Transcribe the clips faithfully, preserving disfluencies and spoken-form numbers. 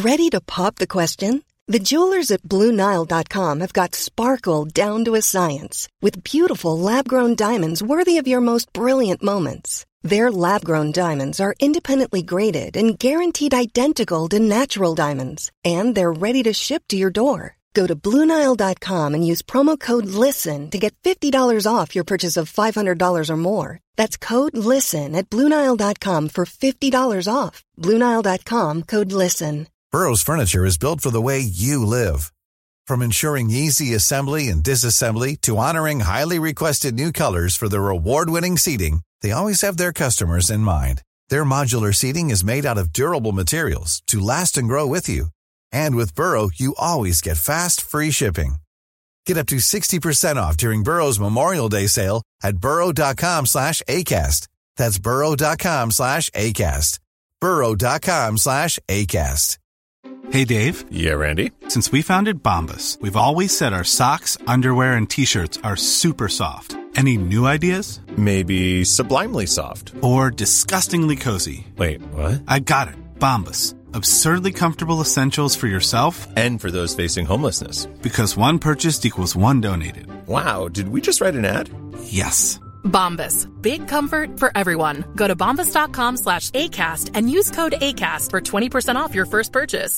Ready to pop the question? The jewelers at Blue Nile dot com have got sparkle down to a science with beautiful lab-grown diamonds worthy of your most brilliant moments. Their lab-grown diamonds are independently graded and guaranteed identical to natural diamonds, and they're ready to ship to your door. Go to Blue Nile dot com and use promo code LISTEN to get fifty dollars off your purchase of five hundred dollars or more. That's code LISTEN at Blue Nile dot com for fifty dollars off. Blue Nile dot com, code LISTEN. Burrow's furniture is built for the way you live. From ensuring easy assembly and disassembly to honoring highly requested new colors for their award-winning seating, they always have their customers in mind. Their modular seating is made out of durable materials to last and grow with you. And with Burrow, you always get fast, free shipping. Get up to sixty percent off during Burrow's Memorial Day sale at burrow dot com slash ACAST. That's burrow dot com slash ACAST. burrow dot com slash ACAST. Hey, Dave. Yeah, Randy. Since we founded Bombas, we've always said our socks, underwear, and T-shirts are super soft. Any new ideas? Maybe sublimely soft. Or disgustingly cozy. Wait, what? I got it. Bombas. Absurdly comfortable essentials for yourself and for those facing homelessness. Because one purchased equals one donated. Wow, did we just write an ad? Yes. Bombas. Big comfort for everyone. Go to bombas dot com slash ACAST and use code ACAST for twenty percent off your first purchase.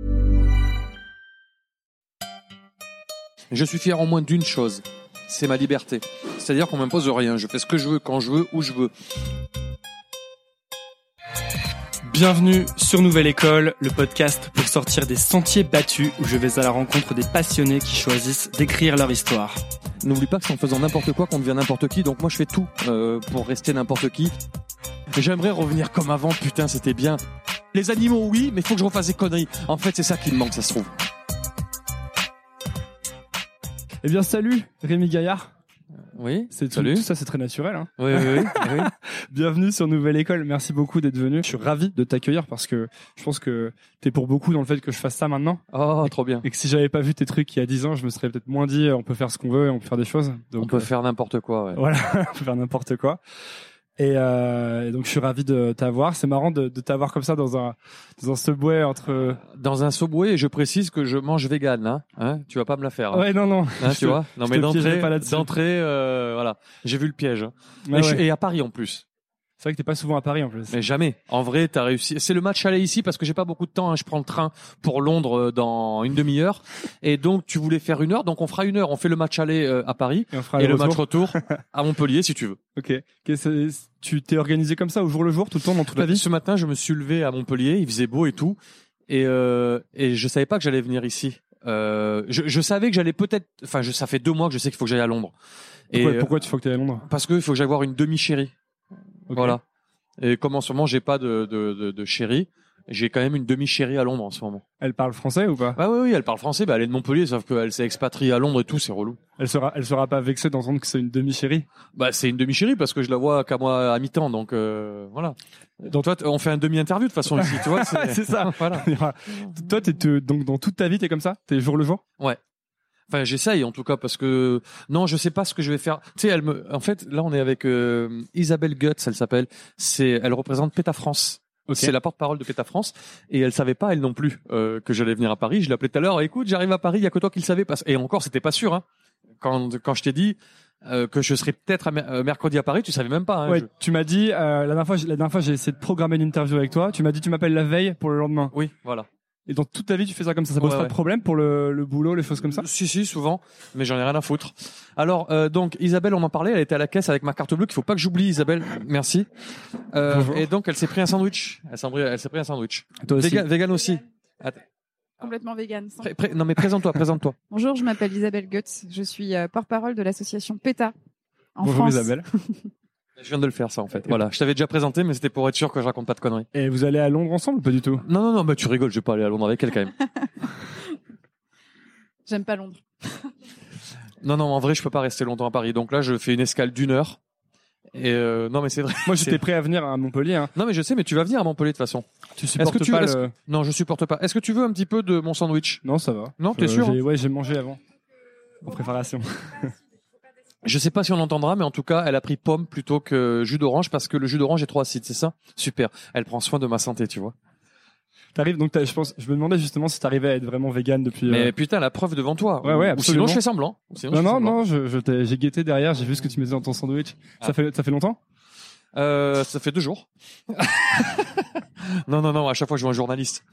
Je suis fier au moins d'une chose, c'est ma liberté. C'est-à-dire qu'on m'impose rien. Je fais ce que je veux, quand je veux, où je veux. Bienvenue sur Nouvelle École, le podcast pour sortir des sentiers battus où je vais à la rencontre des passionnés qui choisissent d'écrire leur histoire. N'oublie pas que c'est en faisant n'importe quoi qu'on devient n'importe qui, donc moi je fais tout euh, pour rester n'importe qui. Et j'aimerais revenir comme avant, putain c'était bien. Les animaux oui, mais il faut que je refasse des conneries. En fait c'est ça qui me manque, ça se trouve. Eh bien salut Rémi Gaillard. Oui, c'est tout, salut. Tout ça c'est très naturel. Hein. Oui, oui, oui. oui. Bienvenue sur Nouvelle École, merci beaucoup d'être venu. Je suis ravi de t'accueillir parce que je pense que t'es pour beaucoup dans le fait que je fasse ça maintenant. Oh, trop bien. Et que si j'avais pas vu tes trucs il y a dix ans, je me serais peut-être moins dit on peut faire ce qu'on veut et on peut faire des choses. Donc, on peut euh, faire n'importe quoi, ouais. Voilà, on peut faire n'importe quoi. Et, euh, et donc je suis ravi de t'avoir. C'est marrant de, de t'avoir comme ça dans un dans un Subway entre dans un Subway. Et je précise que je mange vegan, hein. hein tu vas pas me la faire. Hein. Ouais, non, non. Hein, tu te, vois. Non, mais d'entrée, pas d'entrée, euh, voilà. J'ai vu le piège. Ouais, et, ouais. je, et à Paris en plus. C'est vrai que t'es pas souvent à Paris en plus. Mais jamais. En vrai, t'as réussi. C'est le match aller ici parce que j'ai pas beaucoup de temps. Hein. Je prends le train pour Londres dans une demi-heure. Et donc, tu voulais faire une heure. Donc, on fera une heure. On fait le match aller euh, à Paris. Et, on fera et le, le retour. match retour à Montpellier, si tu veux. Ok. Tu t'es organisé comme ça au jour le jour, tout le temps, dans toute la vie? Ce matin, je me suis levé à Montpellier. Il faisait beau et tout. Et, euh, et je savais pas que j'allais venir ici. Euh, je, je savais que j'allais peut-être. Enfin, je, ça fait deux mois que je sais qu'il faut que j'aille à Londres. Pourquoi, et, pourquoi tu faut que tu ailles à Londres? Parce qu'il faut que j'aille voir une demi-chérie. Okay. Voilà. Et comme en ce moment j'ai pas de, de, de, de chérie, j'ai quand même une demi-chérie à Londres en ce moment. Elle parle français ou pas? Ah oui, oui, elle parle français, bah elle est de Montpellier, sauf qu'elle s'est expatriée à Londres et tout, c'est relou. Elle sera, elle sera pas vexée d'entendre que c'est une demi-chérie? Bah c'est une demi-chérie parce que je la vois qu'à moi à mi-temps, donc euh, voilà. Donc toi, on fait un demi-interview de toute façon ici, tu vois. C'est, c'est ça. Voilà. Toi, t'es, t'es, donc dans toute ta vie, t'es comme ça? T'es jour le jour? Ouais. Enfin, j'essaye en tout cas parce que non, je sais pas ce que je vais faire. Tu sais, elle me, en fait, là, on est avec euh, Isabelle Guts, elle s'appelle. C'est, elle représente PETA France. Okay. C'est la porte-parole de PETA France et elle savait pas elle non plus euh, que j'allais venir à Paris. Je l'ai appelée tout à l'heure. Écoute, j'arrive à Paris. Il y a que toi qui le savais. Parce... Et encore, c'était pas sûr. Hein. Quand quand je t'ai dit euh, que je serais peut-être à mer- euh, mercredi à Paris, tu savais même pas. Hein, ouais. je... Tu m'as dit euh, la dernière fois, la dernière fois, j'ai essayé de programmer une interview avec toi. Tu m'as dit tu m'appelles la veille pour le lendemain. Oui, voilà. Et dans toute ta vie, tu fais ça comme ça, ça pose ouais, pas ouais. de problème pour le, le boulot, les choses comme ça? Si, si, souvent, mais j'en ai rien à foutre. Alors, euh, donc, Isabelle, on m'en parlait, elle était à la caisse avec ma carte bleue, qu'il faut pas que j'oublie, Isabelle, merci. Euh, et donc, elle s'est pris un sandwich. Elle s'est pris, elle s'est pris un sandwich. Toi aussi. Végan, vegan aussi. Attends. Complètement vegan. Pré- pré- non, mais présente-toi, présente-toi. Bonjour, je m'appelle Isabelle Guts, je suis euh, porte-parole de l'association PETA en Bonjour France. Isabelle. Je viens de le faire, ça, en fait. Voilà. Je t'avais déjà présenté, mais c'était pour être sûr que je raconte pas de conneries. Et vous allez à Londres ensemble ou pas du tout? Non, non, non, bah, tu rigoles, je vais pas aller à Londres avec elle, quand même. J'aime pas Londres. Non, non, en vrai, je peux pas rester longtemps à Paris. Donc là, je fais une escale d'une heure. Et euh, non, mais c'est vrai. Moi, j'étais prêt à venir à Montpellier. Hein. Non, mais je sais, mais tu vas venir à Montpellier de toute façon. Tu supportes est-ce que tu, pas est-ce... le... Non, je supporte pas. Est-ce que tu veux un petit peu de mon sandwich? Non, ça va. Non, t'es euh, sûr? j'ai... Ouais, j'ai mangé avant. En préparation. Je sais pas si on l'entendra, mais en tout cas, elle a pris pomme plutôt que jus d'orange parce que le jus d'orange est trop acide, c'est ça? Super. Elle prend soin de ma santé, tu vois. T'arrives donc t'as- je pense je me demandais justement si t'arrivais à être vraiment vegan depuis. Mais euh... putain, la preuve devant toi. Ouais, ouais, Ou sinon absolument. je fais semblant. Ou sinon, Non je fais non semblant. non, je, je t'ai, j'ai guetté derrière, j'ai vu ce que tu mettais dans ton sandwich. Ah. Ça fait ça fait longtemps? Euh, ça fait deux jours. non, non, non, à chaque fois je vois un journaliste.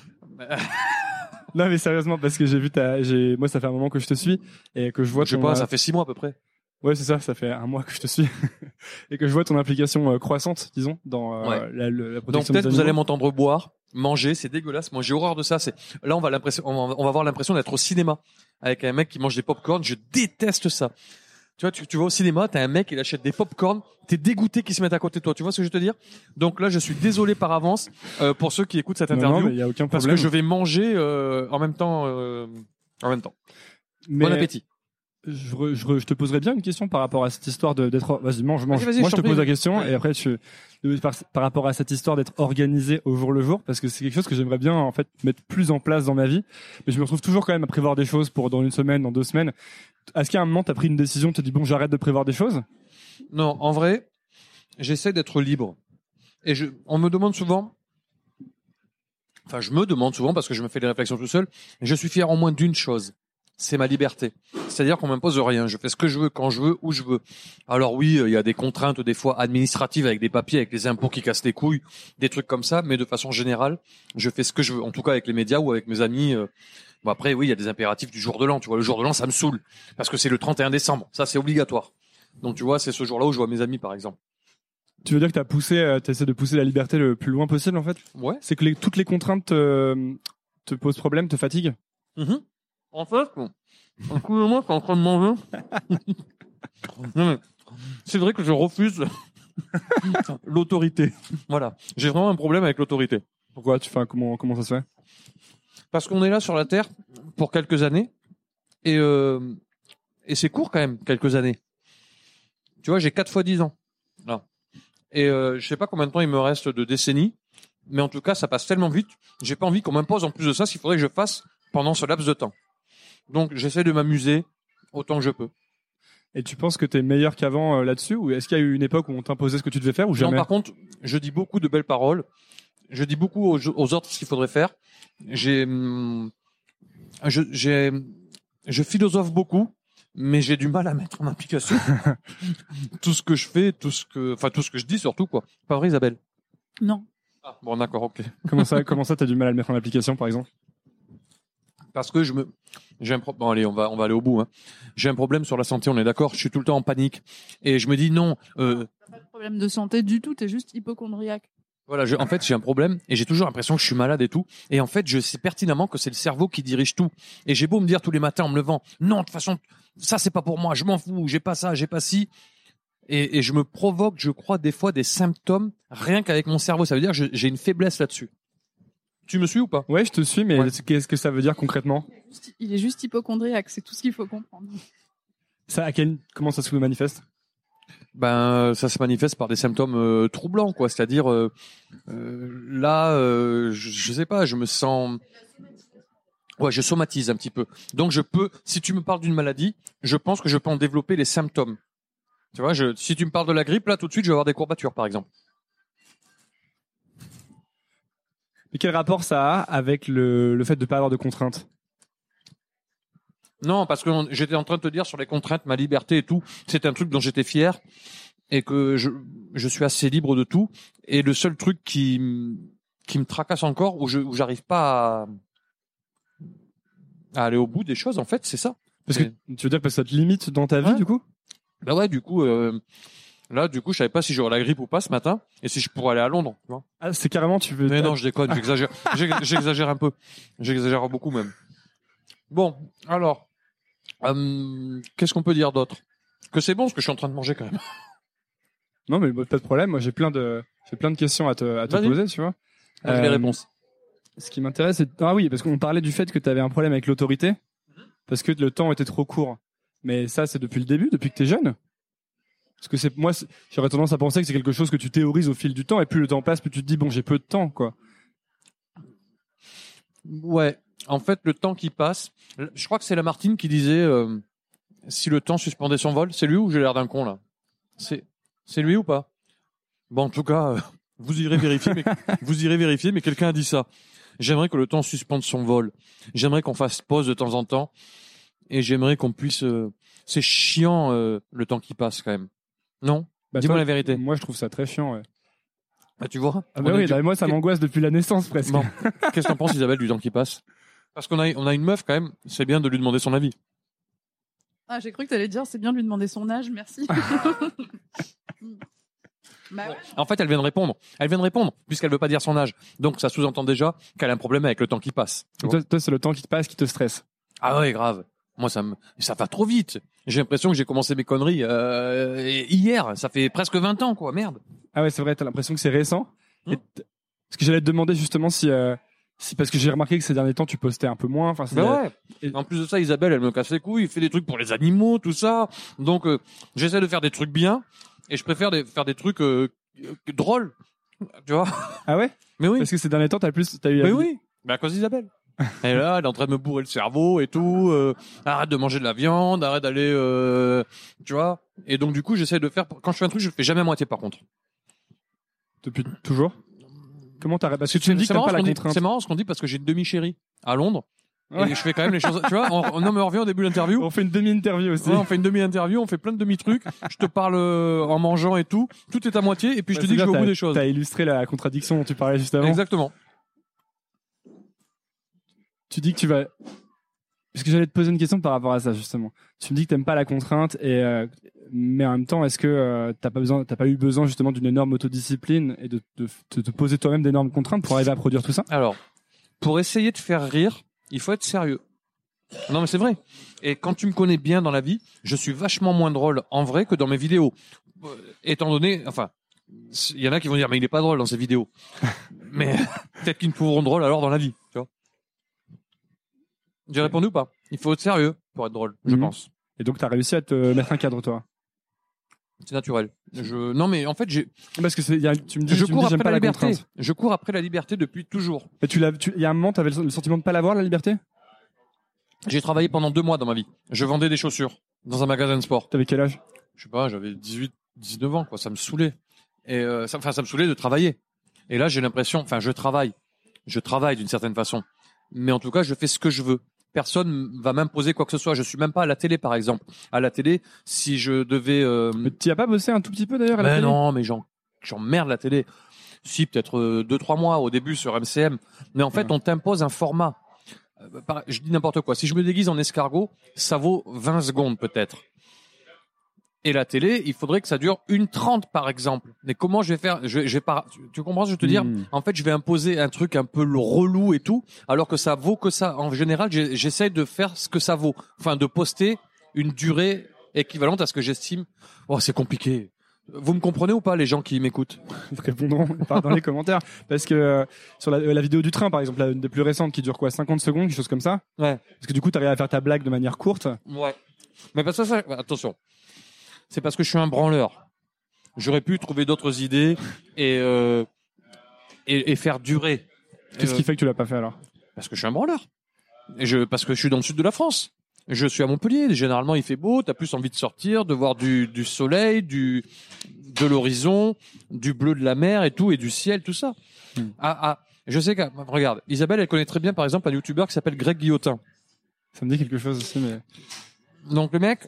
Non mais sérieusement parce que j'ai vu ta j'ai moi ça fait un moment que je te suis et que je vois Je sais ton, pas, euh, ça fait six mois à peu près. Ouais, c'est ça, ça fait un mois que je te suis et que je vois ton implication euh, croissante, disons, dans euh, Ouais. la, la, la Donc protection peut-être des vous allez animaux. m'entendre boire, manger, c'est dégueulasse. Moi j'ai horreur de ça. C'est là on va l'impression, on va, on va avoir l'impression d'être au cinéma avec un mec qui mange des pop-corn. Je déteste ça. Tu vois, tu, tu vas au cinéma, t'as un mec, il achète des pop-corn, t'es dégoûté qu'il se mette à côté de toi. Tu vois ce que je veux te dire? Donc là, je suis désolé par avance euh, pour ceux qui écoutent cette Non, non, interview, mais il y a aucun parce problème. que je vais manger euh, en même temps. Euh, en même temps. Mais Bon appétit. Je, re- je, re- je te poserais bien une question par rapport à cette histoire de d'être. Vas-y, mange, mange. Vas-y, vas-y, Moi, je je te t'en pose prie. la question Ouais. et après tu de- par, par rapport à cette histoire d'être organisé au jour le jour, parce que c'est quelque chose que j'aimerais bien en fait mettre plus en place dans ma vie, mais je me retrouve toujours quand même à prévoir des choses pour dans une semaine, dans deux semaines. Est-ce qu'à un moment t'as pris une décision, tu te dis bon, j'arrête de prévoir des choses? Non, en vrai, j'essaie d'être libre. Et je, on me demande souvent, enfin, je me demande souvent parce que je me fais des réflexions tout seul, je suis fier en moins d'une chose. C'est ma liberté. C'est-à-dire qu'on m'impose rien. Je fais ce que je veux, quand je veux, où je veux. Alors oui, il y a des contraintes, des fois administratives avec des papiers, avec les impôts qui cassent les couilles, des trucs comme ça, mais de façon générale, je fais ce que je veux. En tout cas, avec les médias ou avec mes amis. euh, Bon, après, oui, il y a des impératifs du jour de l'an. Tu vois, le jour de l'an, ça me saoule. Parce que c'est le trente et un décembre. Ça, c'est obligatoire. Donc, tu vois, c'est ce jour-là où je vois mes amis, par exemple. Tu veux dire que t'as poussé, euh, t'essaies de pousser la liberté le plus loin possible en fait? Ouais. C'est que les, toutes les contraintes te, te posent problème, te fatiguent? Mhm. En fait, bon, un coup de moi, t'es en train de manger. Non, mais c'est vrai que je refuse l'autorité. Voilà. J'ai vraiment un problème avec l'autorité. Pourquoi tu fais comment comment ça se fait? Parce qu'on est là sur la Terre pour quelques années. Et, euh, et c'est court quand même, quelques années. Tu vois, j'ai quatre fois dix ans. Là. Et euh, je sais pas combien de temps il me reste de décennies. Mais en tout cas, ça passe tellement vite. J'ai pas envie qu'on m'impose en plus de ça ce qu'il faudrait que je fasse pendant ce laps de temps. Donc, j'essaie de m'amuser autant que je peux. Et tu penses que t'es meilleur qu'avant euh, là-dessus, ou est-ce qu'il y a eu une époque où on t'imposait ce que tu devais faire ou jamais? Non, par contre, je dis beaucoup de belles paroles. Je dis beaucoup aux, aux autres ce qu'il faudrait faire. J'ai, hum, je, j'ai, je philosophe beaucoup, mais j'ai du mal à mettre en application tout ce que je fais, tout ce que, enfin tout ce que je dis surtout quoi. Pas vrai, Isabelle? Non. Ah, bon, d'accord, ok. Comment ça, comment ça, t'as du mal à le mettre en application, par exemple? Parce que je me, j'ai un problème. Bon, allez, on va, on va aller au bout. Hein. J'ai un problème sur la santé, on est d'accord. Je suis tout le temps en panique et je me dis non. Euh, T'as pas de problème de santé du tout, t'es juste hypochondriaque. Voilà, je, en fait, j'ai un problème et j'ai toujours l'impression que je suis malade et tout. Et en fait, je sais pertinemment que c'est le cerveau qui dirige tout. Et j'ai beau me dire tous les matins en me levant, non, de toute façon, ça c'est pas pour moi, je m'en fous, j'ai pas ça, j'ai pas ci. Et, et je me provoque, je crois, des fois des symptômes rien qu'avec mon cerveau. Ça veut dire que je- j'ai une faiblesse là-dessus. Tu me suis ou pas? Ouais, je te suis, mais Ouais. qu'est-ce que ça veut dire concrètement? Il est juste hypochondriaque, c'est tout ce qu'il faut comprendre. Ça, à quel, comment ça se manifeste? Ben, ça se manifeste par des symptômes euh, troublants, quoi. C'est-à-dire, euh, euh, là, euh, je, je sais pas, je me sens, ouais, je somatise un petit peu. Donc, je peux, si tu me parles d'une maladie, je pense que je peux en développer les symptômes. Tu vois, je, si tu me parles de la grippe, là, tout de suite, je vais avoir des courbatures, par exemple. Et quel rapport ça a avec le, le fait de pas avoir de contraintes? Non, parce que on- j'étais en train de te dire sur les contraintes, ma liberté et tout, c'est un truc dont j'étais fier et que je, je suis assez libre de tout. Et le seul truc qui, m- qui me tracasse encore, où je, où j'arrive pas à, à aller au bout des choses, en fait, c'est ça. Parce que, tu veux dire que ça te limite dans ta vie, Ouais. du coup? Bah ouais, du coup, euh, là, du coup, je savais pas si j'aurais la grippe ou pas ce matin et si je pourrais aller à Londres, tu vois. Ah, c'est carrément, tu veux... Mais non, je déconne, j'exagère, J'ex- j'exagère un peu, j'exagère beaucoup même. Bon, alors, euh, qu'est-ce qu'on peut dire d'autre? Que c'est bon ce que je suis en train de manger quand même. Non, mais pas de problème. Moi, j'ai plein de, j'ai plein de questions à te, à te Vas-y. poser, tu vois. J'ai les Euh, réponses. Ce qui m'intéresse, c'est, ah oui, parce qu'on parlait du fait que tu avais un problème avec l'autorité, parce que le temps était trop court. Mais ça, c'est depuis le début, depuis que t'es jeune. Parce que c'est, moi, c'est- j'aurais tendance à penser que c'est quelque chose que tu théorises au fil du temps, et plus le temps passe, plus tu te dis, bon, j'ai peu de temps, quoi. Ouais, en fait, le temps qui passe, je crois que c'est Lamartine qui disait euh, si le temps suspendait son vol, c'est lui ou j'ai l'air d'un con là? C'est c'est lui ou pas? Bon, en tout cas, euh, vous irez vérifier, mais vous irez vérifier, mais quelqu'un a dit ça. J'aimerais que le temps suspende son vol. J'aimerais qu'on fasse pause de temps en temps. Et j'aimerais qu'on puisse... Euh... C'est chiant, euh, le temps qui passe, quand même. Non bah, Dis-moi toi, la vérité. Moi, je trouve ça très chiant, ouais. Bah, tu vois ah bah oui, du... moi, ça m'angoisse depuis la naissance, presque. Bon. Qu'est-ce que t'en penses, Isabelle, du temps qui passe? Parce qu'on a, on a une meuf, quand même. C'est bien de lui demander son avis. Ah, j'ai cru que t'allais dire, c'est bien de lui demander son âge, merci. Bah ouais. En fait, elle vient de répondre. Elle vient de répondre, puisqu'elle veut pas dire son âge. Donc, ça sous-entend déjà qu'elle a un problème avec le temps qui passe. Toi, toi, c'est le temps qui te passe qui te stresse. Ah ouais, grave. Moi, ça me, ça va trop vite. J'ai l'impression que j'ai commencé mes conneries euh, hier. Ça fait presque vingt ans, quoi. Merde. Ah ouais, c'est vrai. T'as l'impression que c'est récent. Hum. Et parce que j'allais te demander justement si, euh, si parce que j'ai remarqué que ces derniers temps tu postais un peu moins. Enfin, ben ouais. Et... En plus de ça, Isabelle, elle me casse les couilles. Elle fait des trucs pour les animaux, tout ça. Donc, euh, j'essaie de faire des trucs bien, et je préfère des, faire des trucs euh, drôles. Tu vois? Ah ouais? Mais oui. Parce que ces derniers temps, t'as plus, t'as eu. Mais oui. Mais à cause d'Isabelle. Et là, elle est en train de me bourrer le cerveau et tout. Euh, arrête de manger de la viande, arrête d'aller, euh, tu vois. Et donc du coup, j'essaie de faire. Quand je fais un truc, je le fais jamais à moitié, par contre. Depuis toujours. Comment t'arrêtes? Parce que tu me dis que t'as pas la contrainte. C'est marrant ce qu'on dit parce que j'ai une demi-chérie à Londres. Ouais. Et je fais quand même les choses. Tu vois, on, non mais on revient au début de l'interview. On fait une demi-interview aussi. Ouais, on fait une demi-interview, on fait plein de demi-trucs. Je te parle euh, en mangeant et tout. Tout est à moitié et puis bah, je te dis que je vais au bout des choses. T'as illustré la contradiction dont tu parlais juste avant. Exactement. Tu dis que tu vas... Parce que j'allais te poser une question par rapport à ça, justement. Tu me dis que t'aimes pas la contrainte, et euh... mais en même temps, est-ce que euh, t'as pas besoin, t'as pas eu besoin justement d'une énorme autodiscipline et de te de, de, de poser toi-même d'énormes contraintes pour arriver à produire tout ça? Alors, pour essayer de faire rire, il faut être sérieux. Non, mais c'est vrai. Et quand tu me connais bien dans la vie, je suis vachement moins drôle en vrai que dans mes vidéos. Euh, étant donné, enfin, il y en a qui vont dire, mais il est pas drôle dans ses vidéos. Mais peut-être qu'ils me trouveront drôle alors dans la vie, tu vois. J'ai répondu ou pas? Il faut être sérieux pour être drôle, je mmh. pense. Et donc, t'as réussi à te mettre un cadre, toi? C'est naturel. Je, non, mais en fait, j'ai. Parce que c'est, y a, tu me dis, je tu cours me dis, après pas la la liberté. Contrainte. Je cours après la liberté depuis toujours. Et tu l'as, tu, il y a un moment, t'avais le sentiment de pas l'avoir, la liberté? J'ai travaillé pendant deux mois dans ma vie. Je vendais des chaussures dans un magasin de sport. T'avais quel âge? Je sais pas, j'avais dix-huit, dix-neuf ans, quoi. Ça me saoulait. Et, euh, ça, enfin, ça me saoulait de travailler. Et là, j'ai l'impression, enfin, je travaille. Je travaille d'une certaine façon. Mais en tout cas, je fais ce que je veux. Personne va m'imposer quoi que ce soit. Je suis même pas à la télé, par exemple. À la télé, si je devais... Euh... Mais tu y as pas bossé un tout petit peu, d'ailleurs, à la mais télé? Non, mais j'en, j'emmerde la télé. Si, peut-être euh, deux, trois mois au début sur M C M. Mais en fait, ouais. on t'impose un format. Euh, par... Je dis n'importe quoi. Si je me déguise en escargot, ça vaut vingt secondes, peut-être. Et la télé, il faudrait que ça dure une trente, par exemple. Mais comment je vais faire? Je vais, je vais pas. Tu, tu comprends ce que je veux te dire? Mmh. En fait, je vais imposer un truc un peu relou et tout, alors que ça vaut que ça. En général, j'essaie de faire ce que ça vaut. Enfin, de poster une durée équivalente à ce que j'estime. Oh, c'est compliqué. Vous me comprenez ou pas, les gens qui m'écoutent? Ils te répondront dans les commentaires. Parce que euh, sur la, la vidéo du train, par exemple, la, une des plus récentes qui dure quoi, cinquante secondes, quelque chose comme ça. Ouais. Parce que du coup, t'arrives à faire ta blague de manière courte. Ouais. Mais parce que ça, attention. C'est parce que je suis un branleur. J'aurais pu trouver d'autres idées et, euh, et, et faire durer. Qu'est-ce euh, qui fait que tu l'as pas fait alors? Parce que je suis un branleur. Et je, parce que je suis dans le sud de la France. Je suis à Montpellier. Généralement, il fait beau. T'as plus envie de sortir, de voir du, du soleil, du, de l'horizon, du bleu de la mer et tout, et du ciel, tout ça. Hmm. Ah, ah, je sais que, regarde, Isabelle, elle connaît très bien, par exemple, un youtubeur qui s'appelle Greg Guillotin. Ça me dit quelque chose aussi, mais. Donc, le mec,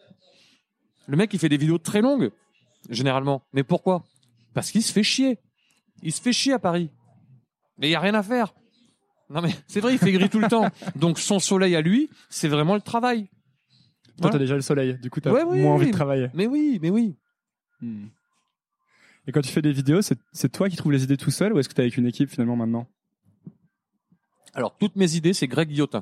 Le mec, il fait des vidéos très longues, généralement. Mais pourquoi? Parce qu'il se fait chier. Il se fait chier à Paris. Mais il n'y a rien à faire. Non mais, c'est vrai, il fait gris tout le temps. Donc son soleil à lui, c'est vraiment le travail. Toi, voilà. T'as déjà le soleil. Du coup, t'as ouais, oui, moins oui, envie oui. de travailler. Mais oui, mais oui. Hmm. Et quand tu fais des vidéos, c'est, c'est toi qui trouves les idées tout seul ou est-ce que t'es avec une équipe finalement maintenant? Alors, toutes mes idées, c'est Greg Guillotin.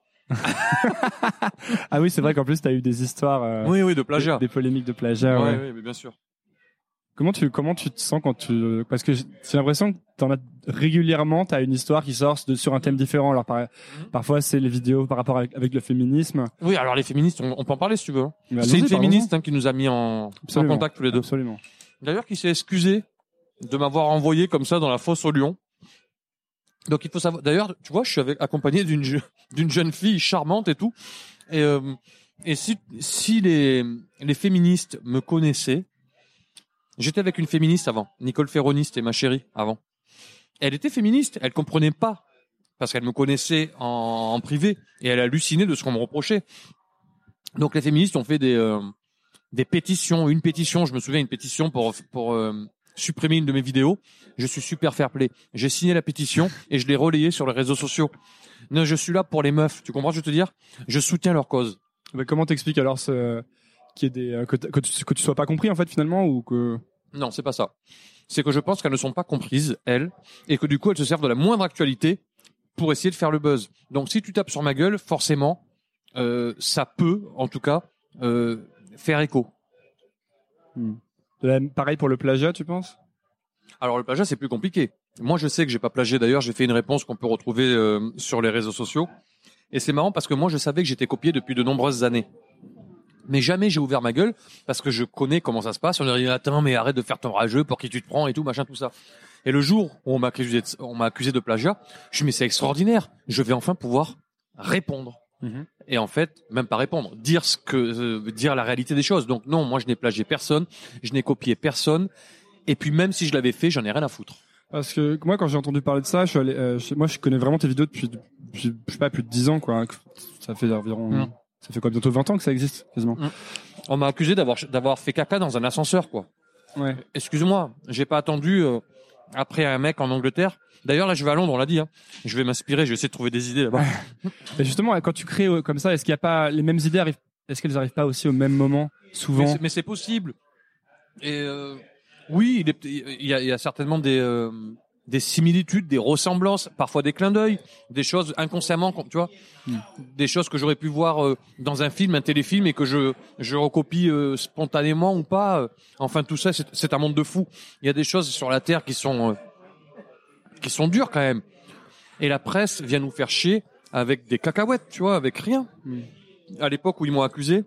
Ah oui, c'est vrai qu'en plus t'as eu des histoires euh, oui oui de plagiat, des, des polémiques de plagiat. Ouais, ouais. Oui, mais bien sûr. Comment tu comment tu te sens quand tu parce que j'ai l'impression que t'en as régulièrement, t'as une histoire qui sort de, sur un thème différent. Alors par, mm-hmm. parfois c'est les vidéos par rapport avec, avec le féminisme. Oui, alors les féministes, on, on peut en parler si tu veux. Mais c'est une féministe hein, qui nous a mis en, en contact tous les deux. Absolument. D'ailleurs, qui s'est excusée de m'avoir envoyé comme ça dans la fosse au lion. Donc il faut savoir. D'ailleurs, tu vois, je suis avec, accompagné d'une je, d'une jeune fille charmante et tout. Et, euh, et si si les les féministes me connaissaient, j'étais avec une féministe avant, Nicole Ferroni, c'était ma chérie avant. Elle était féministe, elle comprenait pas parce qu'elle me connaissait en, en privé et elle hallucinait de ce qu'on me reprochait. Donc les féministes ont fait des euh, des pétitions, une pétition, je me souviens, une pétition pour pour euh, supprimer une de mes vidéos. Je suis super fair play. J'ai signé la pétition et je l'ai relayée sur les réseaux sociaux. Non, je suis là pour les meufs. Tu comprends ce que je veux te dire? Je soutiens leur cause. Mais comment t'expliques alors ce, qu'il y ait des, euh, que, que, tu, que tu sois pas compris en fait finalement ou que... Non, c'est pas ça. C'est que je pense qu'elles ne sont pas comprises, elles, et que du coup elles se servent de la moindre actualité pour essayer de faire le buzz. Donc si tu tapes sur ma gueule, forcément, euh, ça peut, en tout cas, euh, faire écho. Hmm. Pareil pour le plagiat, tu penses? Alors le plagiat, c'est plus compliqué. Moi, je sais que j'ai pas plagié. D'ailleurs, j'ai fait une réponse qu'on peut retrouver euh, sur les réseaux sociaux. Et c'est marrant parce que moi, je savais que j'étais copié depuis de nombreuses années. Mais jamais j'ai ouvert ma gueule parce que je connais comment ça se passe. On a dit, attends, mais arrête de faire ton rageux, pour qui tu te prends et tout, machin, tout ça. Et le jour où on m'a accusé de, on m'a accusé de plagiat, je me suis dit, mais c'est extraordinaire. Je vais enfin pouvoir répondre. Mmh. Et en fait, même pas répondre, dire ce que, euh, dire la réalité des choses. Donc non, moi, je n'ai plagié personne, je n'ai copié personne. Et puis même si je l'avais fait, j'en ai rien à foutre. Parce que moi, quand j'ai entendu parler de ça, je suis allé, euh, je, moi, je connais vraiment tes vidéos depuis, depuis, je sais pas, plus de dix ans, quoi. Ça fait environ, mmh. ça fait quoi, bientôt vingt ans que ça existe, quasiment. Mmh. On m'a accusé d'avoir, d'avoir fait caca dans un ascenseur, quoi. Ouais. Excuse-moi, j'ai pas attendu euh, après un mec en Angleterre. D'ailleurs, là, je vais à Londres, on l'a dit. Hein. Je vais m'inspirer, je vais essayer de trouver des idées là-bas. Et justement, quand tu crées comme ça, est-ce qu'il y a pas les mêmes idées arrivent, est-ce qu'elles arrivent pas aussi au même moment, souvent? Mais c'est, mais c'est possible. Et euh, oui, il, est, il, y a, il y a certainement des euh, des similitudes, des ressemblances, parfois des clins d'œil, des choses inconsciemment, tu vois, mm. des choses que j'aurais pu voir euh, dans un film, un téléfilm, et que je je recopie euh, spontanément ou pas. Enfin, tout ça, c'est, c'est un monde de fous. Il y a des choses sur la Terre qui sont euh, qui sont dures quand même. Et la presse vient nous faire chier avec des cacahuètes, tu vois, avec rien. Mm. À l'époque où ils m'ont accusé,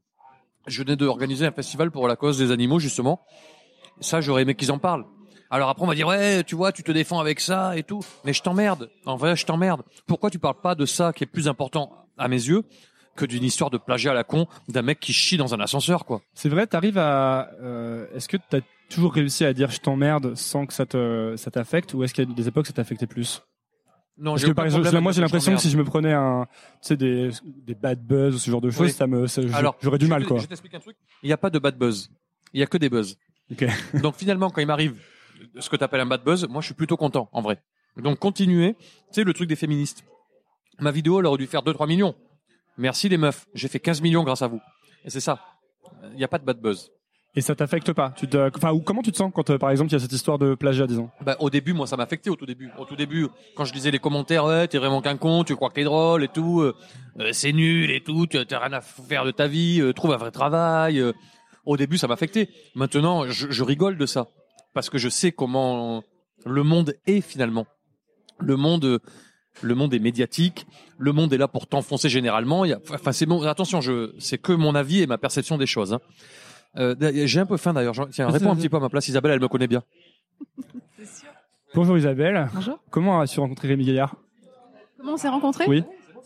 je venais d'organiser un festival pour la cause des animaux, justement. Ça, j'aurais aimé qu'ils en parlent. Alors après, on va dire, ouais, tu vois, tu te défends avec ça et tout. Mais je t'emmerde. En vrai, je t'emmerde. Pourquoi tu parles pas de ça qui est plus important à mes yeux que d'une histoire de plagiat à la con d'un mec qui chie dans un ascenseur, quoi. C'est vrai, t'arrives à, euh, est-ce que t'as toujours réussi à dire je t'emmerde sans que ça te, ça t'affecte, ou est-ce qu'il y a des époques ça t'affectait plus? Non, parce que par exemple, moi j'ai l'impression que si je me prenais un, tu sais, des, des bad buzz ou ce genre de choses, oui. ça me, ça, Alors, j'aurais du mal, quoi. Je t'explique un truc. Il n'y a pas de bad buzz. Il y a que des buzz. Okay. Donc finalement, quand il m'arrive ce que t'appelles un bad buzz, moi je suis plutôt content, en vrai. Donc continuez. Tu sais, le truc des féministes. Ma vidéo, elle aurait dû faire deux trois millions. Merci les meufs. J'ai fait quinze millions grâce à vous. Et c'est ça. Il n'y a pas de bad buzz. Et ça t'affecte pas? Tu te, enfin, ou comment tu te sens quand, euh, par exemple, il y a cette histoire de plagiat, disons? Bah, au début, moi, ça m'affectait au tout début. Au tout début, quand je lisais les commentaires, ouais, t'es vraiment qu'un con, tu crois que t'es drôle et tout, euh, c'est nul et tout, tu t'as rien à faire de ta vie, euh, trouve un vrai travail. Euh. Au début, ça m'affectait. Maintenant, je, je rigole de ça. Parce que je sais comment le monde est, finalement. Le monde, le monde est médiatique. Le monde est là pour t'enfoncer généralement. Il y a, enfin, c'est bon. Attention, je, c'est que mon avis et ma perception des choses, hein. Euh, j'ai un peu faim d'ailleurs. Tiens, réponds un petit peu à ma place. Isabelle, elle me connaît bien. C'est sûr. Bonjour Isabelle. Bonjour. Comment as-tu rencontré Rémi Gaillard? Comment on s'est rencontrés? Oui.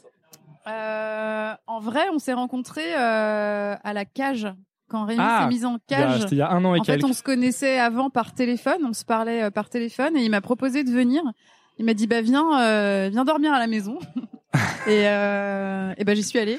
Euh, en vrai, on s'est rencontrés euh, à la cage. Quand Rémi ah, s'est mis en cage. C'était il y a un an et en quelques. fait, on se connaissait avant par téléphone. On se parlait euh, par téléphone et il m'a proposé de venir. Il m'a dit bah viens, euh, viens dormir à la maison. et euh, et ben bah, j'y suis allée.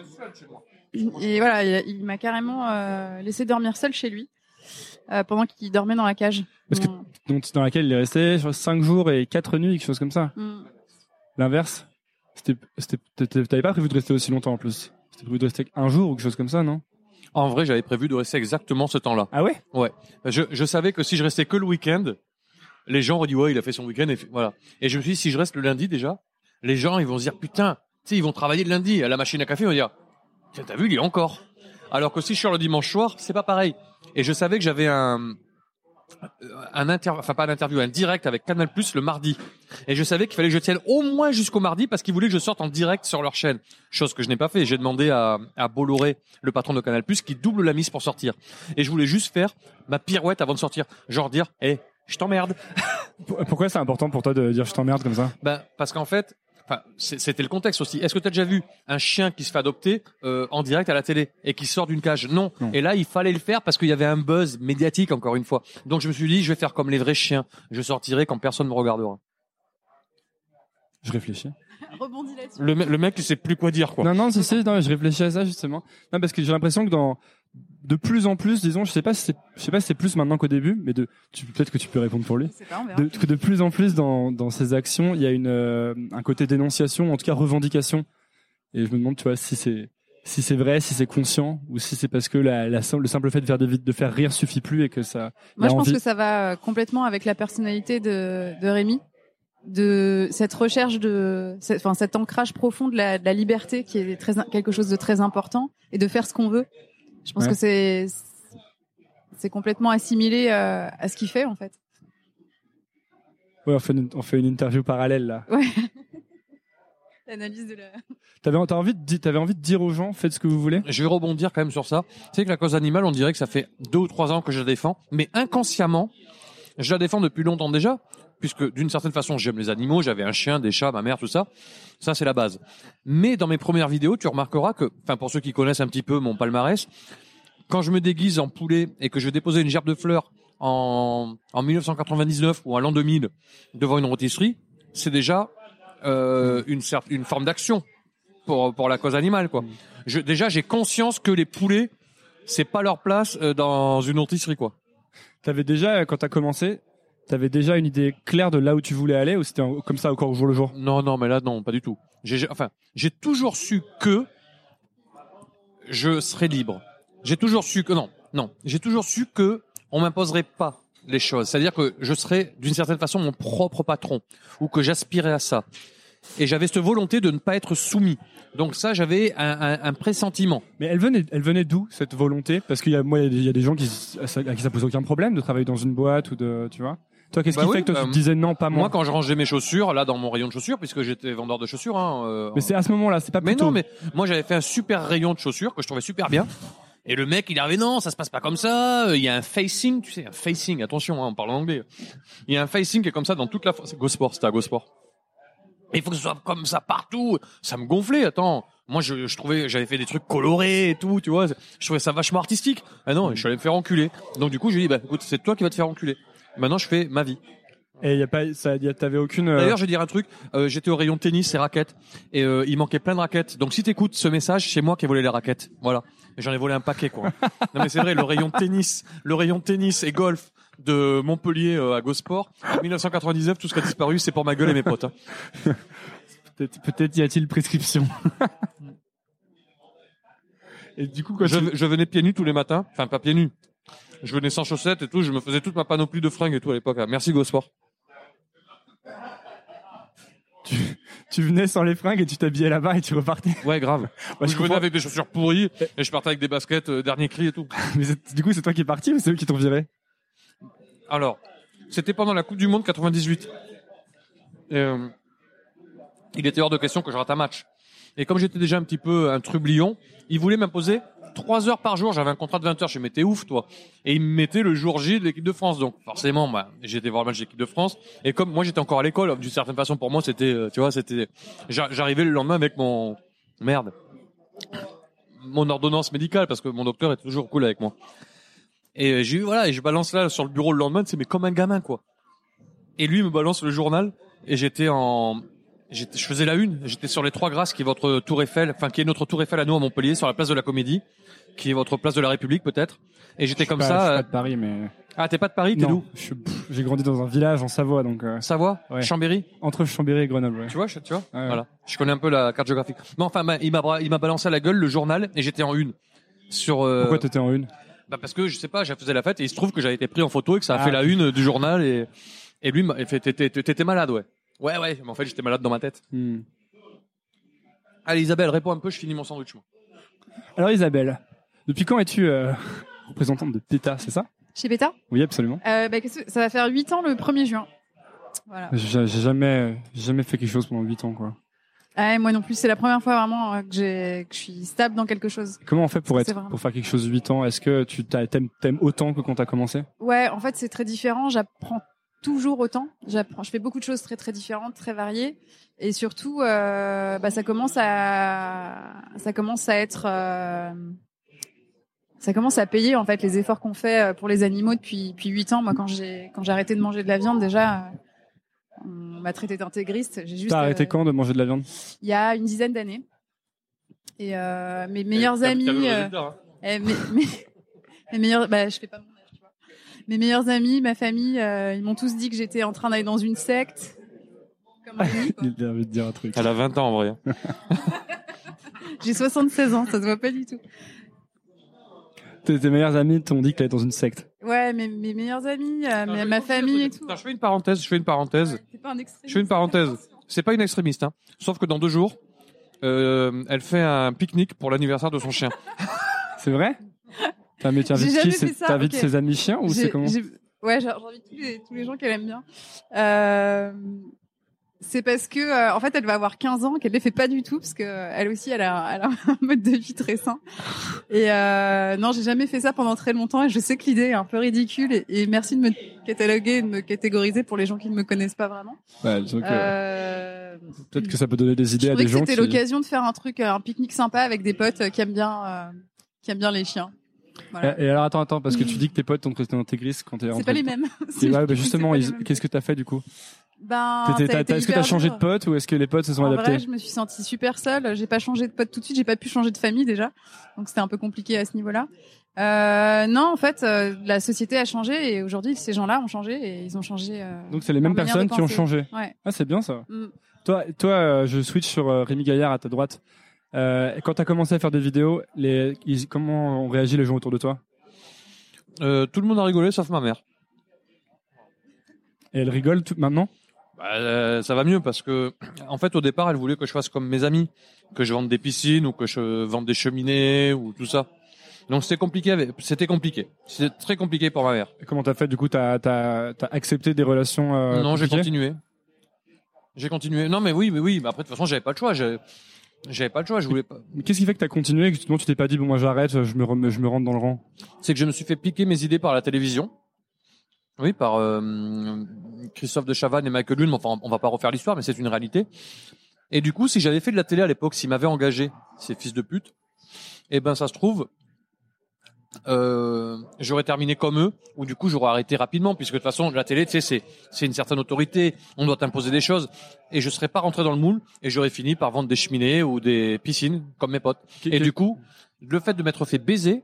Et voilà, il, il m'a carrément euh, laissé dormir seul chez lui euh, pendant qu'il dormait dans la cage. Parce que donc dans laquelle il est resté cinq jours et quatre nuits, quelque chose comme ça. Mm. L'inverse, c'était, c'était, t'avais pas prévu de rester aussi longtemps en plus. C'était prévu de rester un jour ou quelque chose comme ça, non? En vrai, j'avais prévu de rester exactement ce temps-là. Ah ouais? Ouais. Je, je savais que si je restais que le week-end, les gens auraient dit ouais, il a fait son week-end et voilà. Et je me suis dit si je reste le lundi déjà, les gens ils vont se dire putain, tu sais, ils vont travailler le lundi à la machine à café, ils vont dire t'as vu, il est encore. Alors que si je sors le dimanche soir, c'est pas pareil. Et je savais que j'avais un, un inter, enfin pas un interview, un direct avec Canal Plus le mardi. Et je savais qu'il fallait que je tienne au moins jusqu'au mardi parce qu'ils voulaient que je sorte en direct sur leur chaîne. Chose que je n'ai pas fait. J'ai demandé à, à Bolloré, le patron de Canal Plus, qui double la mise pour sortir. Et je voulais juste faire ma pirouette avant de sortir. Genre dire, hé, hey, je t'emmerde. Pourquoi c'est important pour toi de dire je t'emmerde comme ça? Ben, parce qu'en fait, enfin, c'était le contexte aussi. Est-ce que tu as déjà vu un chien qui se fait adopter euh, en direct à la télé et qui sort d'une cage? Non. non. Et là, il fallait le faire parce qu'il y avait un buzz médiatique, encore une fois. Donc, je me suis dit, je vais faire comme les vrais chiens. Je sortirai quand personne me regardera. Je réfléchis. Rebondis là-dessus. Le, me- le mec, il sait plus quoi dire, quoi. Non, non, si, si, non, je réfléchis à ça justement. Non, parce que j'ai l'impression que dans de plus en plus, disons, je sais pas si c'est, je sais pas si c'est plus maintenant qu'au début, mais de, tu, peut-être que tu peux répondre pour lui. C'est pas, on verra. De, que de plus en plus dans dans ces actions, il y a une euh, un côté dénonciation, en tout cas revendication. Et je me demande, tu vois, si c'est si c'est vrai, si c'est conscient, ou si c'est parce que la, la le simple fait de faire des, de faire rire suffit plus et que ça. Moi, je pense envie... que ça va complètement avec la personnalité de, de Rémi, de cette recherche de, enfin, cet ancrage profond de la, de la liberté qui est très, quelque chose de très important et de faire ce qu'on veut. Je pense ouais. que c'est, c'est complètement assimilé euh, à ce qu'il fait, en fait. Ouais, on fait une, on fait une interview parallèle, là. Ouais. L'analyse de la... T'avais, t'as envie de, di- t'avais envie de dire aux gens, faites ce que vous voulez? Je vais rebondir quand même sur ça. Tu sais que la cause animale, on dirait que ça fait deux ou trois ans que je la défends, mais inconsciemment, je la défends depuis longtemps déjà, puisque d'une certaine façon, j'aime les animaux, j'avais un chien, des chats, ma mère, tout ça. Ça, c'est la base. Mais dans mes premières vidéos, tu remarqueras que, enfin, pour ceux qui connaissent un petit peu mon palmarès, quand je me déguise en poulet et que je déposais une gerbe de fleurs en, en mille neuf cent quatre-vingt-dix-neuf ou à l'an deux mille devant une rôtisserie, c'est déjà euh, une, cer- une forme d'action pour, pour la cause animale, quoi. Je, déjà, j'ai conscience que les poulets, c'est pas leur place euh, dans une rôtisserie, quoi. T'avais déjà, quand t'as commencé, t'avais déjà une idée claire de là où tu voulais aller, ou c'était en- comme ça encore au jour le jour? Non, non, mais là, non, pas du tout. J'ai, j'ai- enfin, j'ai toujours su que je serais libre. J'ai toujours su que, non, non, j'ai toujours su que on m'imposerait pas les choses. C'est-à-dire que je serais, d'une certaine façon, mon propre patron, ou que j'aspirais à ça. Et j'avais cette volonté de ne pas être soumis. Donc ça, j'avais un, un, un pressentiment. Mais elle venait, elle venait d'où cette volonté? Parce qu'il y a, moi, il y a des- il y a des gens qui, s- à qui ça pose aucun problème de travailler dans une boîte ou de, tu vois. Toi, qu'est-ce Bah qui oui, fait que toi, bah, tu te disais non, pas moi? Moi, quand je rangeais mes chaussures, là, dans mon rayon de chaussures, puisque j'étais vendeur de chaussures, hein, euh, Mais c'est à ce moment-là, c'est pas Mais plus tôt. non, mais moi j'avais fait un super rayon de chaussures que je trouvais super bien. Et le mec, il arrivait, non, ça se passe pas comme ça. Il y a un facing, tu sais, un facing. Attention, hein, on parle en anglais. Il y a un facing qui est comme ça dans toute la France. C'est Gosport, c'était à Gosport. Et il faut que ce soit comme ça partout. Ça me gonflait. Attends, moi je, je trouvais, j'avais fait des trucs colorés et tout, tu vois. Je trouvais ça vachement artistique. Ah non, je suis allé me faire enculer. Donc du coup, j'ai dit, bah écoute, c'est toi qui vas te faire enculer. Maintenant, je fais ma vie. Et il y a pas, ça, y a, t'avais aucune. euh, D'ailleurs, je vais dire un truc. Euh, j'étais au rayon tennis et raquettes, et euh, il manquait plein de raquettes. Donc, si t'écoutes ce message, c'est moi qui ai volé les raquettes. Voilà. Et j'en ai volé un paquet, quoi. Non, mais c'est vrai. Le rayon tennis, le rayon tennis et golf de Montpellier euh, à Gosport, en mille neuf cent quatre-vingt-dix-neuf, tout ce qui a disparu, c'est pour ma gueule et mes potes. Hein. peut-être, peut-être y a-t-il prescription. Et du coup, quoi, Je, tu- je venais pieds nus tous les matins. Enfin, pas pieds nus. Je venais sans chaussettes et tout. Je me faisais toute ma panoplie de fringues et tout à l'époque. Merci Gosport. tu, tu venais sans les fringues et tu t'habillais là-bas et tu repartais. Ouais, grave. Ouais, je je venais comprends. avec des chaussures pourries et je partais avec des baskets euh, dernier cri et tout. Mais c'est- du coup, c'est toi qui es parti ou c'est eux qui t'ont viré? Alors, c'était pendant la Coupe du Monde quatre-vingt-dix-huit. Et, euh, il était hors de question que je rate un match. Et comme j'étais déjà un petit peu un trublion, il voulait m'imposer trois heures par jour. J'avais un contrat de vingt heures. Je me disais, mais t'es ouf, toi. Et il me mettait le jour J de l'équipe de France. Donc, forcément, bah, j'étais voir le match de l'équipe de France. Et comme moi, j'étais encore à l'école, d'une certaine façon, pour moi, c'était, euh, tu vois, c'était, j'a- j'arrivais le lendemain avec mon, merde, mon ordonnance médicale, parce que mon docteur est toujours cool avec moi. Et euh, j'ai eu, voilà, et je balance là sur le bureau le lendemain, c'est mais comme un gamin, quoi. Et lui, il me balance le journal, et j'étais en, j'étais, je faisais la une, j'étais sur les Trois Grâces, qui est votre tour Eiffel, enfin, qui est notre tour Eiffel à nous à Montpellier, sur la place de la Comédie, qui est votre place de la République, peut-être. Et j'étais comme Je suis pas- ça. Je suis euh, pas de Paris, mais. Ah, t'es pas de Paris, t'es Non, d'où? je suis- pff, j'ai grandi dans un village en Savoie, donc euh, Savoie? Ouais. Chambéry? entre Chambéry et Grenoble. Ouais. Tu vois, je- tu vois? Ouais, ouais. Voilà. Je connais un peu la carte géographique. Mais enfin, bah, il m'a, bra- il m'a balancé à la gueule le journal, et j'étais en une. Sur, euh, Pourquoi t'étais en une? Bah parce que je sais pas, j'ai faisais la fête et il se trouve que j'avais été pris en photo et que ça a Ah, fait la ok. une du journal et et lui m'a fait t'étais t'étais malade, ouais. Ouais ouais, mais en fait j'étais malade dans ma tête. Hmm. Allez Isabelle, réponds un peu, je finis mon sandwich moi. Alors Isabelle, depuis quand es-tu euh, représentante de PETA, c'est ça? Chez Beta Oui, absolument. euh, bah, qu'est-ce que- Ça va faire huit ans le premier juin. Voilà. J'ai j'ai jamais, j'ai jamais fait quelque chose pendant huit ans, quoi. Ah, moi non plus, c'est la première fois vraiment euh, que, j'ai, que je suis stable dans quelque chose. Comment on fait pour C'est être, vraiment- pour faire quelque chose huit ans? Est-ce que tu t'as- t'aimes, t'aimes autant que quand t'as commencé? Ouais, en fait, c'est très différent. J'apprends toujours autant. J'apprends, je fais beaucoup de choses très très différentes, très variées, et surtout, euh, bah, ça commence à, ça commence à être, euh, ça commence à payer en fait les efforts qu'on fait pour les animaux depuis depuis huit ans. Moi, quand j'ai quand j'ai arrêté de manger de la viande, déjà, euh, On m'a traité d'intégriste. J'ai juste. T'as arrêté euh, quand de manger de la viande? Il y a une dizaine d'années. Et euh, mes meilleurs amis. T'as vu le euh, résultat, hein. eh, mes, mes, mes meilleurs. Bah, je fais pas mon âge, tu vois. Mes meilleurs amis, ma famille, euh, ils m'ont tous dit que j'étais en train d'aller dans une secte. Comme un ami, quoi. Il a envie de dire un truc. Elle a vingt ans en vrai. J'ai soixante-seize ans, ça se voit pas du tout. Tes, tes meilleurs amis t'ont dit que t'allais dans une secte. Ouais, mes, mes meilleurs amis, euh, Non, ma, je vais ma continuer famille un et truc. tout. Attends, je fais une parenthèse, je fais une parenthèse. Ouais, c'est pas un extrémiste. Je fais une parenthèse. C'est pas une extrémiste, hein. Sauf que dans deux jours, euh, elle fait un pique-nique pour l'anniversaire de son chien. C'est vrai? T'as mais tu J'ai invites jamais qui? fait C'est- ça, T'invites ok. ses amis chiens ou c'est J'ai- comment? j'ai- Ouais, j'ai envie de tous les, tous les gens qu'elle aime bien. Euh, c'est parce que, euh, en fait, elle va avoir quinze ans, qu'elle les fait pas du tout, parce que euh, elle aussi, elle a, elle a un mode de vie très sain. Et euh, non, j'ai jamais fait ça pendant très longtemps, et je sais que l'idée est un peu ridicule. Et, et merci de me cataloguer, de me catégoriser pour les gens qui ne me connaissent pas vraiment. Ouais, disons que Euh, peut-être que ça peut donner des je idées à trouvais des que gens c'était qui... l'occasion de faire un truc, euh, un pique-nique sympa avec des potes euh, qui aiment bien, euh, qui aiment bien les chiens. Voilà. Et et alors attends, attends, parce que tu dis que tes potes t'ont traité d'intégriste quand t'es rentré. C'est pas les mêmes. Et ouais, bah C'est justement, pas les ils- mêmes. qu'est-ce que t'as fait du coup? Ben, T'étais- ça a t'as- été Est-ce que hyper t'as changé dur. de pote ou est-ce que les potes se sont En adaptés? vrai, je me suis sentie super seule. J'ai pas changé de pote tout de suite. J'ai pas pu changer de famille déjà, donc c'était un peu compliqué à ce niveau-là. Euh, non, en fait, euh, la société a changé et aujourd'hui, ces gens-là ont changé et ils ont changé. Euh, Donc c'est les mêmes leur manière de personnes qui ont penser. changé. Ouais. Ah, c'est bien ça. Mm. Toi, toi, euh, je switch sur euh, Rémi Gaillard à ta droite. Euh, quand t'as commencé à faire des vidéos, les, ils- comment ont réagi les gens autour de toi? Euh, tout le monde a rigolé, sauf ma mère. Et elles rigolent tout, maintenant? Bah, euh, ça va mieux parce que, en fait, au départ, elle voulait que je fasse comme mes amis, que je vende des piscines ou que je vende des cheminées ou tout ça. Donc c'était compliqué. Avec... C'était compliqué. C'était très compliqué pour ma mère. Et comment t'as fait? Du coup, t'as, t'as, t'as accepté des relations euh, non, j'ai compliquées? continué. J'ai continué. Non, mais oui, mais oui. Mais après, de toute façon, j'avais pas le choix. J'ai- J'avais pas le choix. Je voulais pas. Mais qu'est-ce qui fait que t'as continué et que justement tu t'es pas dit bon moi j'arrête, je me rem- je me rentre dans le rang? C'est que je me suis fait piquer mes idées par la télévision. Oui, par euh, Christophe de Chavannes et Michael Lune. Enfin, on va pas refaire l'histoire, mais c'est une réalité. Et du coup, si j'avais fait de la télé à l'époque, s'ils m'avaient engagé, ces fils de pute, eh ben, ça se trouve, euh, j'aurais terminé comme eux, ou du coup, j'aurais arrêté rapidement, puisque de toute façon, la télé, tu sais, c'est, c'est une certaine autorité, on doit t'imposer des choses, et je serais pas rentré dans le moule, et j'aurais fini par vendre des cheminées ou des piscines, comme mes potes. Et du coup, le fait de m'être fait baiser,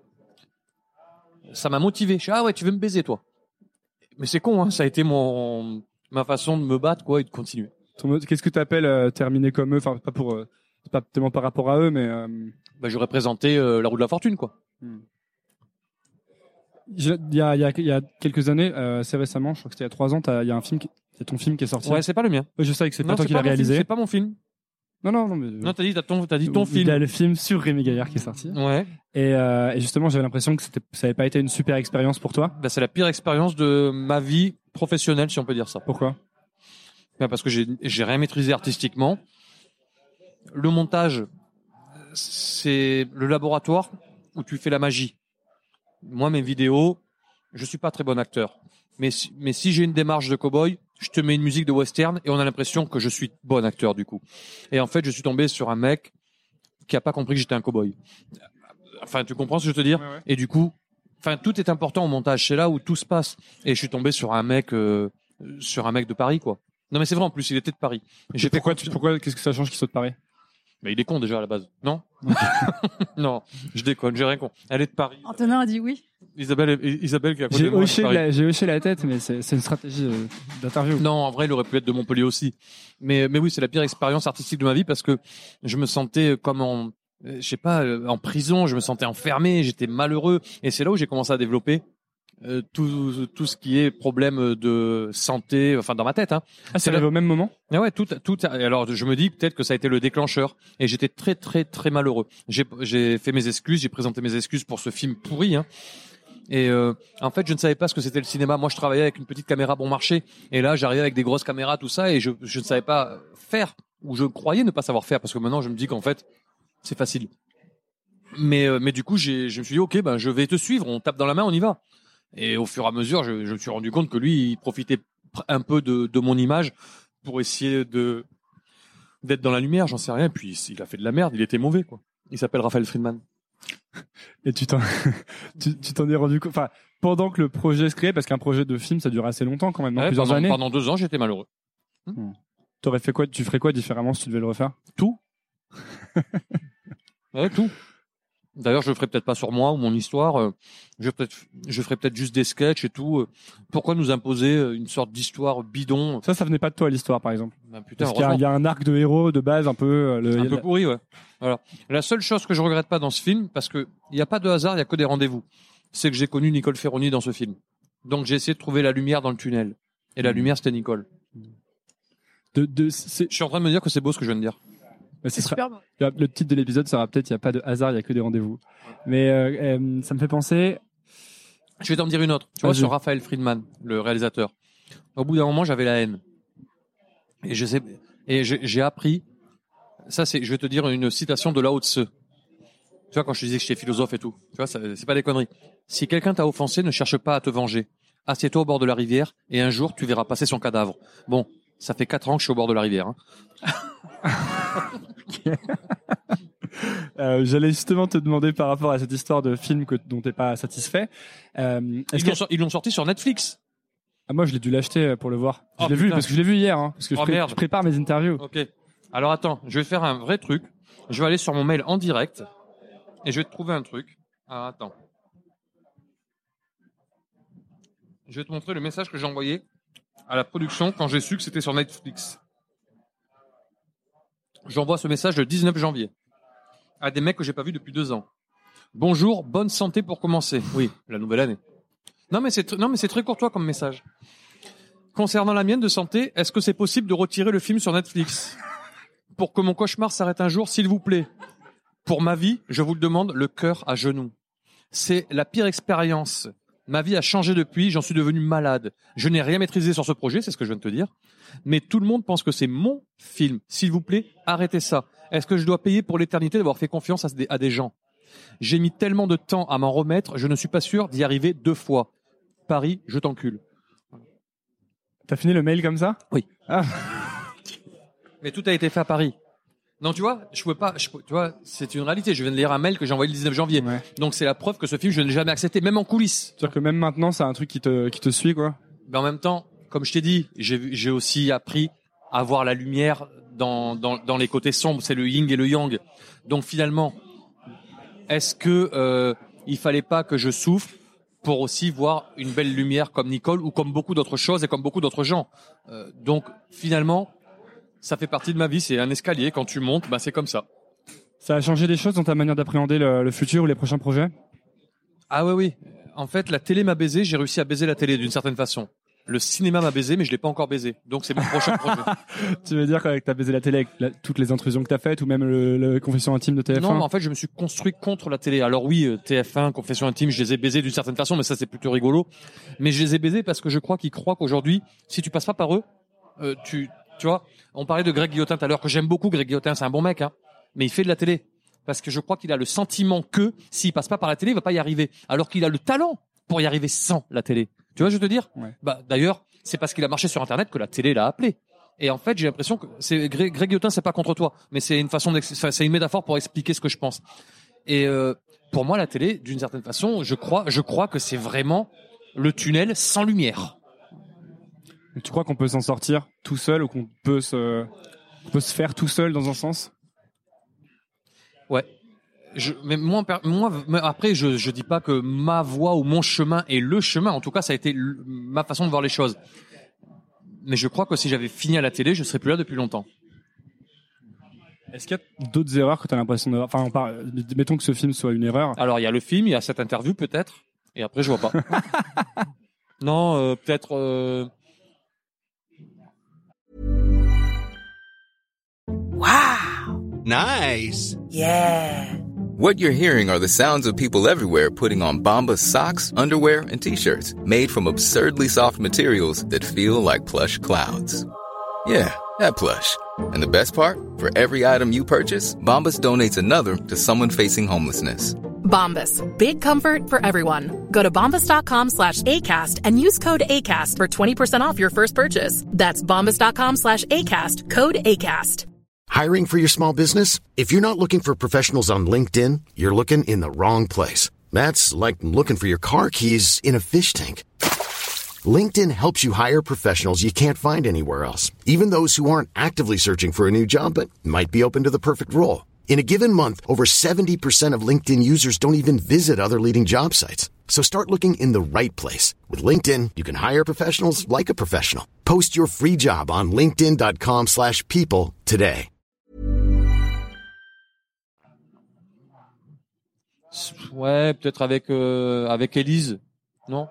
ça m'a motivé. Je suis, ah ouais, tu veux me baiser, toi? Mais c'est con, hein, ça a été mon, ma façon de me battre, quoi, et de continuer. Ton mot- Qu'est-ce que t'appelles euh, terminer comme eux? Enfin pas pour, euh, c'est pas tellement par rapport à eux, mais euh, Bah, j'aurais présenté euh, la roue de la fortune, quoi. je- il y a, il y a, il y a quelques années, euh, assez récemment, je crois que c'était il y a trois ans, t'as- il y a un film, qui- c'est ton film qui est sorti. Ouais, c'est pas le mien. Ouais, je sais que c'est pas Non, toi c'est qui l'as mon film, réalisé. C'est pas mon film. Non, non, non, mais Non, t'as dit, t'as ton, t'as dit ton il y a film. le film sur Rémi Gaillard qui est sorti. Ouais. Et, euh, et justement, j'avais l'impression que c'était, ça avait pas été une super expérience pour toi. Bah, c'est la pire expérience de ma vie professionnelle, si on peut dire ça. Pourquoi? Bah, parce que j'ai, j'ai rien maîtrisé artistiquement. Le montage, c'est le laboratoire où tu fais la magie. Moi, mes vidéos, je suis pas très bon acteur. Mais si, mais si j'ai une démarche de cow-boy, je te mets une musique de western et on a l'impression que je suis bon acteur, du coup. Et en fait, je suis tombé sur un mec qui a pas compris que j'étais un cow-boy. Enfin, tu comprends ce que je veux te dire? Ouais, ouais. Et du coup, enfin, tout est important au montage. C'est là où tout se passe. Et je suis tombé sur un mec, euh, sur un mec de Paris, quoi. Non, mais c'est vrai, en plus, il était de Paris. Et j'étais Pourquoi, confiant. tu, pourquoi, qu'est-ce que ça change qu'il soit de Paris? Mais il est con déjà à la base. Non? Non, je déconne, j'ai rien con. Elle est de Paris. Antonin a dit oui. Isabelle, Isabelle qui est à côté J'ai de moi. hoché, de Paris. la, j'ai hoché la tête, mais c'est, c'est une stratégie euh, d'interview. Non, en vrai, il aurait pu être de Montpellier aussi. Mais, mais oui, c'est la pire expérience artistique de ma vie parce que je me sentais comme en, euh, je sais pas, euh, en prison. Je me sentais enfermé, j'étais malheureux. Et c'est là où j'ai commencé à développer euh, tout, tout ce qui est problème de santé, enfin dans ma tête. Hein. Ah, c'est arrivé au même moment? Ah ouais, tout, tout. Alors, je me dis peut-être que ça a été le déclencheur. Et j'étais très, très, très malheureux. J'ai, j'ai fait mes excuses, j'ai présenté mes excuses pour ce film pourri. Hein. Et euh, en fait, je ne savais pas ce que c'était le cinéma. Moi, je travaillais avec une petite caméra bon marché. Et là, j'arrivais avec des grosses caméras, tout ça, et je, je ne savais pas faire, ou je croyais ne pas savoir faire, parce que maintenant, je me dis qu'en fait, c'est facile. Mais, euh, mais du coup, j'ai, je me suis dit, ok, ben, je vais te suivre. On tape dans la main, on y va. Et au fur et à mesure, je, je me suis rendu compte que lui, il profitait un peu de, de mon image pour essayer de d'être dans la lumière. J'en sais rien. Puis il a fait de la merde. Il était mauvais, quoi. Il s'appelle Raphaël Friedman. Et tu t'en, tu, tu t'en es rendu compte, enfin, pendant que le projet se créait, parce qu'un projet de film, ça dure assez longtemps quand même, non? Ouais, Plusieurs pendant, années. pendant deux ans, j'étais malheureux. Hmm. T'aurais fait quoi? Tu ferais quoi différemment si tu devais le refaire? Tout. Ouais, tout. D'ailleurs, je le ferai peut-être pas sur moi ou mon histoire. Euh, je, peut-être, je ferai peut-être juste des sketchs et tout. Euh, pourquoi nous imposer une sorte d'histoire bidon? Ça, ça venait pas de toi, l'histoire, par exemple. Ben, putain, Parce qu'il y a, il y a un arc de héros de base un peu... Le, un peu pourri, ouais. Voilà. La seule chose que je regrette pas dans ce film, parce que il y a pas de hasard, il y a que des rendez-vous, c'est que j'ai connu Nicole Ferroni dans ce film. Donc j'ai essayé de trouver la lumière dans le tunnel. Et la lumière, c'était Nicole. De, de, c'est... Je suis en train de me dire que c'est beau ce que je viens de dire. C'est, C'est sera... super bon. Le titre de l'épisode sera peut-être « Il n'y a pas de hasard, il n'y a que des rendez-vous ». Mais euh, euh, ça me fait penser... Je vais t'en dire une autre. Tu Vas-y. vois, sur Raphaël Friedman, le réalisateur. Au bout d'un moment, j'avais la haine. Et je sais, et j'ai, j'ai appris... Ça, c'est, je vais te dire une citation de Lao Tse. Tu vois, quand je te disais que j'étais philosophe et tout. Tu vois, ça, c'est pas des conneries. Si quelqu'un t'a offensé, ne cherche pas à te venger. Assieds-toi au bord de la rivière et un jour, tu verras passer son cadavre. Bon, ça fait quatre ans que je suis au bord de la rivière. Hein. euh, j'allais justement te demander par rapport à cette histoire de film que, dont t'es pas satisfait. Euh, est-ce Ils, l'ont, ils l'ont sorti sur Netflix. Ah, moi, je l'ai dû l'acheter pour le voir. Oh, je l'ai putain. vu parce que je l'ai vu hier, hein, parce que je, Oh, pré- merde. je prépare mes interviews. Ok. Alors attends, je vais faire un vrai truc. Je vais aller sur mon mail en direct et je vais te trouver un truc. Ah, attends. Je vais te montrer le message que j'ai envoyé à la production quand j'ai su que c'était sur Netflix. J'envoie ce message le dix-neuf janvier à des mecs que j'ai pas vus depuis deux ans. Bonjour, bonne santé pour commencer. Oui, la nouvelle année. Non mais c'est tr- non mais c'est très courtois comme message. Concernant la mienne de santé, est-ce que c'est possible de retirer le film sur Netflix pour que mon cauchemar s'arrête un jour, s'il vous plaît? Pour ma vie, je vous le demande, le cœur à genoux. C'est la pire expérience. Ma vie a changé depuis, j'en suis devenu malade. Je n'ai rien maîtrisé sur ce projet, c'est ce que je viens de te dire. Mais tout le monde pense que c'est mon film. S'il vous plaît, arrêtez ça. Est-ce que je dois payer pour l'éternité d'avoir fait confiance à des, à des gens? J'ai mis tellement de temps à m'en remettre, je ne suis pas sûr d'y arriver deux fois. Paris, je t'encule. T'as fini le mail comme ça? Oui. Ah. Mais tout a été fait à Paris. Non, tu vois, je pouvais pas, je, tu vois, c'est une réalité. Je viens de lire un mail que j'ai envoyé le dix-neuf janvier. Ouais. Donc c'est la preuve que ce film, je ne l'ai jamais accepté, même en coulisses. C'est-à-dire que même maintenant, c'est un truc qui te, qui te suit, quoi. Mais en même temps, comme je t'ai dit, j'ai, j'ai aussi appris à voir la lumière dans, dans, dans les côtés sombres. C'est le yin et le yang. Donc finalement, est-ce que euh, il fallait pas que je souffre pour aussi voir une belle lumière comme Nicole ou comme beaucoup d'autres choses et comme beaucoup d'autres gens. Euh, donc finalement, ça fait partie de ma vie. C'est un escalier. Quand tu montes, bah c'est comme ça. Ça a changé des choses dans ta manière d'appréhender le, le futur ou les prochains projets? Ah oui, oui. En fait, la télé m'a baisé. J'ai réussi à baiser la télé d'une certaine façon. Le cinéma m'a baisé, mais je l'ai pas encore baisé. Donc c'est mon prochain projet. Tu veux dire que t'as baisé la télé avec la, toutes les intrusions que t'as faites ou même le, le confession intime de T F un? Non, mais en fait, je me suis construit contre la télé. Alors oui, euh, T F un, confession intime, je les ai baisés d'une certaine façon, mais ça c'est plutôt rigolo. Mais je les ai baisés parce que je crois qu'ils croient qu'aujourd'hui, si tu passes pas par eux, euh, tu, tu vois, on parlait de Greg Guillotin tout à l'heure, que j'aime beaucoup. Greg Guillotin, c'est un bon mec, hein, mais il fait de la télé parce que je crois qu'il a le sentiment que s'il passe pas par la télé, il va pas y arriver, alors qu'il a le talent pour y arriver sans la télé. Tu vois, je veux te dire. Ouais. Bah d'ailleurs, c'est parce qu'il a marché sur Internet que la télé l'a appelé. Et en fait, j'ai l'impression que c'est Greg, Greg Guillotin, c'est pas contre toi, mais c'est une façon, c'est une métaphore pour expliquer ce que je pense. Et euh, pour moi, la télé, d'une certaine façon, je crois, je crois que c'est vraiment le tunnel sans lumière. Tu crois qu'on peut s'en sortir tout seul ou qu'on peut se, on peut se faire tout seul dans un sens? Ouais. Je, mais moi, moi, après, je, je dis pas que ma voie ou mon chemin est le chemin. En tout cas, ça a été le, ma façon de voir les choses. Mais je crois que si j'avais fini à la télé, je serais plus là depuis longtemps. Est-ce qu'il y a d'autres erreurs que tu as l'impression de... Enfin, on parle... mettons que ce film soit une erreur. Alors, il y a le film, il y a cette interview peut-être, et après, je vois pas. Non, euh, peut-être... Euh... Wow. Nice. Yeah. What you're hearing are the sounds of people everywhere putting on Bombas socks, underwear, and T-shirts made from absurdly soft materials that feel like plush clouds. Yeah, that plush. And the best part? For every item you purchase, Bombas donates another to someone facing homelessness. Bombas. Big comfort for everyone. Go to bombas.com slash ACAST and use code ACAST for twenty percent off your first purchase. That's bombas.com slash ACAST. Code ACAST. Hiring for your small business? If you're not looking for professionals on LinkedIn, you're looking in the wrong place. That's like looking for your car keys in a fish tank. LinkedIn helps you hire professionals you can't find anywhere else, even those who aren't actively searching for a new job but might be open to the perfect role. In a given month, over seventy percent of LinkedIn users don't even visit other leading job sites. So start looking in the right place. With LinkedIn, you can hire professionals like a professional. Post your free job on linkedin.com slash people today. Ouais, peut-être avec euh, avec Élise, non?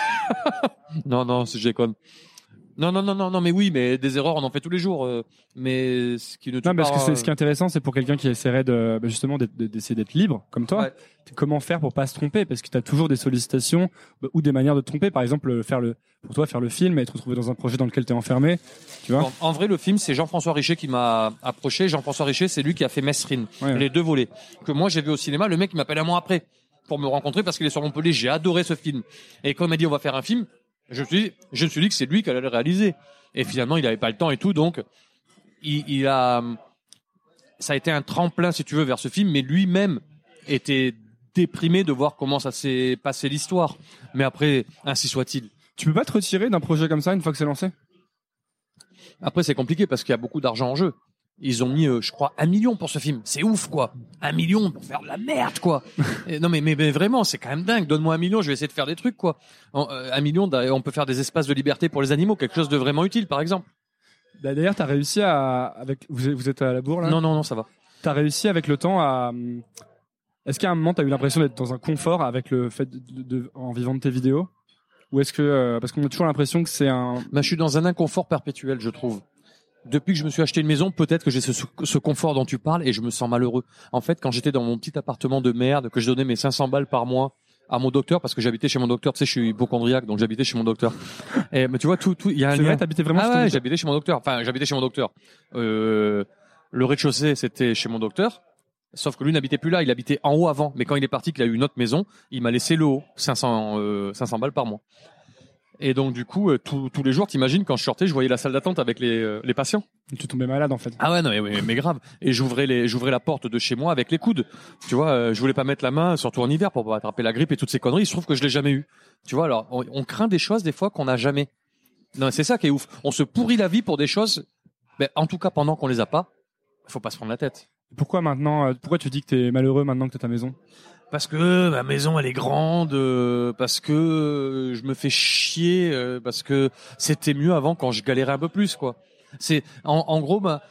non, non, c'est je déconne. Non, non, non, non, non, mais oui, mais des erreurs, on en fait tous les jours. Euh, mais ce qui ne. Non, parce pas, que c'est, ce qui est intéressant, c'est pour quelqu'un qui essaierait de, bah justement, d'être, d'essayer d'être libre, comme toi. Ouais. Comment faire pour pas se tromper, parce que tu as toujours des sollicitations bah, ou des manières de te tromper. Par exemple, faire le, pour toi, faire le film et te retrouver dans un projet dans lequel tu es enfermé. Tu vois. Bon, en vrai, le film, c'est Jean-François Richer qui m'a approché. Jean-François Richer, c'est lui qui a fait Mesrine, Ouais, ouais. les deux volets que moi j'ai vu au cinéma. Le mec, il m'appelle un mois après pour me rencontrer parce qu'il est sur Montpellier. J'ai adoré ce film. Et quand il m'a dit on va faire un film, je me suis dit, je me suis dit que c'est lui qui allait le réaliser. Et finalement, il avait pas le temps et tout, donc il, il a, ça a été un tremplin, si tu veux, vers ce film. Mais lui-même était déprimé de voir comment ça s'est passé l'histoire. Mais après, ainsi soit-il. Tu peux pas te retirer d'un projet comme ça une fois que c'est lancé? Après, c'est compliqué parce qu'il y a beaucoup d'argent en jeu. Ils ont mis, euh, je crois, un million pour ce film. C'est ouf, quoi. Un million pour faire de la merde, quoi. Et non, mais, mais, mais vraiment, c'est quand même dingue. Donne-moi un million, je vais essayer de faire des trucs, quoi. En, euh, un million, on peut faire des espaces de liberté pour les animaux, quelque chose de vraiment utile, par exemple. Bah, d'ailleurs, t'as réussi à, avec, vous êtes, vous êtes à la bourre, là? Non, non, non, ça va. T'as réussi avec le temps à, est-ce qu'à un moment t'as eu l'impression d'être dans un confort avec le fait de, de, de en vivant de tes vidéos? Ou est-ce que, euh, parce qu'on a toujours l'impression que c'est un... Bah, je suis dans un inconfort perpétuel, je trouve. Depuis que je me suis acheté une maison, peut-être que j'ai ce, ce confort dont tu parles et je me sens malheureux. En fait, quand j'étais dans mon petit appartement de merde, que je donnais mes cinq cents balles par mois à mon docteur, parce que j'habitais chez mon docteur, tu sais, je suis hypochondriaque, donc j'habitais chez mon docteur. Et, mais tu vois, tout, tout, il y a un C'est lien. vrai, t'habitais vraiment Ah chez ton ouais, docteur? j'habitais chez mon docteur. Enfin, j'habitais chez mon docteur. Euh, le rez-de-chaussée, c'était chez mon docteur. Sauf que lui n'habitait plus là, il habitait en haut avant. Mais quand il est parti, qu'il a eu une autre maison, il m'a laissé le haut, cinq cents, euh, cinq cents balles par mois. Et donc du coup, euh, tous tous les jours, t'imagines, quand je sortais, je voyais la salle d'attente avec les euh, les patients. Tu tombais malade en fait. Ah ouais, non, mais, mais, mais grave. Et j'ouvrais les j'ouvrais la porte de chez moi avec les coudes. Tu vois, euh, je voulais pas mettre la main, surtout en hiver, pour pas attraper la grippe et toutes ces conneries. Il se trouve que je l'ai jamais eu. Tu vois, alors on, on craint des choses des fois qu'on n'a jamais. Non, c'est ça qui est ouf. On se pourrit la vie pour des choses. Ben, en tout cas, pendant qu'on les a pas, faut pas se prendre la tête. Pourquoi maintenant, euh, pourquoi tu dis que t'es malheureux maintenant que t'as ta maison? Parce que ma maison elle est grande, euh, parce que euh, je me fais chier, euh, parce que c'était mieux avant quand je galérais un peu plus, quoi. C'est en, en gros, bah,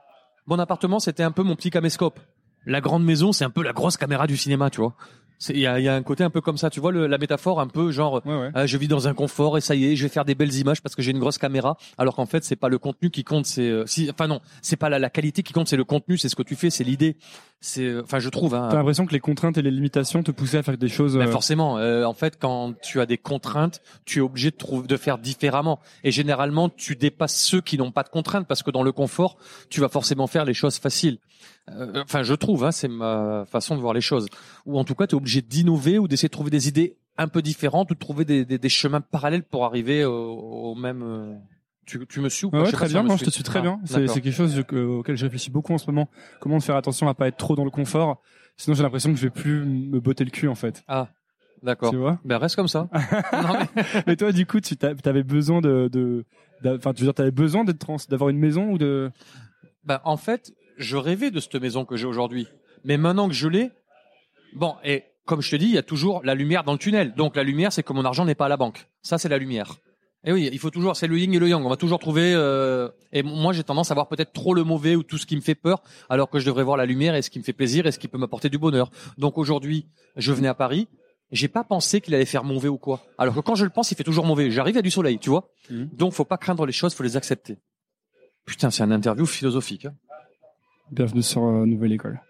mon appartement c'était un peu mon petit caméscope. La grande maison c'est un peu la grosse caméra du cinéma, tu vois. Il y a, y a un côté un peu comme ça, tu vois, le, la métaphore un peu genre, ouais, ouais. Euh, je vis dans un confort et ça y est, je vais faire des belles images parce que j'ai une grosse caméra. Alors qu'en fait, c'est pas le contenu qui compte, c'est, euh, si, enfin non, c'est pas la, la qualité qui compte, c'est le contenu, c'est ce que tu fais, c'est l'idée. C'est, enfin, je trouve. Hein, T'as l'impression que les contraintes et les limitations te poussaient à faire des choses. Euh... Ben forcément. Euh, en fait, quand tu as des contraintes, tu es obligé de trouver, de faire différemment. Et généralement, tu dépasses ceux qui n'ont pas de contraintes parce que dans le confort, tu vas forcément faire les choses faciles. Euh, enfin, je trouve, hein, c'est ma façon de voir les choses. Ou en tout cas, tu es obligé d'innover ou d'essayer de trouver des idées un peu différentes ou de trouver des, des, des chemins parallèles pour arriver au, au même. Euh... Tu, tu me suis ou pas? Ouais, je sais très pas bien, si on non, me je te suit. suis très Ah, bien. C'est, c'est quelque chose que, auquel je réfléchis beaucoup en ce moment. Comment faire attention à pas être trop dans le confort. Sinon, j'ai l'impression que je vais plus me botter le cul, en fait. Ah, d'accord. Tu vois? Ben, reste comme ça. Non, mais... mais toi, du coup, tu avais besoin de, de, enfin, tu veux dire, t'avais besoin d'être trans, d'avoir une maison ou de... Ben, en fait, je rêvais de cette maison que j'ai aujourd'hui. Mais maintenant que je l'ai, bon, et comme je te dis, il y a toujours la lumière dans le tunnel. Donc, la lumière, c'est que mon argent n'est pas à la banque. Ça, c'est la lumière. Et oui, il faut toujours, c'est le yin et le yang. On va toujours trouver. Euh, et moi, j'ai tendance à voir peut-être trop le mauvais ou tout ce qui me fait peur, alors que je devrais voir la lumière et ce qui me fait plaisir et ce qui peut m'apporter du bonheur. Donc aujourd'hui, je venais à Paris, j'ai pas pensé qu'il allait faire mauvais ou quoi. Alors que quand je le pense, il fait toujours mauvais. J'arrive à du soleil, tu vois. Mmh. Donc, faut pas craindre les choses, faut les accepter. Putain, c'est un interview philosophique. Hein. Bienvenue sur euh, Nouvelle École.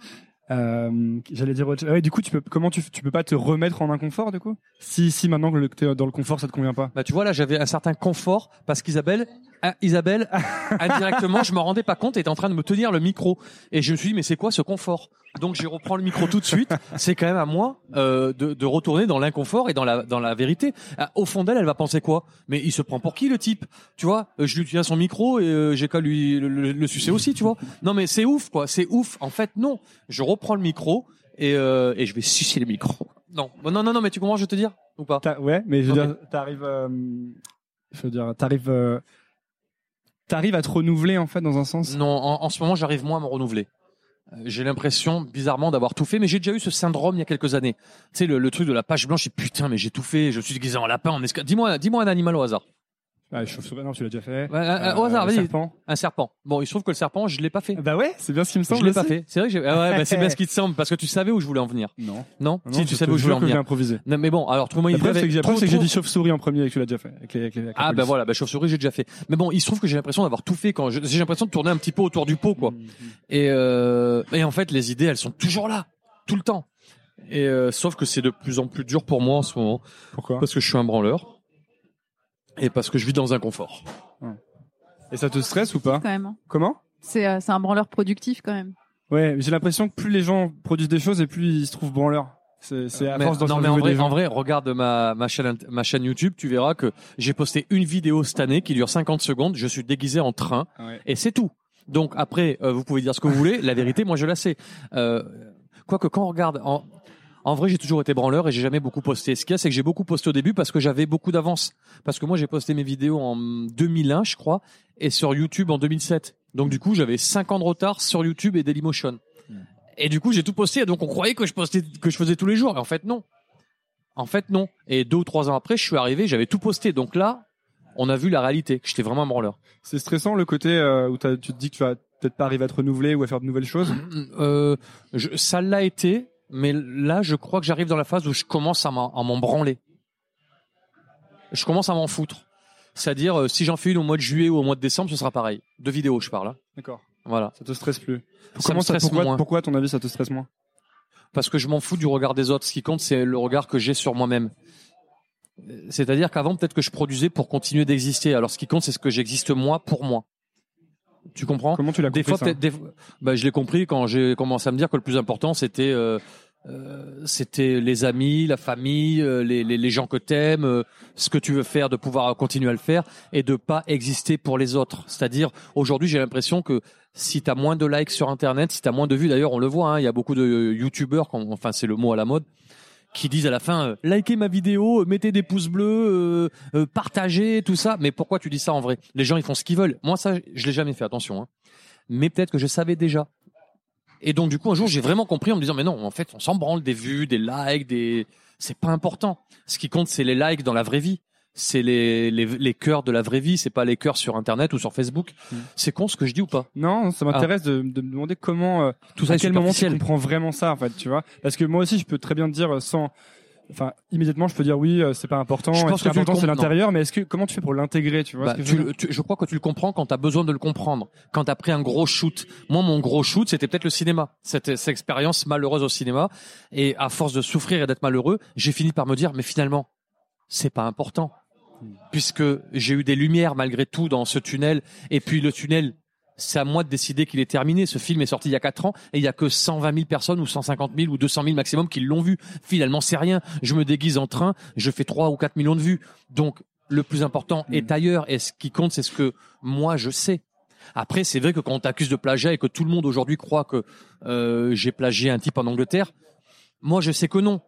Euh, j'allais dire autre... ouais, du coup tu peux comment tu tu peux pas te remettre en inconfort du coup si si maintenant que t'es dans le confort ça te convient pas. Bah tu vois là j'avais un certain confort parce qu'Isabelle ah, Isabelle indirectement je m'en rendais pas compte, elle était en train de me tenir le micro et je me suis dit mais c'est quoi ce confort, donc je reprends le micro tout de suite. C'est quand même à moi euh, de de retourner dans l'inconfort et dans la dans la vérité. Ah, au fond d'elle elle va penser quoi, mais il se prend pour qui le type, tu vois, je lui tiens son micro et euh, j'ai qu'à lui le, le, le sucer aussi, tu vois. Non mais c'est ouf quoi, c'est ouf en fait. Non, je reprends le micro et, euh, et je vais sucer le micro. Non, non, non, non, mais tu comprends, je veux te dire. ou pas? T'as- Ouais, mais je veux Ok. dire, t'arrives, euh, je veux dire, t'arrives, euh, t'arrives à te renouveler en fait dans un sens. Non, en, en ce moment, j'arrive moins à me renouveler. Euh, J'ai l'impression, bizarrement, d'avoir tout fait, mais j'ai déjà eu ce syndrome il y a quelques années. Tu sais, le, le truc de la page blanche, et putain, mais j'ai tout fait, je me suis déguisé en lapin, en esca... Dis-moi, dis-moi un animal au hasard. Ah, les chauves-souris, non, tu l'as déjà fait. Ouais, un- un- au hasard, le vas-y. serpent. Un serpent. Bon, il se trouve que le serpent, je l'ai pas fait. Bah ouais, c'est bien ce qui me semble. Je l'ai pas aussi. fait. C'est vrai que j'ai. Ah ouais, bah c'est bien ce qui te semble, parce que tu savais où je voulais en venir. Non. Non, Non, si je tu te savais où je voulais jure en que j'ai venir. improvisé. Non, mais bon, alors trouve-moi une La preuve, idée c'est que j'ai, la avec- preuve, c'est que j'ai trouve- dit chauve-souris en premier et que tu l'as déjà fait. Avec les, avec les, avec la Ah police. ben voilà, bah chauve-souris j'ai déjà fait. Mais bon, il se trouve que j'ai l'impression d'avoir tout fait quand je- j'ai l'impression de tourner un petit peu autour du pot quoi. Mhm. Et euh... et en fait les idées elles sont toujours là, tout le temps. Et euh, sauf que c'est de plus en plus dur pour moi en ce moment Pourquoi? parce que je suis un branleur et parce que je vis dans un confort. Et ça te stresse ou pas? Quand même. hein. Comment? C'est euh, c'est un branleur productif quand même. Ouais, j'ai l'impression que plus les gens produisent des choses et plus ils se trouvent branleurs. C'est, c'est à Mais- force d'en non mais en interviewer vrai, des gens. en vrai, regarde ma ma chaîne ma chaîne YouTube, tu verras que j'ai posté une vidéo cette année qui dure cinquante secondes. Je suis déguisé en train. Ouais. Et c'est tout. Donc après, euh, vous pouvez dire ce que vous voulez. La vérité, moi, je la sais. Euh, Quoique quand on regarde, en, en vrai, j'ai toujours été branleur et j'ai jamais beaucoup posté. Ce qu'il y a, c'est que j'ai beaucoup posté au début parce que j'avais beaucoup d'avance. Parce que moi, j'ai posté mes vidéos en deux mille un, je crois, et sur YouTube en deux mille sept. Donc du coup, j'avais cinq ans de retard sur YouTube et Dailymotion. Et du coup, j'ai tout posté. Donc on croyait que je postais, que je faisais tous les jours. Et en fait, non. En fait, non. Et deux ou trois ans après, je suis arrivé, j'avais tout posté. Donc là, on a vu la réalité. Que j'étais vraiment un branleur. C'est stressant le côté euh, où t'as- tu te dis que tu vas peut-être pas arriver à te renouveler ou à faire de nouvelles choses. Euh, je, ça l'a été, mais là, je crois que j'arrive dans la phase où je commence à m'en, à m'en branler. Je commence à m'en foutre. C'est-à-dire, euh, si j'en fais une au mois de juillet ou au mois de décembre, ce sera pareil. De vidéos, je parle. hein. D'accord. Voilà. Ça te stresse plus. Ça Comment me stresse pourquoi, moins. pourquoi, à ton avis, ça te stresse moins? Parce que je m'en fous du regard des autres. Ce qui compte, c'est le regard que j'ai sur moi-même. C'est-à-dire qu'avant, peut-être que je produisais pour continuer d'exister. Alors, ce qui compte, c'est ce que j'existe moi pour moi. Tu comprends? Comment tu l'as Des compris fois, ça peut-être, des fois- bah, je l'ai compris quand j'ai commencé à me dire que le plus important, c'était, euh, euh, c'était les amis, la famille, euh, les, les, les gens que t'aimes, euh, ce que tu veux faire, de pouvoir continuer à le faire et de pas exister pour les autres. C'est-à-dire, aujourd'hui, j'ai l'impression que si t'as moins de likes sur Internet, si t'as moins de vues, d'ailleurs, on le voit, hein, il y a beaucoup de youtubeurs, quand- enfin, c'est le mot à la mode, qui disent à la fin, euh, likez ma vidéo, euh, mettez des pouces bleus, euh, euh, partagez, tout ça. Mais pourquoi tu dis ça en vrai? Les gens, ils font ce qu'ils veulent. Moi, ça, je l'ai jamais fait, attention. Hein. Mais peut-être que je savais déjà. Et donc, du coup, un jour, j'ai vraiment compris en me disant, mais non, en fait, on s'en branle des vues, des likes, des, c'est pas important. Ce qui compte, c'est les likes dans la vraie vie. C'est les, les, les cœurs de la vraie vie. C'est pas les cœurs sur Internet ou sur Facebook. Mm. C'est con ce que je dis ou pas? Non, ça m'intéresse de, de me demander comment, euh, Tout ça à est quel moment tu superficiel. comprends vraiment ça, en fait, tu vois. Parce que moi aussi, je peux très bien te dire sans, enfin, immédiatement, je peux dire oui, euh, c'est pas important. Je pense ce qui est que tu le important, c'est comprends. l'intérieur. Mais est-ce que, comment tu fais pour l'intégrer, tu vois Bah, ce que je tu veux le- dire tu- je crois que tu le comprends quand tu as besoin de le comprendre. Quand tu as pris un gros shoot. Moi, mon gros shoot, c'était peut-être le cinéma. Cette, cette expérience malheureuse au cinéma. Et à force de souffrir et d'être malheureux, j'ai fini par me dire, mais finalement, c'est pas important. Puisque j'ai eu des lumières malgré tout dans ce tunnel. Et puis le tunnel, c'est à moi de décider qu'il est terminé. Ce film est sorti il y a quatre ans et il y a que cent vingt mille personnes ou cent cinquante mille ou deux cent mille maximum qui l'ont vu. Finalement, c'est rien. Je me déguise en train, je fais trois ou quatre millions de vues. Donc, le plus important est ailleurs et ce qui compte, c'est ce que moi je sais. Après, c'est vrai que quand on t'accuse de plagiat et que tout le monde aujourd'hui croit que euh, j'ai plagié un type en Angleterre, moi je sais que non.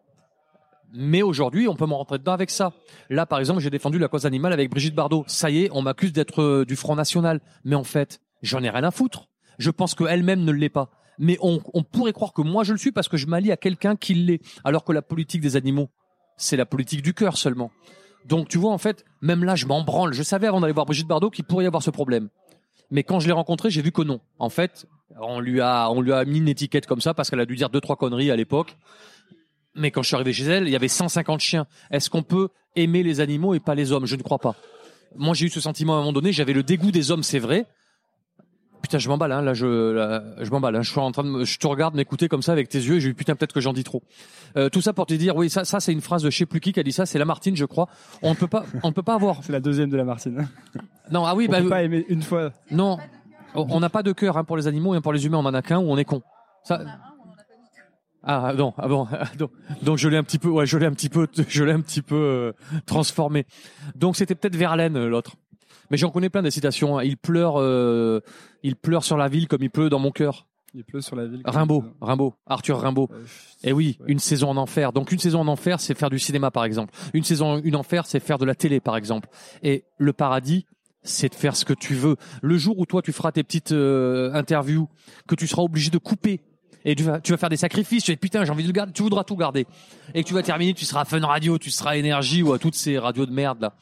Mais aujourd'hui, on peut m'en rentrer dedans avec ça. Là, par exemple, j'ai défendu la cause animale avec Brigitte Bardot. Ça y est, on m'accuse d'être euh, du Front National. Mais en fait, j'en ai rien à foutre. Je pense qu'elle-même ne l'est pas. Mais on, on pourrait croire que moi je le suis parce que je m'allie à quelqu'un qui l'est. Alors que la politique des animaux, c'est la politique du cœur seulement. Donc tu vois, en fait, même là, je m'en branle. Je savais avant d'aller voir Brigitte Bardot qu'il pourrait y avoir ce problème. Mais quand je l'ai rencontrée, j'ai vu que non. En fait, on lui a, on lui a mis une étiquette comme ça parce qu'elle a dû dire deux, trois conneries à l'époque. Mais quand je suis arrivé chez elle, il y avait cent cinquante chiens. Est-ce qu'on peut aimer les animaux et pas les hommes? Je ne crois pas. Moi, j'ai eu ce sentiment à un moment donné. J'avais le dégoût des hommes, c'est vrai. Putain, je m'emballe, hein. Là, je, là, je m'emballe, hein. Je suis en train de me, je te regarde m'écouter comme ça avec tes yeux et je dis, putain, peut-être que j'en dis trop. Euh, tout ça pour te dire, oui, ça, ça, c'est une phrase de je sais plus qui qui a dit ça. C'est Lamartine, je crois. On ne peut pas, on ne peut pas avoir. C'est la deuxième de Lamartine. Non, ah oui, on bah, peut pas aimer une fois. Non. On n'a pas de cœur, hein, pour les animaux et pour les humains, on en a qu'un ou on est con. Ça. Ah non, ah bon, donc, donc je l'ai un petit peu, ouais, je l'ai un petit peu, je l'ai un petit peu euh, transformé. Donc c'était peut-être Verlaine euh, l'autre. Mais j'en connais plein des citations. Hein. Il pleure, euh, il pleure sur la ville comme il pleut dans mon cœur. Il pleut sur la ville. Rimbaud, Rimbaud, Arthur Rimbaud. Euh, Et oui, ouais. une saison en enfer. Donc une saison en enfer, c'est faire du cinéma par exemple. Une saison en enfer, c'est faire de la télé par exemple. Et le paradis, c'est de faire ce que tu veux. Le jour où toi tu feras tes petites euh, interviews, que tu seras obligé de couper, et tu vas, tu vas faire des sacrifices, tu vas dire putain j'ai envie de le garder, tu voudras tout garder. Et que tu vas terminer, tu seras à Fun Radio, tu seras à Énergie ou à toutes ces radios de merde là.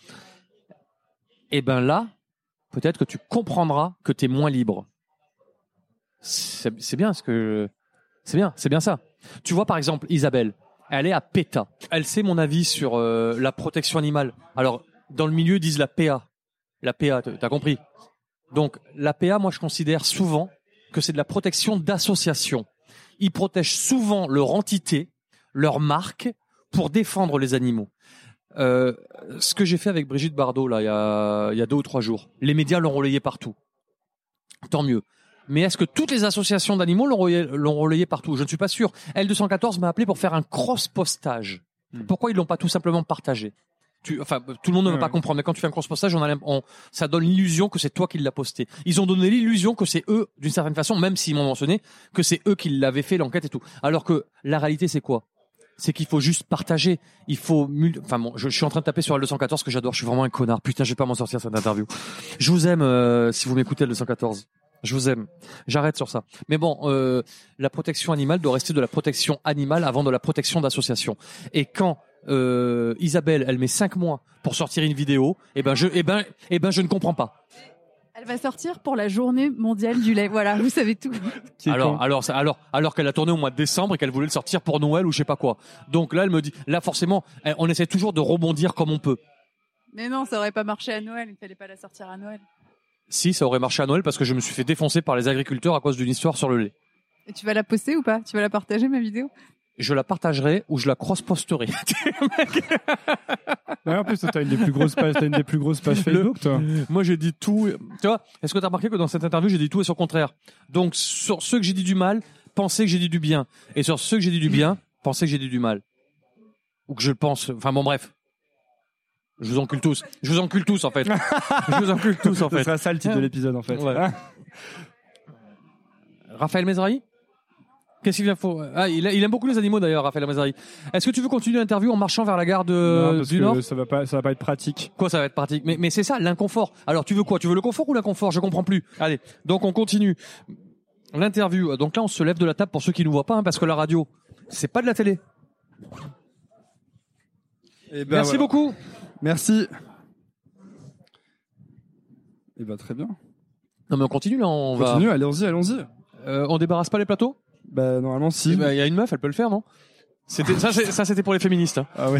Et ben là, peut-être que tu comprendras que t'es moins libre. C'est, c'est bien ce que, c'est bien, c'est bien ça. Tu vois par exemple Isabelle, elle est à PETA. Elle sait mon avis sur euh, la protection animale. Alors dans le milieu ils disent la P A. La P A, t'as compris. Donc la P A, moi je considère souvent que c'est de la protection d'associations. Ils protègent souvent leur entité, leur marque, pour défendre les animaux. Euh, ce que j'ai fait avec Brigitte Bardot là, il y a, il y a deux ou trois jours, les médias l'ont relayé partout. Tant mieux. Mais est-ce que toutes les associations d'animaux l'ont relayé, l'ont relayé partout ? Je ne suis pas sûr. L deux cent quatorze m'a appelé pour faire un cross-postage. Hmm. Pourquoi ils l'ont pas tout simplement partagé ? Tu, enfin, tout le monde ne va ouais. pas comprendre. Mais quand tu fais un cross-postage, on a, on, ça donne l'illusion que c'est toi qui l'as posté. Ils ont donné l'illusion que c'est eux, d'une certaine façon, même s'ils m'ont mentionné, que c'est eux qui l'avaient fait, l'enquête et tout. Alors que la réalité, c'est quoi ? C'est qu'il faut juste partager. Il faut, mul... enfin bon, je, je suis en train de taper sur L deux cent quatorze que j'adore. Je suis vraiment un connard. Putain, je vais pas m'en sortir cette interview. Je vous aime euh, si vous m'écoutez L deux cent quatorze. Je vous aime. J'arrête sur ça. Mais bon, euh, la protection animale doit rester de la protection animale avant de la protection d'association. Et quand euh, Isabelle, elle met cinq mois pour sortir une vidéo, eh ben je, eh ben, eh ben je ne comprends pas. Elle va sortir pour la journée mondiale du lait. Voilà, vous savez tout. Alors, alors, ça, alors, alors qu'elle a tourné au mois de décembre et qu'elle voulait le sortir pour Noël ou je sais pas quoi. Donc là, elle me dit, là forcément, on essaie toujours de rebondir comme on peut. Mais non, ça aurait pas marché à Noël. Il fallait pas la sortir à Noël. Si, ça aurait marché à Noël parce que je me suis fait défoncer par les agriculteurs à cause d'une histoire sur le lait. Et tu vas la poster ou pas ? Tu vas la partager, ma vidéo ? Je la partagerai ou je la cross-posterai. Ouais, en plus, toi, t'as une des plus grosses pages, t'as une des plus grosses pages Facebook, toi. Moi, j'ai dit tout. Tu vois, est-ce que t'as remarqué que dans cette interview, j'ai dit tout et son contraire ? Donc, sur ceux que j'ai dit du mal, pensez que j'ai dit du bien. Et sur ceux que j'ai dit du bien, pensez que j'ai dit du mal. Ou que je le pense. Enfin, bon, bref. Je vous encule tous. Je vous encule tous, en fait. Je vous encule tous, en fait. Ce sera ça le titre de l'épisode, en fait. Ouais. Raphaël Mesrahi ? Qu'est-ce qu'il vient faut Ah, il, a, il aime beaucoup les animaux d'ailleurs, Raphaël Mesrahi. Est-ce que tu veux continuer l'interview en marchant vers la gare de, non, parce du que Nord ? Ça va pas, ça va pas être pratique. Quoi, ça va être pratique ? Mais, mais c'est ça, l'inconfort. Alors, tu veux quoi ? Tu veux le confort ou l'inconfort ? Je comprends plus. Allez, donc on continue. L'interview. Donc là, on se lève de la table pour ceux qui nous voient pas, hein, parce que la radio, c'est pas de la télé. Et ben, Merci voilà. beaucoup. Merci. Et bah très bien. Non mais on continue là, on, on va. Continue, allons-y, allons-y. Euh, on débarrasse pas les plateaux ? Bah normalement si. Il bah, y a une meuf, elle peut le faire, non ? C'était ça, c'est, ça c'était pour les féministes. Hein. Ah ouais.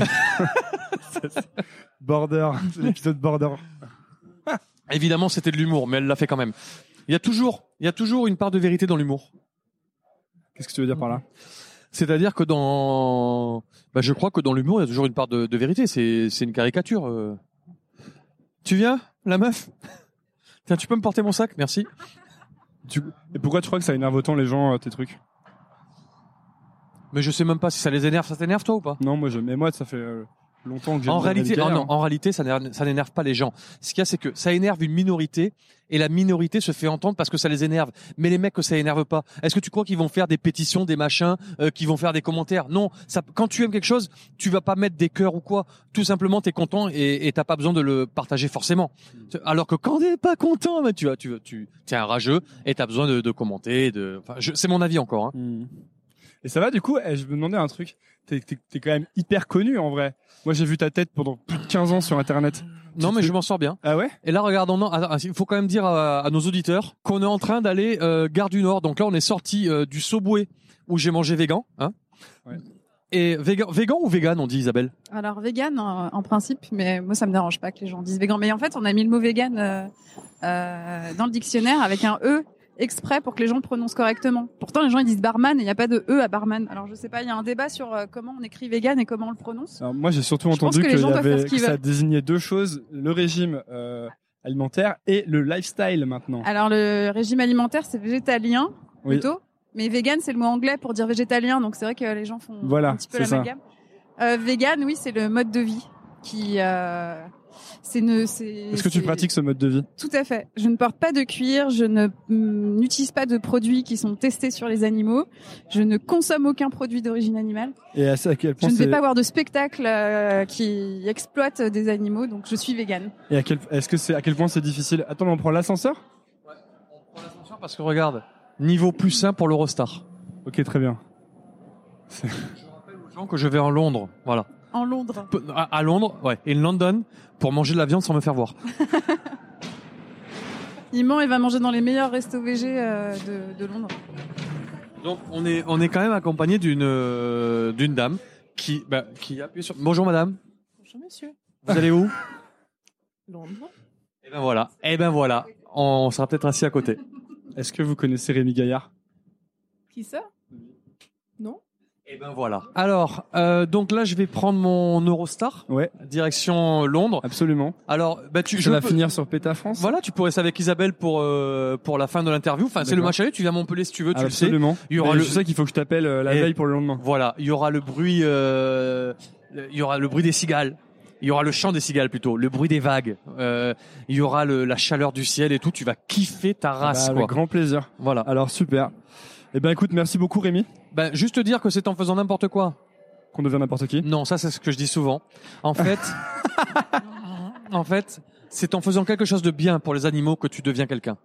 Border, c'est l'épisode Border. Évidemment, c'était de l'humour, mais elle l'a fait quand même. Il y a toujours, il y a toujours une part de vérité dans l'humour. Qu'est-ce que tu veux dire par là ? C'est-à-dire que dans, bah, je crois que dans l'humour, il y a toujours une part de, de vérité. C'est, c'est une caricature. Euh... Tu viens, la meuf ? Tiens, tu peux me porter mon sac ? Merci. Tu... Et pourquoi tu crois que ça énerve autant les gens, euh, tes trucs ? Mais je sais même pas si ça les énerve. Ça t'énerve toi ou pas ? Non, moi je. Mais moi, ça fait euh, longtemps que j'ai. En réalité, oh non, en réalité, ça n'énerve, ça n'énerve pas les gens. Ce qu'il y a, c'est que ça énerve une minorité et la minorité se fait entendre parce que ça les énerve. Mais les mecs que ça énerve pas, est-ce que tu crois qu'ils vont faire des pétitions, des machins, euh, qu'ils vont faire des commentaires ? Non. Ça, quand tu aimes quelque chose, tu vas pas mettre des cœurs ou quoi. Tout simplement, t'es content et, et t'as pas besoin de le partager forcément. Alors que quand t'es pas content, bah, tu, tu, tu, t'es un rageux et t'as besoin de, de commenter. De, enfin, je, c'est mon avis encore. Hein. Mmh. Et ça va du coup, je me demandais un truc. T'es, t'es, t'es quand même hyper connu en vrai. Moi j'ai vu ta tête pendant plus de quinze ans sur internet. Non mais je m'en sors bien. Ah ouais ? Et là regardons, non, attends, il faut quand même dire à, à nos auditeurs qu'on est en train d'aller euh, gare du Nord. Donc là on est sorti euh, du Subway où j'ai mangé végan. Hein ouais. Et végan, végan ou vegan on dit Isabelle ? Alors vegan en, en principe, mais moi ça me dérange pas que les gens disent végan. Mais en fait on a mis le mot vegan euh, euh, dans le dictionnaire avec un E exprès pour que les gens le prononcent correctement. Pourtant, les gens ils disent barman et il n'y a pas de E à barman. Alors je sais pas, il y a un débat sur euh, comment on écrit vegan et comment on le prononce. Alors, moi j'ai surtout je entendu que, que, les gens y avait, ce que ça désignait deux choses, le régime euh, alimentaire et le lifestyle maintenant. Alors le régime alimentaire c'est végétalien oui. plutôt, mais vegan c'est le mot anglais pour dire végétalien, donc c'est vrai que les gens font voilà, un petit peu l'amalgame. Euh, vegan, oui, c'est le mode de vie qui... Euh... C'est une, c'est. Est-ce que tu c'est- pratiques ce mode de vie? Tout à fait. Je ne porte pas de cuir, je ne mm, n'utilise pas de produits qui sont testés sur les animaux, je ne consomme aucun produit d'origine animale. Et à, à quel Je point ne vais c'est... pas voir de spectacle euh, qui exploite des animaux, donc je suis végane. Et à quel... est-ce que c'est à quel point c'est difficile? Attends, on prend l'ascenseur? Parce que regarde, niveau plus un pour l'Eurostar. Ok, très bien. Je rappelle aux gens que je vais en Londres, voilà. En Londres. P- À, à Londres, ouais, et London pour manger de la viande sans me faire voir. Il ment et va manger dans les meilleurs restos végés euh, de, de Londres. Donc on est on est quand même accompagné d'une euh, d'une dame qui bah, qui appuie sur. Bonjour madame. Bonjour monsieur. Vous allez où? Londres. Et ben voilà. Et ben voilà. On sera peut-être assis à côté. Est-ce que vous connaissez Rémi Gaillard? Qui ça? Non. Et ben voilà. Alors euh, donc là je vais prendre mon Eurostar. Ouais. Direction Londres. Absolument. Alors bah tu. Ça je va peux- finir sur Péta France. Voilà, tu pourrais rester avec Isabelle pour euh, pour la fin de l'interview. Enfin, c'est le D'accord. match aller. Tu viens à Montpellier si tu veux, tu le sais. Absolument. Il y aura Mais le. Je sais qu'il faut que je t'appelle euh, la Et- veille pour le lendemain. Voilà, il y aura le bruit, euh, il y aura le bruit des cigales, il y aura le chant des cigales plutôt, le bruit des vagues, euh, il y aura le, la chaleur du ciel et tout. Tu vas kiffer ta race, Bah, quoi. avec grand plaisir. Voilà. Alors super. Eh ben écoute, merci beaucoup Rémi. Ben, juste te dire que c'est en faisant n'importe quoi. Qu'on devient n'importe qui. Non, ça c'est ce que je dis souvent. En fait, en fait, c'est en faisant quelque chose de bien pour les animaux que tu deviens quelqu'un.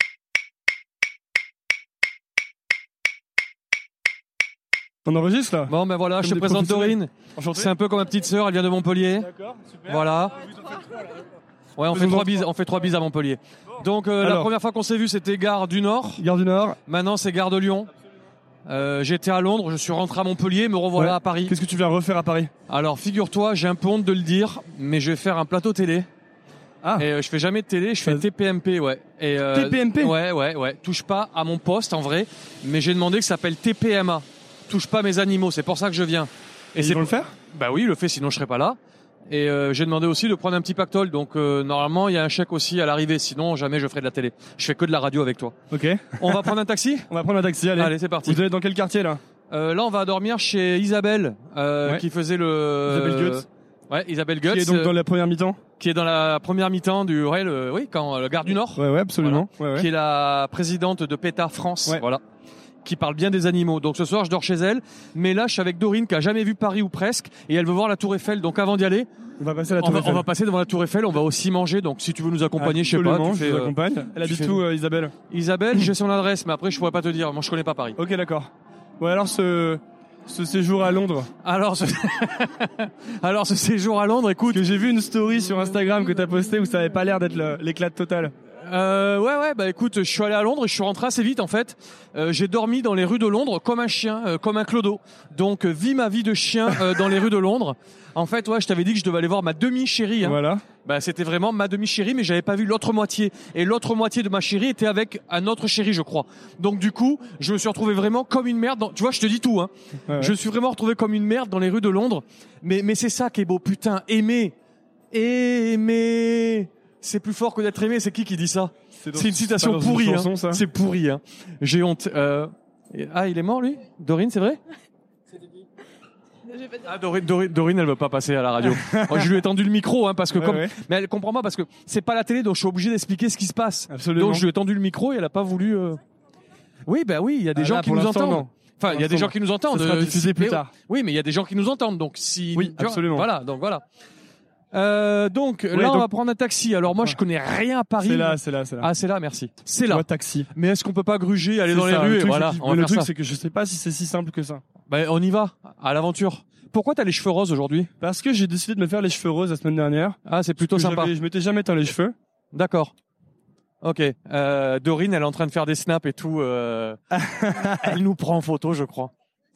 On enregistre là? Bon ben voilà, Comme je te des présente professionnels. Dorine. Enchanté. C'est un peu comme ma petite sœur, elle vient de Montpellier. D'accord, super. Voilà. Ouais, on fait trois bises, on fait trois bises à Montpellier. Donc euh, la Alors. première fois qu'on s'est vu, c'était Gare du Nord. Gare du Nord. Maintenant, c'est Gare de Lyon. Euh, j'étais à Londres, je suis rentré à Montpellier, me revoilà Ouais. à Paris. Qu'est-ce que tu viens refaire à Paris? Alors, figure-toi, j'ai un peu honte de le dire, mais je vais faire un plateau télé. Ah. Et euh, je fais jamais de télé, je fais Ça- T P M P, ouais. Et, euh, T P M P? Ouais, ouais, ouais. Touche pas à mon poste en vrai, mais j'ai demandé que ça s'appelle T P M A. Touche pas à mes animaux, c'est pour ça que je viens. Et ils vont le faire? Bah oui, il le fait, sinon je serais pas là. Et euh, j'ai demandé aussi de prendre un petit pactole, donc euh, normalement il y a un chèque aussi à l'arrivée, sinon jamais je ferai de la télé. Je fais que de la radio avec toi. Ok. On va prendre un taxi? On va prendre un taxi, allez. Allez, c'est parti. Vous allez dans quel quartier là? Euh, là, on va dormir chez Isabelle, euh, Ouais. qui faisait le. Isabelle Goetz. Ouais, Isabelle Goetz. Qui est donc euh, dans la première mi-temps? qui est dans la première mi-temps du, ouais, le, oui, quand le Gare du Nord, Ouais, ouais, absolument. Ouais, ouais. qui est la présidente de PETA France, Ouais. voilà, qui parle bien des animaux. Donc ce soir, je dors chez elle, mais là, je suis avec Dorine qui a jamais vu Paris ou presque, et elle veut voir la Tour Eiffel. Donc avant d'y aller, On va passer à la on Tour va, Eiffel. on va passer devant la Tour Eiffel. On va aussi manger. Donc si tu veux nous accompagner, je sais pas, Absolument, tu je fais. vous euh, accompagne. Elle tu habite fais- où, euh, Isabelle? Isabelle, j'ai son adresse, mais après, je pourrais pas te dire. Moi, je connais pas Paris. Ok, d'accord. Ouais, alors ce, ce séjour à Londres. Alors, ce... alors ce séjour à Londres, écoute. Que j'ai vu une story sur Instagram que t'as posté où ça avait pas l'air d'être le- l'éclat total. Euh, ouais, ouais, bah écoute, je suis allé à Londres et je suis rentré assez vite en fait. Euh, j'ai dormi dans les rues de Londres comme un chien, euh, comme un clodo. Donc, euh, vis ma vie de chien euh, dans les rues de Londres. En fait, ouais, je t'avais dit que je devais aller voir ma demi-chérie. Hein. Voilà. Bah, c'était vraiment ma demi-chérie, mais j'avais pas vu l'autre moitié. Et l'autre moitié de ma chérie était avec un autre chéri, je crois. Donc, du coup, je me suis retrouvé vraiment comme une merde. Dans... Tu vois, je te dis tout. Hein. Ouais, ouais. Je me suis vraiment retrouvé comme une merde dans les rues de Londres. Mais, mais c'est ça qui est beau, putain. Aimer, aimer. C'est plus fort que d'être aimé. C'est qui qui dit ça? C'est dans- C'est une c'est citation pas dans une pourrie. chanson, hein. ça. C'est pourri. Hein. J'ai honte. Euh... Ah, il est mort lui? Dorine, c'est vrai? Ah, Dorine, Dorine, Dorine, elle veut pas passer à la radio. Moi, je lui ai tendu le micro, hein, parce que Ouais, comme, ouais. mais elle comprend pas parce que c'est pas la télé, donc je suis obligé d'expliquer ce qui se passe. Absolument. Donc je lui ai tendu le micro et elle a pas voulu. euh... Oui, bah oui, il y a des Ah, gens là, qui pour nous l'instant, entendent. non. Enfin, il y a des l'instant, gens qui nous entendent. Ça sera euh, diffusé si- plus mais- tard. Oui, mais il y a des gens qui nous entendent. Donc si. Oui, tu vois, absolument. Voilà, donc voilà. Euh, donc là, donc- on va prendre un taxi. Alors moi, je connais rien à Paris. C'est là, c'est là, c'est là. Ah, c'est là, merci. C'est Tu là. vois, taxi. Mais est-ce qu'on peut pas gruger, aller C'est dans les ça, le rues et truc, voilà, c'est que- on va Le faire truc, ça. c'est que je sais pas si c'est si simple que ça. Ben, on y va, à l'aventure. Pourquoi t'as les cheveux roses aujourd'hui? Parce que j'ai décidé de me faire les cheveux roses la semaine dernière. Ah, c'est plutôt Que sympa. j'avais- Je m'étais jamais teint les cheveux. D'accord. Ok. Euh, Dorine, elle est en train de faire des snaps et tout. Euh... elle nous prend en photo, je crois.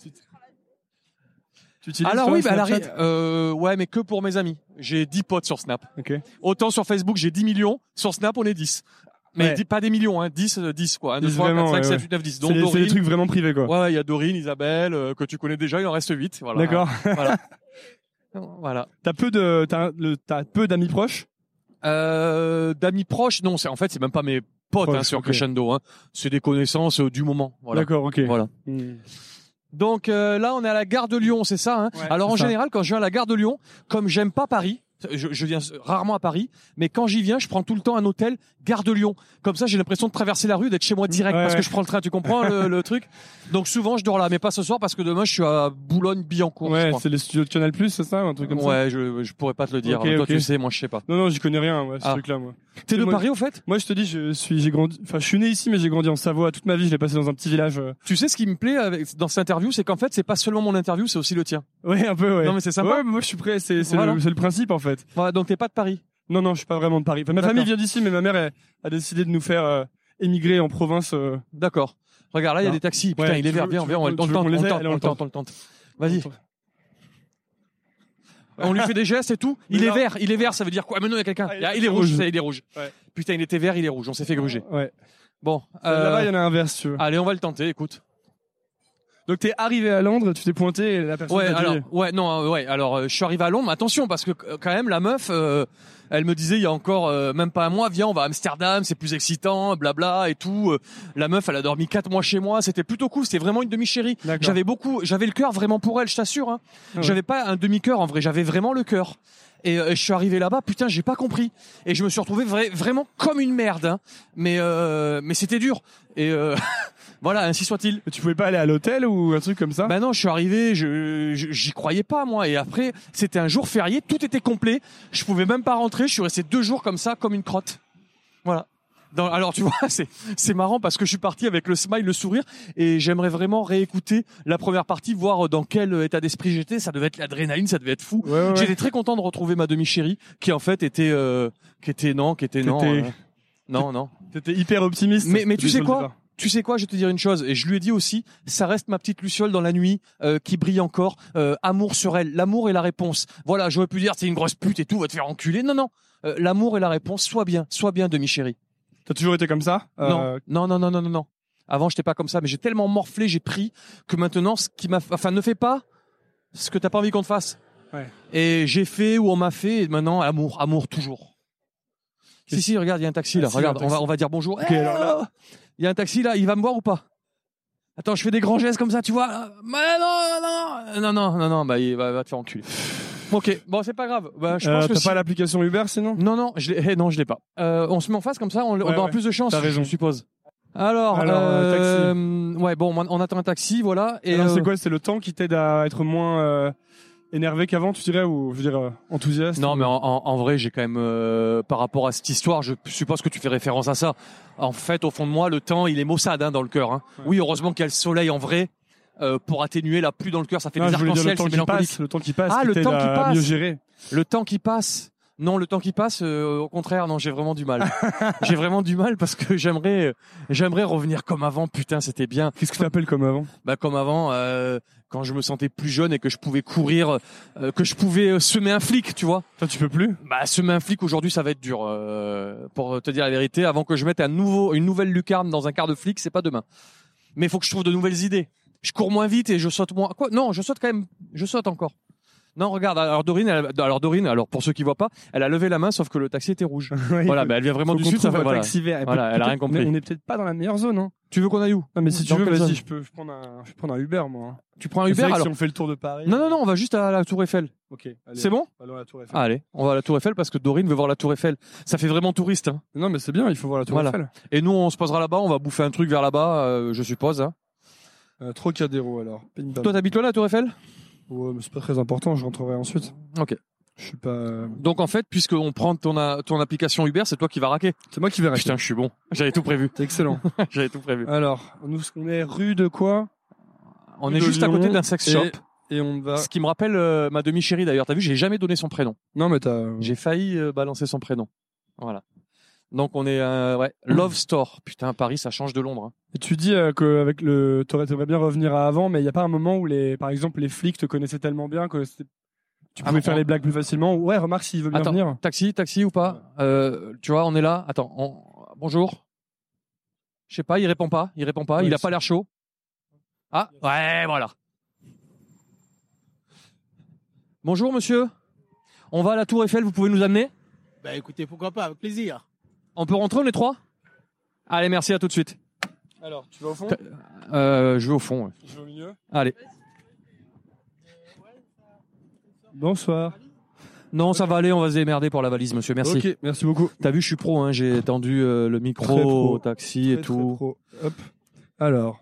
Tu utilises Alors toi, oui, bah, elle Snapchat arrive. Euh, ouais, mais que pour mes amis. J'ai dix potes sur Snap. Ok. Autant sur Facebook, j'ai dix millions. Sur Snap, on est dix. Mais Ouais. dix- pas des millions, hein. dix, euh, dix, quoi. un, deux, dix trois, vraiment, quatre, cinq, ouais, sept, ouais. huit, neuf, dix. C'est Donc des, c'est Dorine. des trucs vraiment privés, quoi. Ouais, ouais, il y a Dorine, Isabelle, euh, que tu connais déjà, il en reste huit. Voilà. D'accord. Voilà. Voilà. T'as peu de, t'as, un- le, t'as peu d'amis proches? Euh, d'amis proches, non, c'est, en fait, c'est même pas mes potes, Proches, hein, sur ok. Crescendo, hein. C'est des connaissances euh, du moment. Voilà. D'accord, ok. Voilà. Hmm. Donc, euh, là, on est à la gare de Lyon, c'est ça, hein. Ouais, Alors, c'est en ça. général, quand je viens à la gare de Lyon, comme j'aime pas Paris, Je, je viens rarement à Paris, mais quand j'y viens, je prends tout le temps un hôtel Gare de Lyon. Comme ça, j'ai l'impression de traverser la rue, d'être chez moi direct, Ouais, parce ouais. que je prends le train. Tu comprends le, le truc? Donc souvent, je dors là, mais pas ce soir parce que demain, je suis à Boulogne-Billancourt. je Ouais, crois. c'est les studios de Canal+, c'est ça, un truc comme ça. Ouais, je, je pourrais pas te le dire. Ok, Toi, ok. tu sais, moi, je sais pas. Non, non, j'y connais rien, ouais, ce Ah. truc-là, moi. T'es de Moi, Paris, au fait? Moi, je te dis, je suis, j'ai grandi, enfin, je suis né ici, mais j'ai grandi en Savoie. Toute ma vie, je l'ai passé dans un petit village. euh. Tu sais, ce qui me plaît avec, dans cette interview, c'est qu'en fait, c'est pas seulement mon interview, c'est aussi le tien. Ouais, un peu, ouais. Non, mais c'est sympa. Ouais, mais moi, je suis prêt. C'est, c'est, Voilà. le, c'est le principe, en fait. Voilà, donc t'es pas de Paris. Non, non, je suis pas vraiment de Paris. Enfin, ma D'accord. famille vient d'ici, mais ma mère elle, a décidé de nous faire euh, émigrer en province. euh. D'accord. Regarde, là, il y a Non. des taxis. Putain, Ouais, il est tu vert. veux- Viens, tu viens, on veux- le tente, tu veux on qu'on le les aide tente, Allez, on on le le tente, tente. on le tente. Vas-y. On lui fait des gestes et tout. Mais Il est là- vert, il est vert, ça veut dire quoi? Ah, mais non, il y a quelqu'un. Ah, il Ah, est il est rouge, rouge. ça, il est rouge. Ouais. Putain, il était vert, il est rouge. On s'est fait gruger. Ouais. Bon. Là-bas, il y Euh, en a un vert, si tu veux. allez, on va le tenter, écoute. Donc, t'es arrivé à Londres, tu t'es pointé et la personne Ouais, t'a dit- alors, ouais, non, euh, ouais, alors, euh, je suis arrivé à Londres, mais attention, parce que, euh, quand même, la meuf, euh, elle me disait, il y a encore, euh, même pas un mois, viens, on va à Amsterdam, c'est plus excitant, blabla, et tout. Euh, La meuf, elle a dormi quatre mois chez moi, c'était plutôt cool, c'était vraiment une demi-chérie. D'accord. J'avais beaucoup, j'avais le cœur vraiment pour elle, je t'assure, hein. Ah ouais. J'avais pas un demi-cœur, en vrai, j'avais vraiment le cœur. Et euh, je suis arrivé là-bas, putain, j'ai pas compris. Et je me suis retrouvé vra- vraiment comme une merde, hein. Mais, euh, mais c'était dur. Et, euh, voilà, ainsi soit-il. Mais tu pouvais pas aller à l'hôtel ou un truc comme ça? Bah non, je suis arrivé, je, je- j'y croyais pas moi. Et après, c'était un jour férié, tout était complet. Je pouvais même pas rentrer. Je suis resté deux jours comme ça, comme une crotte. Voilà. Dans- alors tu vois, c'est c'est marrant parce que je suis parti avec le smile, le sourire, et j'aimerais vraiment réécouter la première partie, voir dans quel état d'esprit j'étais. Ça devait être l'adrénaline, ça devait être fou. Ouais, ouais, ouais. J'étais très content de retrouver ma demi-chérie, qui en fait était, euh, qui était non, qui était non, T'étais- euh, non, non. T'étais hyper optimiste. Mais, mais tu dès sais le quoi départ. Tu sais quoi Je vais te dire une chose, et je lui ai dit aussi, ça reste ma petite Luciole dans la nuit, euh, qui brille encore. Euh, amour sur elle, l'amour est la réponse. Voilà, j'aurais pu dire c'est une grosse pute et tout, va te faire enculer. Non, non, Euh, l'amour est la réponse. Sois bien, sois bien, demi-chérie. T'as toujours été comme ça? Euh, Non, non, non, non, non, non, non. Avant, j'étais pas comme ça, mais j'ai tellement morflé, j'ai pris que maintenant, ce qui m'a, enfin, ne fais pas ce que t'as pas envie qu'on te fasse. Ouais. Et j'ai fait ou on m'a fait, et maintenant, amour, amour toujours. Si, si, regarde, il y a un taxi là. Ah, si, il y a un regarde, on va, taxi. on va dire bonjour. Ok, alors là- Il y a un taxi là, il va me voir ou pas? Attends, je fais des grands gestes comme ça, tu vois. Ah, bah, non, non, non, non, non, non, bah il va, va te faire enculer. Ok, bon, c'est pas grave. Bah, je Euh, pense que t'as si- pas l'application Uber sinon? Non, non, je l'ai, eh, non, je l'ai pas. Euh, on se met en face comme ça, on, on Ouais, aura ouais. plus de chance, T'as raison. je suppose. Alors, Alors, euh, euh, ouais, bon, on attend un taxi, voilà. Et Alors, euh, c'est quoi? C'est le temps qui t'aide à être moins euh, énervé qu'avant, tu dirais, ou je veux dire euh, enthousiaste? Non, mais en, en, en vrai, j'ai quand même, euh, par rapport à cette histoire, je suppose que tu fais référence à ça. En fait, au fond de moi, le temps, il est maussade hein, dans le cœur. Hein. Ouais. Oui, heureusement qu'il y a le soleil en vrai euh, pour atténuer la pluie dans le cœur. Ça fait Non, des je voulais dire arcs-en-ciel, le temps c'est qui mélancolique. passe, le temps qui passe. Ah, qui le t'aide temps qui à passe. mieux gérer. Le temps qui passe. Non, le temps qui passe, euh, au contraire, non, j'ai vraiment du mal. j'ai vraiment du mal parce que j'aimerais, j'aimerais revenir comme avant. Putain, c'était bien. Qu'est-ce que tu appelles comme avant? Bah comme avant, euh, quand je me sentais plus jeune et que je pouvais courir, euh, que je pouvais euh, semer un flic, tu vois. Toi, tu peux plus? Bah semer un flic aujourd'hui, ça va être dur. Euh, pour te dire la vérité, avant que je mette un nouveau, une nouvelle lucarne dans un quart de flic, c'est pas demain. Mais il faut que je trouve de nouvelles idées. Je cours moins vite et je saute moins. Quoi? Non, je saute quand même. Je saute encore. Non, regarde. Alors Dorine, elle, alors Dorine, alors pour ceux qui voient pas, elle a levé la main, sauf que le taxi était rouge. Oui, Voilà, faut- bah elle vient vraiment faut du qu'on sud. Ça trouve fait un voilà. taxi vert. Et Voilà, peut- elle a rien peut-être- compris. mais on est peut-être pas dans la meilleure zone, hein. Tu veux qu'on aille où? Non, mais si tu Dans veux, quelle vas-y, zone je peux, je peux prendre un, je peux prendre un Uber, moi. Tu prends un C'est Uber vrai que alors? si on fait le tour de Paris. Non, non, non, on va juste à la Tour Eiffel. Ok. allez, C'est bon? Allons à la Tour Eiffel. Ah, allez, on va à la Tour Eiffel parce que Dorine veut voir la Tour Eiffel. Ça fait vraiment touriste. Hein. Non, mais c'est bien, il faut voir la Tour Voilà. Eiffel. Et nous, on se posera là-bas, on va bouffer un truc vers là-bas, euh, je suppose. Hein. Euh, Trocadéro, alors. Bing bang. Toi, t'habites là, la Tour Eiffel? Ouais, mais c'est pas très important, je rentrerai ensuite. Ok. Je suis pas. Donc en fait, puisqu'on prend ton, a- ton application Uber, c'est toi qui vas raquer. C'est moi qui vais raquer. Putain, je suis bon. J'avais tout prévu. C'est excellent. J'avais tout prévu. Alors, nous, on est rue de quoi? On Rue est de juste à Lyon, côté d'un sex shop. Et, et on va. Ce qui me rappelle euh, ma demi-chérie d'ailleurs. T'as vu, j'ai jamais donné son prénom. Non, mais t'as. J'ai failli euh, balancer son prénom. Voilà. Donc on est euh, ouais, Love Store. Putain, Paris, ça change de Londres. Hein. Et tu dis euh, qu'avec le, t'aurais, t'aimerais bien revenir à avant, mais il y a pas un moment où les, par exemple, les flics te connaissaient tellement bien que c'était- tu Ah, pouvais bon, faire on- les blagues plus facilement. Ouais, remarque s'il veut bien Attends, venir. taxi, taxi ou pas euh, Tu vois, on est là. Attends, on... bonjour. Je sais pas, il répond pas. Il répond pas. Ouais, il a c'est- pas l'air chaud. Ah, ouais, voilà. Bonjour, monsieur. On va à la Tour Eiffel. Vous pouvez nous amener? Bah écoutez, pourquoi pas, avec plaisir. On peut rentrer, on est trois? Allez, merci, à tout de suite. Alors, tu vas au fond? Euh, je vais au fond. Ouais. Je vais au milieu. Allez. Bonsoir. Non, ça va aller, on va se démerder pour la valise, monsieur. Merci. Ok, merci beaucoup. T'as vu, je suis pro, hein, j'ai tendu euh, le micro Très pro. au taxi et Très, tout. très pro. Hop. Alors.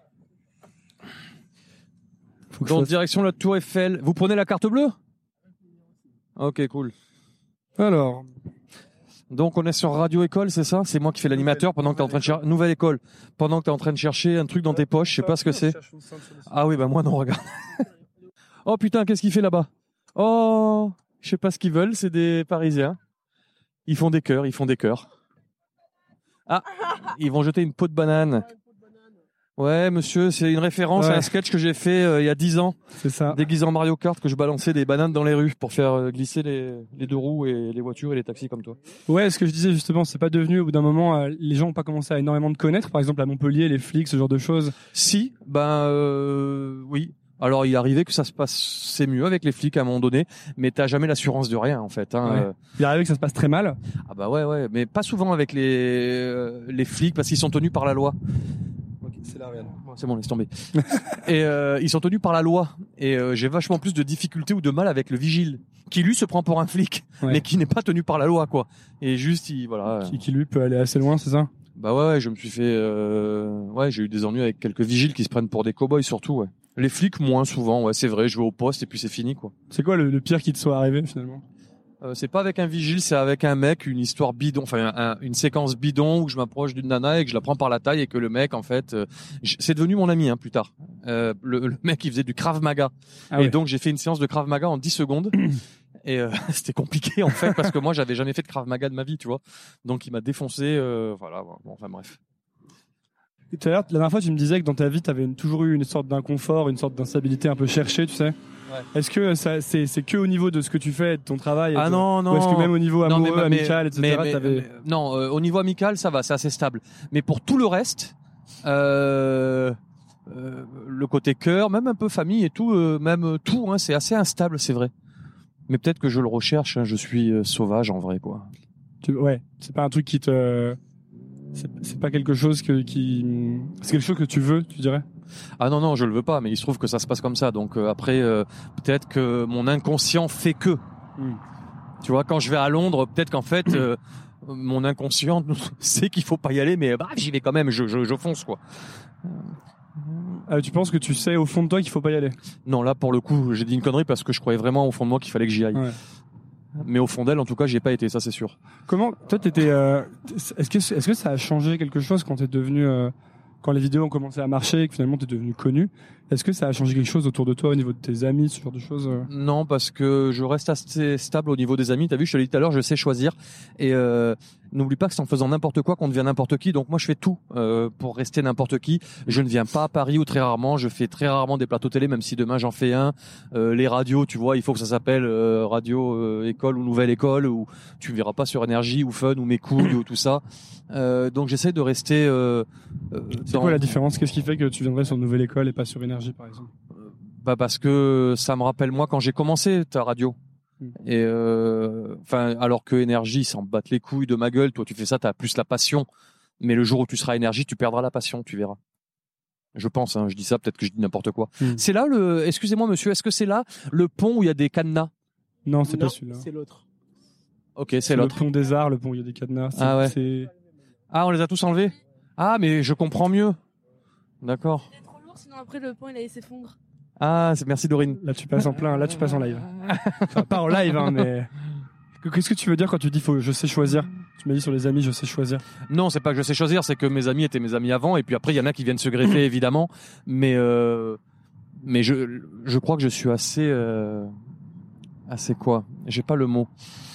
Faut que je Donc, fasse- direction la Tour Eiffel. Vous prenez la carte bleue? Ok, cool. Alors. Donc, on est sur Radio École, c'est ça? C'est moi qui fais l'animateur pendant que t'es en train de chercher. Nouvelle école. Pendant que t'es en train de chercher un truc dans tes poches, je sais pas ce que c'est. Ah oui, bah moi non, regarde. Oh putain, qu'est-ce qu'il fait là-bas? Oh, je sais pas ce qu'ils veulent, c'est des Parisiens. Ils font des cœurs, ils font des cœurs. Ah, ils vont jeter une peau de banane. Ouais, monsieur, c'est une référence Ouais. à un sketch que j'ai fait euh, il y a dix ans. C'est ça. Déguisé en Mario Kart, que je balançais des bananes dans les rues pour faire euh, glisser les, les deux roues et les voitures et les taxis comme toi. Ouais, ce que je disais justement, c'est pas devenu au bout d'un moment, euh, les gens ont pas commencé à énormément te connaître. Par exemple, à Montpellier, les flics, ce genre de choses. Si, ben euh, oui. Alors il est arrivé que ça se passe, c'est mieux avec les flics à un moment donné, mais t'as jamais l'assurance de rien en fait. Hein. Ouais. Euh, Il est arrivé que ça se passe très mal. Ah bah ouais ouais, mais pas souvent avec les euh, les flics parce qu'ils sont tenus par la loi. Ok, c'est la réelle. Bon, c'est bon, laisse tomber. Et euh, ils sont tenus par la loi. Et euh, j'ai vachement plus de difficultés ou de mal avec le vigile, qui lui se prend pour un flic, Ouais. mais qui n'est pas tenu par la loi quoi. Et juste il voilà. Qui, qui lui peut aller assez loin, c'est ça? Bah ouais, ouais, je me suis fait, euh... ouais, j'ai eu des ennuis avec quelques vigiles qui se prennent pour des cow-boys surtout. Ouais. Les flics moins souvent, ouais, c'est vrai. Je vais au poste et puis c'est fini quoi. C'est quoi le, le pire qui te soit arrivé finalement? Euh, c'est pas avec un vigile, c'est avec un mec, une histoire bidon, enfin un- une séquence bidon où je m'approche d'une nana et que je la prends par la taille et que le mec en fait, euh, j- c'est devenu mon ami hein, plus tard. Euh, le, le mec il faisait du Krav Maga Ah et ouais. donc j'ai fait une séance de Krav Maga en dix secondes et euh, c'était compliqué en fait parce que moi j'avais jamais fait de Krav Maga de ma vie, tu vois. Donc il m'a défoncé, euh, voilà. Bon, enfin bref. Tout à l'heure, la dernière fois, tu me disais que dans ta vie, tu avais toujours eu une sorte d'inconfort, une sorte d'instabilité un peu cherchée, tu sais. Ouais. Est-ce que ça, c'est, c'est que au niveau de ce que tu fais, de ton travail et Ah de- non, non. Ou est-ce que même au niveau Non, amoureux, mais- mais- amical, et cetera, mais- mais- t'avais... mais- non, euh, au niveau amical, ça va, c'est assez stable. Mais pour tout le reste, euh, euh, le côté cœur, même un peu famille et tout, euh, même euh, tout, hein, c'est assez instable, c'est vrai. Mais peut-être que je le recherche, hein, je suis euh, sauvage en vrai, quoi. Tu- ouais, c'est pas un truc qui te... C'est, c'est pas quelque chose que, qui... C'est quelque chose que tu veux, tu dirais? Ah non, non, je le veux pas, mais il se trouve que ça se passe comme ça. Donc euh, après, euh, peut-être que mon inconscient fait que. Mm. Tu vois, quand je vais à Londres, peut-être qu'en fait, euh, mon inconscient sait qu'il faut pas y aller, mais bah, j'y vais quand même, je, je, je fonce, quoi. Ah, tu penses que tu sais au fond de toi qu'il faut pas y aller? Non, là, pour le coup, j'ai dit une connerie parce que je croyais vraiment au fond de moi qu'il fallait que j'y aille. Ouais. Mais au fond d'elle, en tout cas, j'y ai pas été, ça c'est sûr. Comment, toi, t'étais, euh, est-ce que, est-ce que ça a changé quelque chose quand t'es devenu, euh, quand les vidéos ont commencé à marcher et que finalement t'es devenu connu? Est-ce que ça a changé quelque chose autour de toi au niveau de tes amis, ce genre de choses? euh Non, parce que je reste assez stable au niveau des amis. T'as vu, je te l'ai dit tout à l'heure, je sais choisir. Et euh, n'oublie pas que c'est en faisant n'importe quoi qu'on devient n'importe qui. Donc moi, je fais tout euh, pour rester n'importe qui. Je ne viens pas à Paris ou très rarement. Je fais très rarement des plateaux télé, même si demain j'en fais un. Euh, les radios, tu vois, il faut que ça s'appelle euh, radio euh, école ou nouvelle école, ou tu me verras pas sur énergie ou fun ou mes couilles ou tout ça. Euh, donc j'essaie de rester. Euh, euh, C'est dans- quoi la différence? Qu'est-ce qui fait que tu viendrais sur Nouvelle École et pas sur Énergie, par exemple? Bah parce que ça me rappelle moi quand j'ai commencé ta radio. Et euh, enfin, alors que énergie, s'en battent les couilles de ma gueule. Toi, tu fais ça, t'as plus la passion. Mais le jour où tu seras énergie, tu perdras la passion, tu verras. Je pense, hein, je dis ça, peut-être que je dis n'importe quoi. Mm. C'est là le. Excusez-moi, monsieur, est-ce que c'est là le pont où il y a des cadenas? Non, c'est Non, pas celui-là. c'est l'autre. Ok, c'est le l'autre. pont des Arts, le pont où il y a des cadenas. C'est- Ah ouais. c'est- Ah, on les a tous enlevés. Ah, mais je comprends mieux. D'accord. Il est trop lourd, sinon après le pont il allait s'effondrer. Ah, c'est merci Dorine. Là, tu passes en plein. Là, tu passes en live. Enfin, pas en live, hein, mais. Qu'est-ce que tu veux dire quand tu dis faut, je sais choisir? Tu m'as dit sur les amis, je sais choisir. Non, c'est pas que je sais choisir, c'est que mes amis étaient mes amis avant, et puis après il y en a qui viennent se greffer évidemment, mais euh, mais je je crois que je suis assez euh, assez quoi? J'ai pas le mot.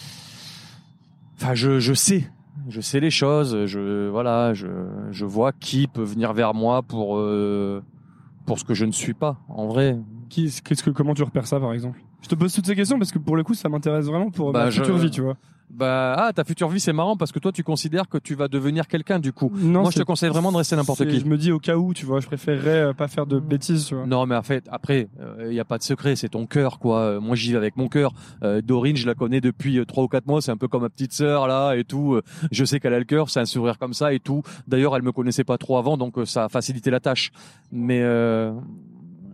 Enfin, je je sais, je sais les choses, je voilà, je je vois qui peut venir vers moi pour euh, pour ce que je ne suis pas en vrai. Qui, qu'est-ce que, comment tu repères ça, par exemple? Je te pose toutes ces questions parce que pour le coup, ça m'intéresse vraiment pour Bah, ma je- future vie, tu vois. Bah ah, ta future vie c'est marrant parce que toi tu considères que tu vas devenir quelqu'un du coup. Non, Moi je te c'est- conseille vraiment de rester n'importe c'est- qui. Je me dis au cas où, tu vois, je préférerais euh, pas faire de bêtises, tu vois. Non, mais en fait, après, il n'y a pas de secret, c'est ton cœur, quoi. Euh, moi, j'y vais avec mon cœur. Euh, Dorine, je la connais depuis euh, trois ou quatre mois, c'est un peu comme ma petite sœur, là, et tout. Euh, je sais qu'elle a le cœur, c'est un sourire comme ça, et tout. D'ailleurs, elle me connaissait pas trop avant, donc euh, ça a facilité la tâche. Mais euh,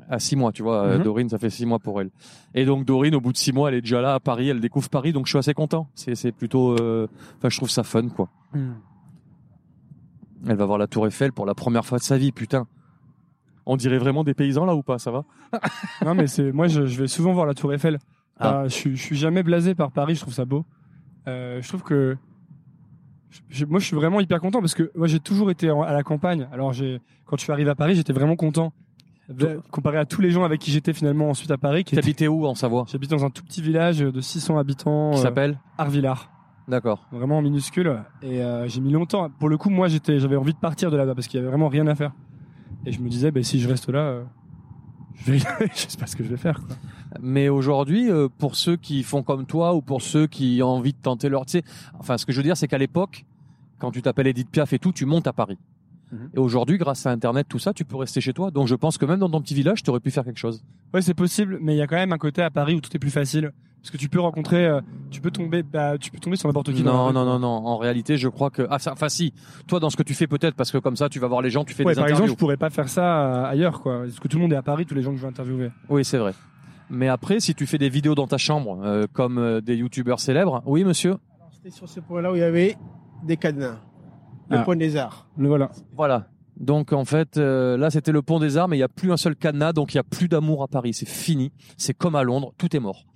À six mois, tu vois. Mhm. Dorine, ça fait six mois pour elle. Et donc Dorine, au bout de six mois, elle est déjà là à Paris, elle découvre Paris, donc je suis assez content. C'est, c'est plutôt, euh... enfin, je trouve ça fun, quoi. Mm. Elle va voir la Tour Eiffel pour la première fois de sa vie, putain. On dirait vraiment des paysans là ou pas, ça va? Non, mais c'est moi, je, je vais souvent voir la Tour Eiffel. Ah. Euh, je, suis- je suis jamais blasé par Paris, je trouve ça beau. Euh, je trouve que je- moi, je suis vraiment hyper content parce que moi, j'ai toujours été en- à la campagne. Alors, j'ai quand je suis arrivé à Paris, j'étais vraiment content. De- comparé à tous les gens avec qui j'étais finalement ensuite à Paris. Qui étaient- T'habitais où en Savoie? J'habite dans un tout petit village de six cents habitants. Qui euh, s'appelle? Arvillard. D'accord. Vraiment minuscule. Et euh, j'ai mis longtemps. Pour le coup, moi, j'étais, j'avais envie de partir de là-bas parce qu'il y avait vraiment rien à faire. Et je me disais, ben, si je reste là, euh, je vais, je sais pas ce que je vais faire, quoi. Mais aujourd'hui, euh, pour ceux qui font comme toi ou pour ceux qui ont envie de tenter leur, tu sais, enfin, ce que je veux dire, c'est qu'à l'époque, quand tu t'appelles Edith Piaf et tout, tu montes à Paris. Mhm. Et aujourd'hui, grâce à Internet, tout ça, tu peux rester chez toi. Donc, je pense que même dans ton petit village, tu aurais pu faire quelque chose. Ouais, c'est possible, mais il y a quand même un côté à Paris où tout est plus facile. Parce que tu peux rencontrer, euh, tu peux tomber, bah, tu peux tomber sur n'importe qui. dans la Non, rue, non, quoi. non, non. En réalité, je crois que, ah, ça, enfin, si. Toi, dans ce que tu fais, peut-être, parce que comme ça, tu vas voir les gens, tu fais Ouais, des par interviews. exemple, je pourrais pas faire ça euh, ailleurs, quoi. Parce que tout le monde est à Paris, tous les gens que je veux interviewer. Oui, c'est vrai. Mais après, si tu fais des vidéos dans ta chambre, euh, comme euh, des youtubeurs célèbres, oui, monsieur. C'était sur ce point-là où il y avait des cadenas. Le Ah. point des arts. Le voilà. Voilà. Donc en fait, euh, là c'était le pont des Arts, mais il n'y a plus un seul cadenas, donc il n'y a plus d'amour à Paris. C'est fini. C'est comme à Londres, tout est mort.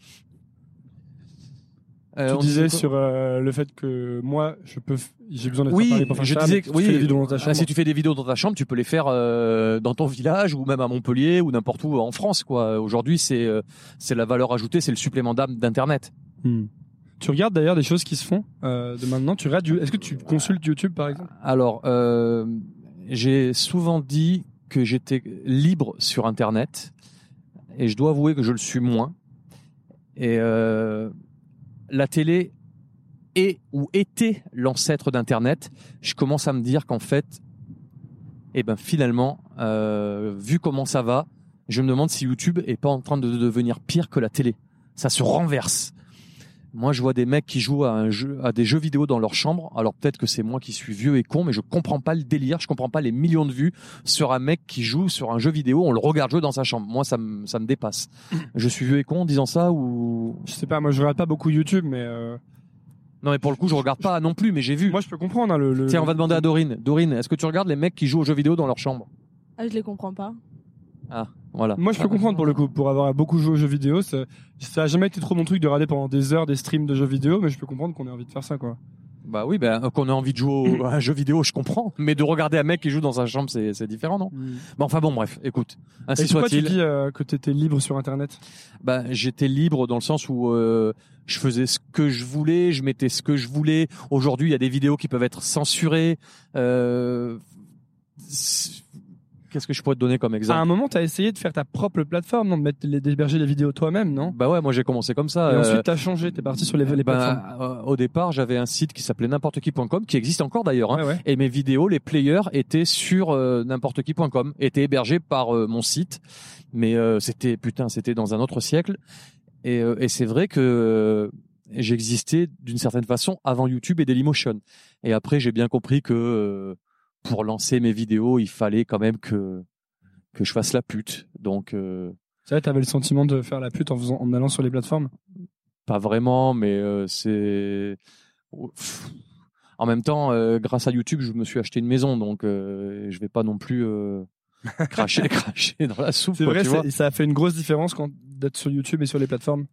Euh, tu on disais disait quoi sur euh, le fait que moi, je peux, f- j'ai besoin d'être à Oui, Paris pour faire je ça, disais mais que si tu oui. fais des vidéos dans ta Ah, chambre. si tu fais des vidéos dans ta chambre, tu peux les faire euh, dans ton village ou même à Montpellier ou n'importe où en France, quoi. Aujourd'hui, c'est euh, c'est la valeur ajoutée, c'est le supplément d'âme d'Internet. Hmm. Tu regardes d'ailleurs des choses qui se font euh, de maintenant. Tu regardes, du- est-ce que tu consultes YouTube par exemple? Alors, euh, j'ai souvent dit que j'étais libre sur Internet et je dois avouer que je le suis moins. Et euh, la télé est ou était l'ancêtre d'Internet. Je commence à me dire qu'en fait, eh ben finalement, euh, vu comment ça va, je me demande si YouTube est pas en train de devenir pire que la télé. Ça se renverse. Moi, je vois des mecs qui jouent à, un jeu, à des jeux vidéo dans leur chambre. Alors peut-être que c'est moi qui suis vieux et con, mais je comprends pas le délire. Je comprends pas les millions de vues sur un mec qui joue sur un jeu vidéo. On le regarde jouer dans sa chambre. Moi, ça me ça me dépasse. Je suis vieux et con en disant ça ou Je sais pas, moi je regarde pas beaucoup YouTube, mais euh, non, mais pour le coup, je regarde pas non plus, mais j'ai vu. moi je peux comprendre hein, le, le- Tiens, on va demander à Dorine. Dorine, est-ce que tu regardes les mecs qui jouent aux jeux vidéo dans leur chambre? Ah, je les comprends pas. Ah, voilà. Moi je peux comprendre pour le coup, pour avoir beaucoup joué aux jeux vidéo, ça, ça a jamais été trop mon truc de regarder pendant des heures des streams de jeux vidéo, mais je peux comprendre qu'on ait envie de faire ça, quoi. Bah oui, ben qu'on ait envie de jouer au- à un jeu vidéo, je comprends. Mais de regarder un mec qui joue dans sa chambre, c'est c'est différent, non? Bah enfin bon, bref, écoute. Ainsi Et pourquoi tu soit-il. dis euh, que t'étais libre sur Internet? Bah, j'étais libre dans le sens où euh, je faisais ce que je voulais, je mettais ce que je voulais. Aujourd'hui, il y a des vidéos qui peuvent être censurées. Euh... c'est- Qu'est-ce que je pourrais te donner comme À exemple? un moment, t'as essayé de faire ta propre plateforme, non, de mettre les, d'héberger les vidéos toi-même, non? Bah ouais, moi j'ai commencé comme ça. Et euh, ensuite t'as changé, t'es parti sur les, les ben, plateformes. euh, au départ, j'avais un site qui s'appelait n'importe qui point com, qui existe encore d'ailleurs. Hein, Ouais, ouais. et mes vidéos, les players étaient sur euh, n'importe qui point com, étaient hébergés par euh, mon site. Mais euh, c'était putain, c'était dans un autre siècle. Et, euh, et c'est vrai que euh, j'existais d'une certaine façon avant YouTube et Dailymotion. Et après, j'ai bien compris que euh, pour lancer mes vidéos, il fallait quand même que que je fasse la pute. Donc euh, C'est vrai, t'avais le sentiment de faire la pute en faisant, en allant sur les plateformes. pas vraiment, mais euh, c'est Pff. En même temps, euh, grâce à YouTube, je me suis acheté une maison, donc euh, je vais pas non plus euh, cracher, cracher dans la soupe. C'est quoi, vrai, tu vois. c'est- ça a fait une grosse différence quand d'être sur YouTube et sur les plateformes.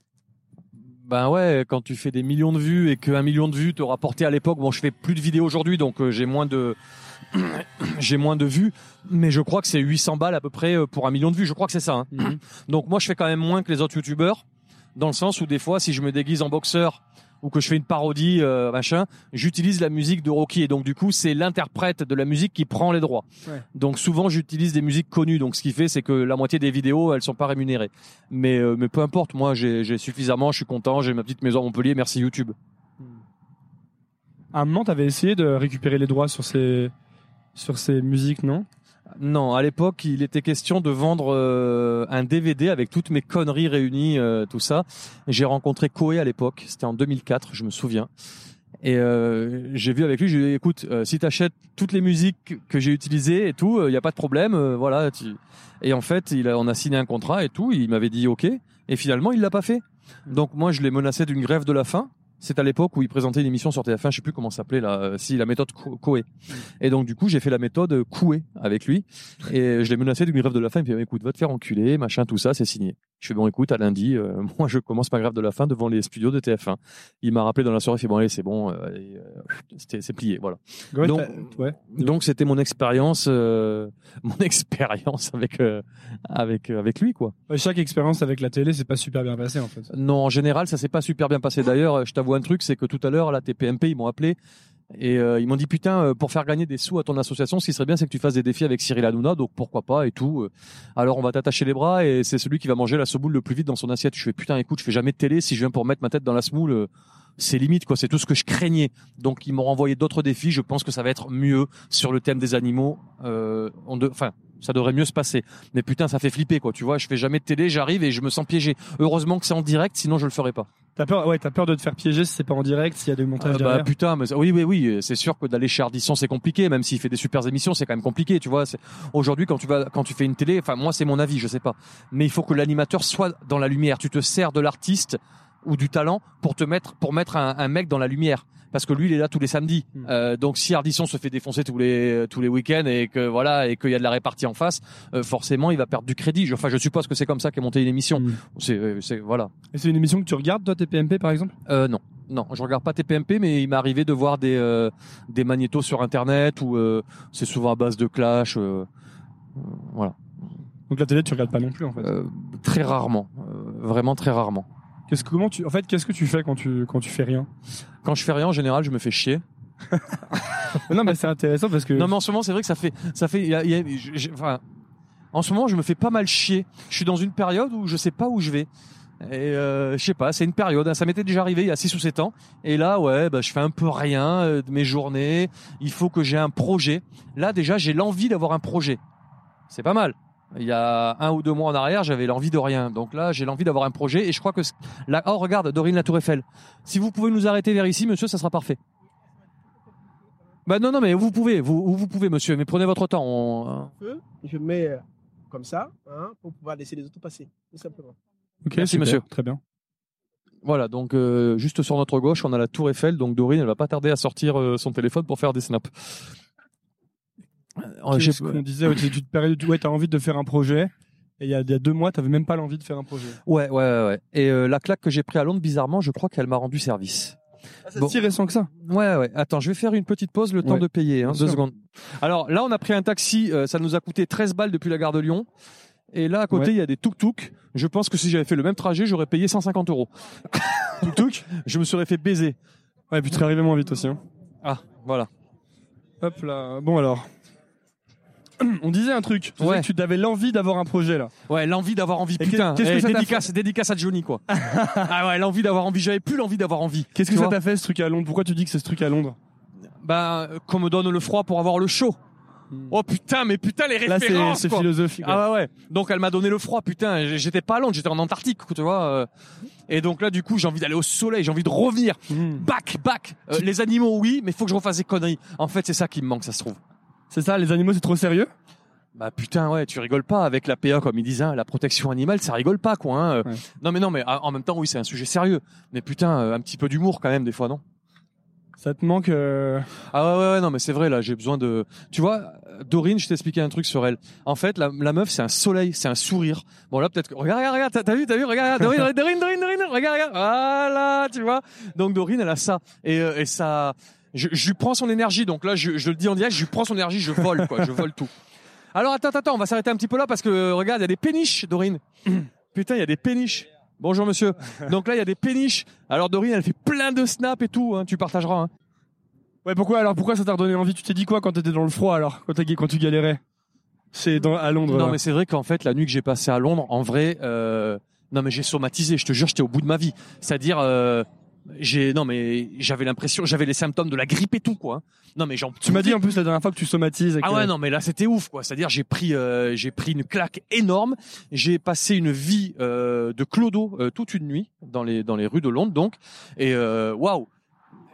Ben ouais, quand tu fais des millions de vues et qu'un million de vues te rapportait à l'époque, bon, je fais plus de vidéos aujourd'hui, donc euh, j'ai moins de j'ai moins de vues, mais je crois que c'est huit cents balles à peu près euh, pour un million de vues. Je crois que c'est ça. Hein. Mhm. Donc moi, je fais quand même moins que les autres youtubeurs, dans le sens où des fois, si je me déguise en boxeur ou que je fais une parodie, euh, machin, j'utilise la musique de Rocky et donc du coup, c'est l'interprète de la musique qui prend les droits. Ouais. Donc souvent, j'utilise des musiques connues. Donc ce qui fait, c'est que la moitié des vidéos, elles sont pas rémunérées. Mais euh, mais peu importe, moi, j'ai j'ai suffisamment, je suis content, j'ai ma petite maison à Montpellier, merci YouTube. À un moment, t'avais essayé de récupérer les droits sur ces, sur ces musiques, non? Non, à l'époque, il était question de vendre euh, un D V D avec toutes mes conneries réunies, euh, tout ça. J'ai rencontré Koé à l'époque, c'était en deux mille quatre, je me souviens. Et euh, j'ai vu avec lui, je lui ai dit, écoute, euh, si t'achètes toutes les musiques que j'ai utilisées et tout, il euh, y a pas de problème, euh, voilà. Tu... Et en fait, il a, on a signé un contrat et tout. Il m'avait dit ok, et finalement, il l'a pas fait. Donc moi, je l'ai menacé d'une grève de la faim. C'est à l'époque où il présentait une émission sur T F un, je sais plus comment ça s'appelait là, euh, si la méthode Coué. Et donc du coup, j'ai fait la méthode Coué avec lui et je l'ai menacé d'une grève de la faim. Il m'a dit écoute, va te faire enculer, machin, tout ça, c'est signé. Je fais bon, écoute, à lundi, euh, moi je commence ma grève de la faim devant les studios de T F un. Il m'a rappelé dans la soirée, il fait bon allez, c'est bon, euh, et, euh, c'était, c'est plié, voilà. Ouais, donc, ouais. donc c'était mon expérience, euh, mon expérience avec euh, avec euh, avec lui quoi. Ouais, chaque expérience avec la télé, c'est pas super bien passé en fait. Non, en général, ça s'est pas super bien passé. D'ailleurs, je t'avoue un truc, c'est que tout à l'heure, là, T P M P, ils m'ont appelé et euh, ils m'ont dit putain, euh, pour faire gagner des sous à ton association, ce qui serait bien, c'est que tu fasses des défis avec Cyril Hanouna, donc pourquoi pas et tout. Alors on va t'attacher les bras et c'est celui qui va manger la semoule le plus vite dans son assiette. Je fais putain, écoute, je fais jamais de télé, si je viens pour mettre ma tête dans la semoule, euh, c'est limite quoi, c'est tout ce que je craignais. Donc ils m'ont renvoyé d'autres défis. Je pense que ça va être mieux sur le thème des animaux. Euh, on de... Enfin. Ça devrait mieux se passer. Mais putain, ça fait flipper, quoi. Tu vois, je fais jamais de télé, j'arrive et je me sens piégé. Heureusement que c'est en direct, sinon je le ferais pas. T'as peur, ouais, t'as peur de te faire piéger si c'est pas en direct, s'il y a des montages euh, derrière. Bah putain, mais oui, oui, oui. C'est sûr que d'aller chez Ardisson, c'est compliqué. Même s'il fait des super émissions, c'est quand même compliqué. Tu vois, c'est... aujourd'hui, quand tu vas, quand tu fais une télé, enfin, moi, c'est mon avis, je sais pas. Mais il faut que l'animateur soit dans la lumière. Tu te sers de l'artiste ou du talent pour te mettre, pour mettre un, un mec dans la lumière. Parce que lui, il est là tous les samedis. Mmh. Euh, donc, si Ardisson se fait défoncer tous les tous les week-ends et que voilà et qu'il y a de la répartie en face, euh, forcément, il va perdre du crédit. Enfin, je suppose que c'est comme ça qu'est montée une émission. Mmh. C'est, c'est voilà. Et c'est une émission que tu regardes, toi, T P M P, par exemple ? Euh, non, non, je regarde pas T P M P, mais il m'est arrivé de voir des euh, des magnétos sur Internet où euh, c'est souvent à base de clash. Euh, euh, voilà. Donc la télé, tu regardes pas non plus, en fait. Euh, très rarement, euh, vraiment très rarement. Qu'est-ce que, comment tu, en fait, qu'est-ce que tu fais quand tu, quand tu fais rien ? Quand je fais rien, en général, je me fais chier. Non, mais c'est intéressant parce que. Non, mais en ce moment, c'est vrai que ça fait, ça fait, y a, y a, j'ai, enfin, en ce moment, je me fais pas mal chier. Je suis dans une période où je sais pas où je vais. Et euh, je sais pas, c'est une période. Hein, ça m'était déjà arrivé il y a six ou sept ans. Et là, ouais, bah, je fais un peu rien euh, de mes journées. Il faut que j'ai un projet. Là, déjà, j'ai l'envie d'avoir un projet. C'est pas mal. Il y a un ou deux mois en arrière, j'avais l'envie de rien. Donc là, j'ai l'envie d'avoir un projet et je crois que là, oh regarde, Dorine la Tour Eiffel. Si vous pouvez nous arrêter vers ici, monsieur, ça sera parfait. Bah non, non, mais vous pouvez, vous, vous pouvez, monsieur, mais prenez votre temps. On... Je mets comme ça, hein, pour pouvoir laisser les autres passer, tout simplement. Ok, merci, super, monsieur. Très bien. Voilà, donc euh, juste sur notre gauche, on a la Tour Eiffel. Donc Dorine, elle va pas tarder à sortir euh, son téléphone pour faire des snaps. Euh, Qu'est-ce qu'on disait, ouais, tu te ouais, t'as envie de faire un projet. Et il y a, il y a deux mois, t'avais même pas l'envie de faire un projet. Ouais, ouais, ouais. ouais. Et euh, la claque que j'ai pris à Londres, bizarrement, je crois qu'elle m'a rendu service. Ah, c'est bon. Si récent que ça. Ouais, ouais. Attends, je vais faire une petite pause, le temps ouais. de payer, hein, deux sûr. secondes. Alors là, on a pris un taxi, euh, ça nous a coûté treize balles depuis la gare de Lyon. Et là, à côté, il ouais. y a des tuk-tuk. Je pense que si j'avais fait le même trajet, j'aurais payé cent cinquante euros. Tuk-tuk, je me serais fait baiser. Ouais, et puis tu serais arrivé moins vite aussi. Hein. Ah, voilà. Hop là. Bon alors. On disait un truc. Tu, ouais. que tu avais l'envie d'avoir un projet là. Ouais, l'envie d'avoir envie. Et putain, qu'est-ce que eh, ça dédicace, fait dédicace à Johnny quoi. Ah ouais, l'envie d'avoir envie. J'avais plus l'envie d'avoir envie. Qu'est-ce que ça t'a fait ce truc à Londres ? Pourquoi tu dis que c'est ce truc à Londres ? Bah, qu'on me donne le froid pour avoir le chaud. Hmm. Oh putain, mais putain les références. Là, c'est, c'est philosophique. Ah ouais, ouais. Donc elle m'a donné le froid, putain. J'étais pas à Londres, j'étais en Antarctique, tu vois. Et donc là, du coup, j'ai envie d'aller au soleil, j'ai envie de revenir. Hmm. Back, back. Euh, les animaux, oui, mais il faut que je refasse des conneries. En fait, c'est ça qui me manque, ça se trouve. C'est ça, les animaux, c'est trop sérieux ? Bah putain ouais, tu rigoles pas avec la P A comme ils disent, hein, la protection animale, ça rigole pas quoi. Hein. Ouais. Non mais non mais en même temps oui c'est un sujet sérieux, mais putain un petit peu d'humour quand même des fois non. Ça te manque euh... Ah ouais, ouais ouais non mais c'est vrai là j'ai besoin de, tu vois Dorine je t'expliquais un truc sur elle. En fait la, la meuf c'est un soleil, c'est un sourire. Bon là peut-être que regarde regarde regarde t'as, t'as vu t'as vu regarde Dorine Dorine Dorine Dorine regarde regarde voilà tu vois donc Dorine elle a ça et euh, et ça je, je lui prends son énergie donc là je, je le dis en direct je lui prends son énergie je vole quoi je vole tout. Alors attends, attends, on va s'arrêter un petit peu là parce que euh, regarde, il y a des péniches, Dorine. Putain, il y a des péniches. Bonjour monsieur. Donc là, il y a des péniches. Alors Dorine, elle fait plein de snaps et tout. Hein, tu partageras. Hein. Ouais, pourquoi alors pourquoi ça t'a redonné envie ? Tu t'es dit quoi quand t'étais dans le froid alors, quand, quand tu galérais ? C'est dans, à Londres. Non, là. mais c'est vrai qu'en fait, la nuit que j'ai passée à Londres, en vrai, euh, non mais j'ai somatisé. Je te jure, j'étais au bout de ma vie. C'est-à-dire. Euh, J'ai non mais j'avais l'impression j'avais les symptômes de la grippe et tout quoi. Non mais j'en Tu m'as dit en plus la dernière fois que tu somatises. Ah ouais non mais là c'était ouf quoi. C'est-à-dire j'ai pris euh, j'ai pris une claque énorme. J'ai passé une vie euh, de clodo euh, toute une nuit dans les dans les rues de Londres donc et waouh.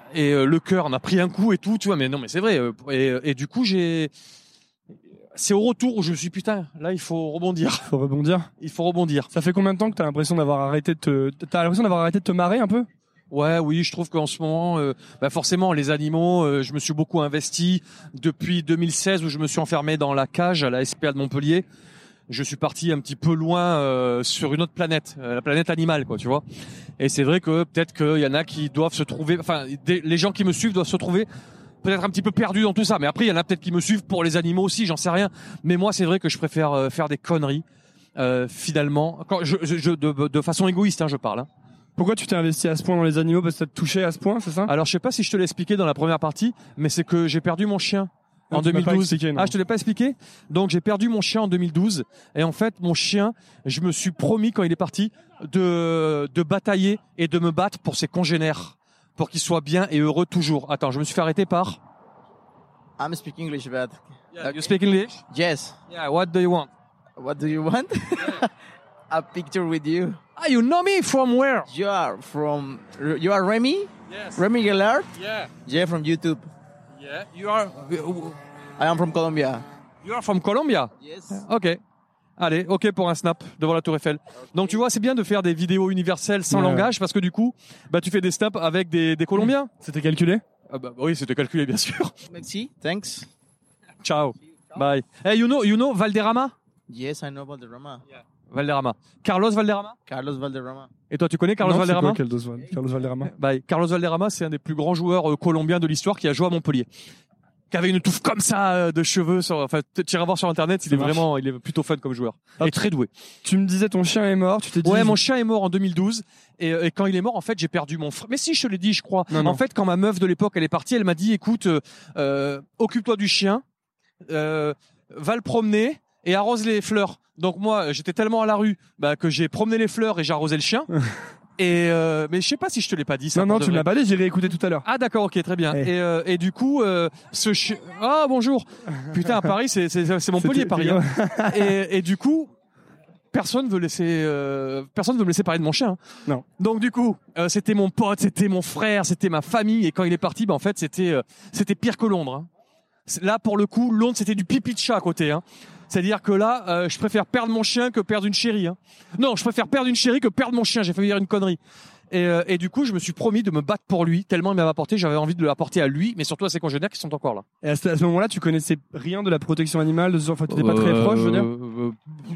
et euh, le cœur en a pris un coup et tout, tu vois. Mais non, mais c'est vrai. Euh, et, et du coup, j'ai, c'est au retour où je me suis dit, putain, là, il faut rebondir. Il faut rebondir. Il faut rebondir. Ça fait combien de temps que t'as l'impression d'avoir arrêté de te, t'as l'impression d'avoir arrêté de te marrer un peu? Ouais, oui, je trouve qu'en ce moment, euh, bah forcément, les animaux, euh, je me suis beaucoup investi depuis deux mille seize où je me suis enfermé dans la cage à la S P A de Montpellier. Je suis parti un petit peu loin euh, sur une autre planète, euh, la planète animale, quoi, tu vois. Et c'est vrai que peut-être qu'il y en a qui doivent se trouver, enfin, des, les gens qui me suivent doivent se trouver peut-être un petit peu perdus dans tout ça. Mais après, il y en a peut-être qui me suivent pour les animaux aussi, j'en sais rien. Mais moi, c'est vrai que je préfère euh, faire des conneries, euh, finalement, quand je, je, je de, de façon égoïste, hein, je parle. Hein. Pourquoi tu t'es investi à ce point dans les animaux? Parce que ça te touchait à ce point, c'est ça? Alors, je sais pas si je te l'ai expliqué dans la première partie, mais c'est que j'ai perdu mon chien. En deux mille douze. Expliqué, ah, je te l'ai pas expliqué. Donc j'ai perdu mon chien en deux mille douze et en fait mon chien, je me suis promis quand il est parti de de batailler et de me battre pour ses congénères, pour qu'il soit bien et heureux toujours. Attends, je me suis fait arrêter par. I'm speaking English, but Yeah, you speak English? Yes. Yeah. What do you want? What do you want? A picture with you. Ah, you know me from where? You are from. You are Remy? Yes. Remy Gellard? Yeah. Yeah, from YouTube. Yeah. You are. I am from Colombia. You are from Colombia? Yes. Ok. Allez, ok pour un snap devant la Tour Eiffel. Okay. Donc tu vois, c'est bien de faire des vidéos universelles sans ouais. langage parce que du coup, bah tu fais des snaps avec des, des Colombiens. C'était calculé? Ah bah oui, c'était calculé bien sûr. Merci. Thanks. Ciao. Bye. Hey, you know, you know Valderrama? Yes, I know Valderrama. Yeah. Valderrama. Carlos Valderrama? Carlos Valderrama. Et toi, tu connais Carlos non, Valderrama? C'est quoi, Carlos, Carlos Valderrama? Bah, Carlos Valderrama, c'est un des plus grands joueurs euh, colombiens de l'histoire qui a joué à Montpellier. Qui avait une touffe comme ça euh, de cheveux. Sur, enfin, tu iras voir sur internet, il est vraiment, il est plutôt fun comme joueur. Ah, et très doué. Tu me disais ton chien est mort, tu t'es dit. Ouais, mon chien est mort en deux mille douze. Et, et quand il est mort, en fait, j'ai perdu mon frère. Mais si, je te l'ai dit, je crois. Non, non. En fait, quand ma meuf de l'époque, elle est partie, elle m'a dit, écoute, euh, euh, occupe-toi du chien, euh, va le promener et arrose les fleurs. Donc moi, j'étais tellement à la rue bah, que j'ai promené les fleurs et j'ai arrosé le chien. Et euh, mais je sais pas si je te l'ai pas dit ça. Non non, tu me l'as pas dit, j'ai réécouté tout à l'heure. Ah d'accord, ok, très bien. Hey. Et euh, et du coup, euh, ce chien. Ah bonjour. Putain, à Paris, c'est c'est c'est Montpellier, Paris. Hein. et et du coup, personne veut laisser euh, personne veut me laisser parler de mon chien. Hein. Non. Donc du coup, euh, c'était mon pote, c'était mon frère, c'était ma famille. Et quand il est parti, bah en fait, c'était euh, c'était pire que Londres. Hein. Là, pour le coup, Londres, c'était du pipi de chat à côté. Hein. C'est-à-dire que là, euh, je préfère perdre mon chien que perdre une chérie. Hein. Non, je préfère perdre une chérie que perdre mon chien. J'ai failli dire une connerie. Et, euh, et du coup, je me suis promis de me battre pour lui, tellement il m'avait apporté. J'avais envie de l'apporter à lui, mais surtout à ses congénères qui sont encore là. Et à ce, à ce moment-là, tu connaissais rien de la protection animale, de ce genre, enfin, t'étais pas très euh, proche, je veux dire. Euh,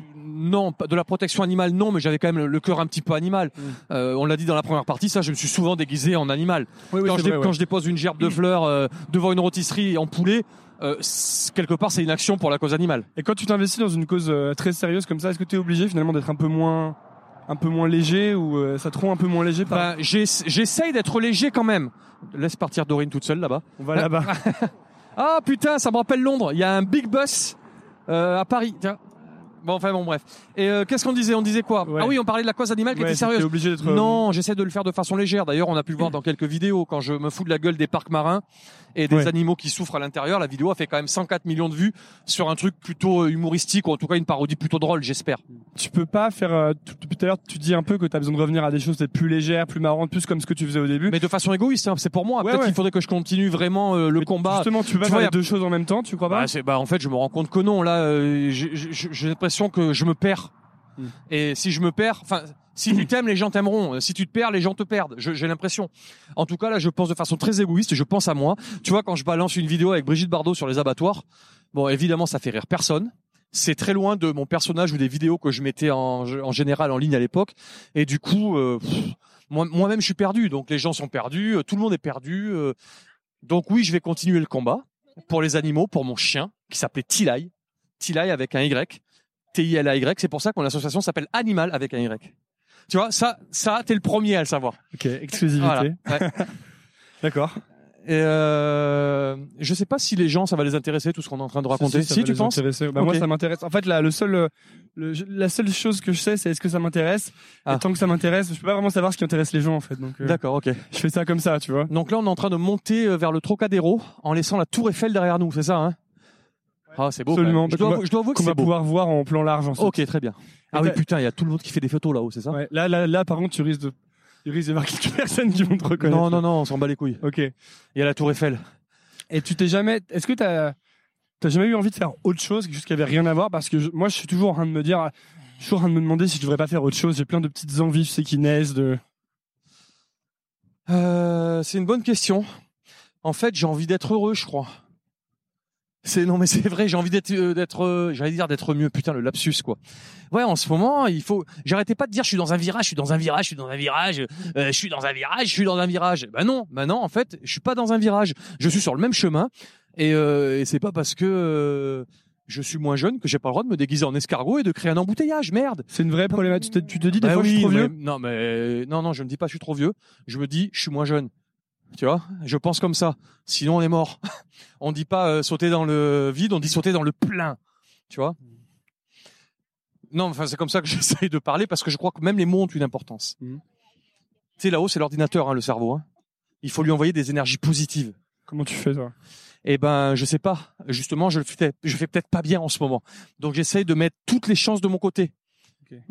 non, de la protection animale, non, mais j'avais quand même le cœur un petit peu animal. Mmh. Euh, on l'a dit dans la première partie, ça, je me suis souvent déguisé en animal. Oui, oui, quand, je vrai, dé- ouais. quand je dépose une gerbe de fleurs euh, devant une rôtisserie en poulet, euh, quelque part, c'est une action pour la cause animale. Et quand tu t'investis dans une cause euh, très sérieuse comme ça, est-ce que tu es obligé finalement d'être un peu moins, un peu moins léger ou euh, ça te rend un peu moins léger par... Ben, j'ess- j'essaye d'être léger quand même. Laisse partir Dorine toute seule là-bas. On va là-bas. Ah putain, ça me rappelle Londres. Il y a un big bus euh, à Paris. Tiens. Bon, enfin bon, bref. Et euh, qu'est-ce qu'on disait On disait quoi Ouais. Ah oui, on parlait de la cause animale qui Ouais, était sérieuse. t'es obligé d'être... Non, j'essaie de le faire de façon légère. D'ailleurs, on a pu le voir dans quelques vidéos quand je me fous de la gueule des parcs marins et des Ouais. animaux qui souffrent à l'intérieur. La vidéo a fait quand même cent quatre millions de vues sur un truc plutôt humoristique ou en tout cas une parodie plutôt drôle, j'espère. Tu peux pas faire... Euh, tout- depuis tout à l'heure, tu dis un peu que tu as besoin de revenir à des choses peut-être plus légères, plus marrantes, plus comme ce que tu faisais au début. Mais de façon égoïste, hein, c'est pour moi. Ouais, Peut-être ouais. qu'il faudrait que je continue vraiment euh, le Mais combat. Justement, tu peux pas Tu faire vois, les y a- deux choses en même temps, tu crois pas? Bah, c'est, bah, en fait, je me rends compte que non. Là, euh, j'ai, j'ai, j'ai l'impression que je me perds. Mm. Et si je me perds, enfin, si tu t'aimes, les gens t'aimeront. Si tu te perds, les gens te perdent. Je, j'ai l'impression. En tout cas, là, je pense de façon très égoïste. Je pense à moi. Tu vois, quand je balance une vidéo avec Brigitte Bardot sur les abattoirs, bon, évidemment, ça fait rire personne. C'est très loin de mon personnage ou des vidéos que je mettais en, en général en ligne à l'époque. Et du coup, euh, pff, moi, moi-même, je suis perdu. Donc, les gens sont perdus. Tout le monde est perdu. Euh, donc, oui, je vais continuer le combat pour les animaux, pour mon chien qui s'appelait Tilay. Tilay avec un Y. T I L A Y. C'est pour ça que mon association s'appelle Animal avec un Y. Tu vois, ça, ça, t'es le premier à le savoir. Ok, exclusivité. Voilà. Ouais. D'accord. Et euh, je sais pas si les gens, ça va les intéresser tout ce qu'on est en train de raconter. Si, si, ça Si, va tu les penses intéresser. Bah, Ok. Moi, ça m'intéresse. En fait, là, le seul, euh, le, la seule chose que je sais, c'est est-ce que ça m'intéresse. Ah. Et tant que ça m'intéresse, je peux pas vraiment savoir ce qui intéresse les gens, en fait. Donc, euh, D'accord, ok. je fais ça comme ça, tu vois. Donc là, on est en train de monter euh, vers le Trocadéro en laissant la Tour Eiffel derrière nous, c'est ça, hein Ah, c'est beau. Absolument. quand même. Je Qu'on dois, va- je dois avouer que Qu'on c'est va beau. pouvoir voir en plan large ensuite. Ok, très bien. Ah Et oui, t'as- putain, il y a tout le monde qui fait des photos là-haut, c'est ça Ouais, là, là, là, par contre, tu risques de, Il risque d'y avoir quelques personnes qui vont te reconnaître. Non, non, non, on s'en bat les couilles. Ok. Il y a la Tour Eiffel. Et tu t'es jamais, est-ce que t'as, t'as jamais eu envie de faire autre chose, quelque chose qui avait rien à voir? Parce que je, moi, je suis toujours en train de me dire, je suis toujours en train de me demander si je devrais pas faire autre chose. J'ai plein de petites envies, je sais, qui naissent de. Euh, c'est une bonne question. En fait, j'ai envie d'être heureux, je crois. C'est non mais c'est vrai, j'ai envie d'être euh, d'être euh, j'allais dire d'être mieux, putain le lapsus quoi. Ouais, en ce moment, il faut j'arrêtais pas de dire je suis dans un virage, je suis dans un virage, je suis dans un virage, euh, je suis dans un virage, je suis dans un virage. Bah non, bah non, en fait, je suis pas dans un virage. Je suis sur le même chemin et, euh, et c'est pas parce que euh, je suis moins jeune que j'ai pas le droit de me déguiser en escargot et de créer un embouteillage, merde. C'est une vraie problématique. Tu te, tu te dis des bah fois oui, je suis trop vieux. Mais, non mais non non, je me dis pas je suis trop vieux, je me dis je suis moins jeune. Tu vois, je pense comme ça. Sinon, on est mort. On dit pas euh, sauter dans le vide, on dit sauter dans le plein. Tu vois. Non, enfin, c'est comme ça que j'essaye de parler parce que je crois que même les mots ont une importance. Mmh. Tu sais, là-haut, c'est l'ordinateur, hein, le cerveau. Hein. Il faut lui envoyer des énergies positives. Comment tu fais, toi? Eh ben, je sais pas. Justement, je le fais, je fais peut-être pas bien en ce moment. Donc, j'essaye de mettre toutes les chances de mon côté. Okay.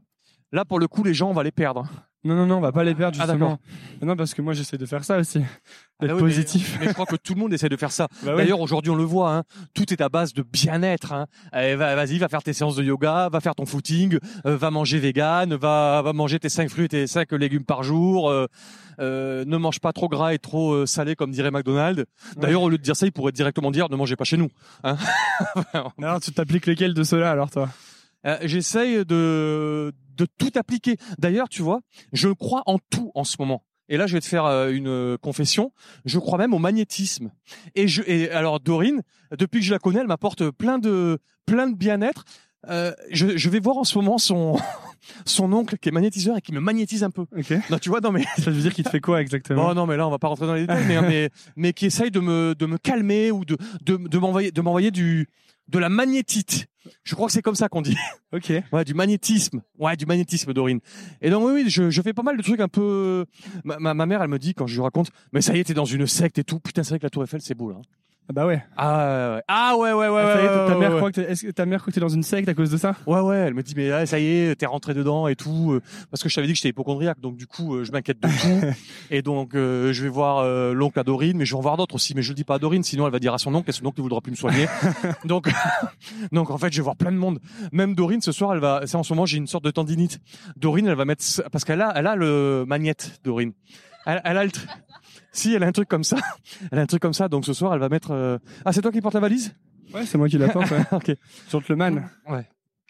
Là, pour le coup, les gens, on va les perdre. Non, non, non, on va pas les perdre, justement. Ah, non, parce que moi, j'essaie de faire ça aussi. D'être ah oui, positif. Mais, mais je crois que tout le monde essaie de faire ça. Bah D'ailleurs, oui. aujourd'hui, on le voit, hein, tout est à base de bien-être. Hein. Allez, va, vas-y, va faire tes séances de yoga, va faire ton footing, euh, va manger vegan, va, va manger tes cinq fruits et tes cinq légumes par jour. Euh, euh, ne mange pas trop gras et trop euh, salé, comme dirait McDonald's. D'ailleurs, ouais. Au lieu de dire ça, il pourrait directement dire ne mangez pas chez nous. Hein. Alors, tu t'appliques lequel de ceux-là, alors, toi? Euh, j'essaye de de tout appliquer. D'ailleurs, tu vois, je crois en tout en ce moment. Et là, je vais te faire euh, une euh, confession. Je crois même au magnétisme. Et je et alors Dorine, depuis que je la connais, elle m'apporte plein de plein de bien-être. Euh, je, je vais voir en ce moment son son oncle qui est magnétiseur et qui me magnétise un peu. Okay. Non, tu vois, non mais ça veut dire qu'il te fait quoi exactement? Oh non, mais là on va pas rentrer dans les détails, mais, mais mais qui essaye de me de me calmer ou de de de m'envoyer de m'envoyer du de la magnétite. Je crois que c'est comme ça qu'on dit. Ok. Ouais, du magnétisme. Ouais, du magnétisme, Dorine. Et donc oui, oui, je, je fais pas mal de trucs un peu. Ma, ma, ma mère, elle me dit quand je lui raconte, mais ça y est, t'es dans une secte et tout. Putain, c'est vrai que la Tour Eiffel, c'est beau là. Ah bah ouais. Ah ouais, ah ouais, ouais, ouais. Ah, ça y est, ouais, ta ouais, mère ouais. croit que t'es, est-ce que ta mère croit que t'es dans une secte à cause de ça? Ouais, ouais. Elle me dit mais là, ça y est, t'es rentré dedans et tout. Parce que je t'avais dit que j'étais hypocondriaque, donc du coup, je m'inquiète de tout. Et donc, euh, je vais voir euh, l'oncle à Dorine, mais je vais en voir d'autres aussi. Mais je le dis pas à Dorine, sinon elle va dire à son oncle et son oncle ne voudra plus me soigner. donc, donc en fait, je vais voir plein de monde. Même Dorine, ce soir, elle va. C'est en ce moment, j'ai une sorte de tendinite. Dorine, elle va mettre parce qu'elle a, elle a le magnète. Dorine, elle, elle a le. Si, elle a un truc comme ça. Elle a un truc comme ça. Donc ce soir, elle va mettre. Euh... Ah, c'est toi qui portes la valise? Ouais, c'est moi qui la porte. Ouais. Ok. Gentleman. Ouais.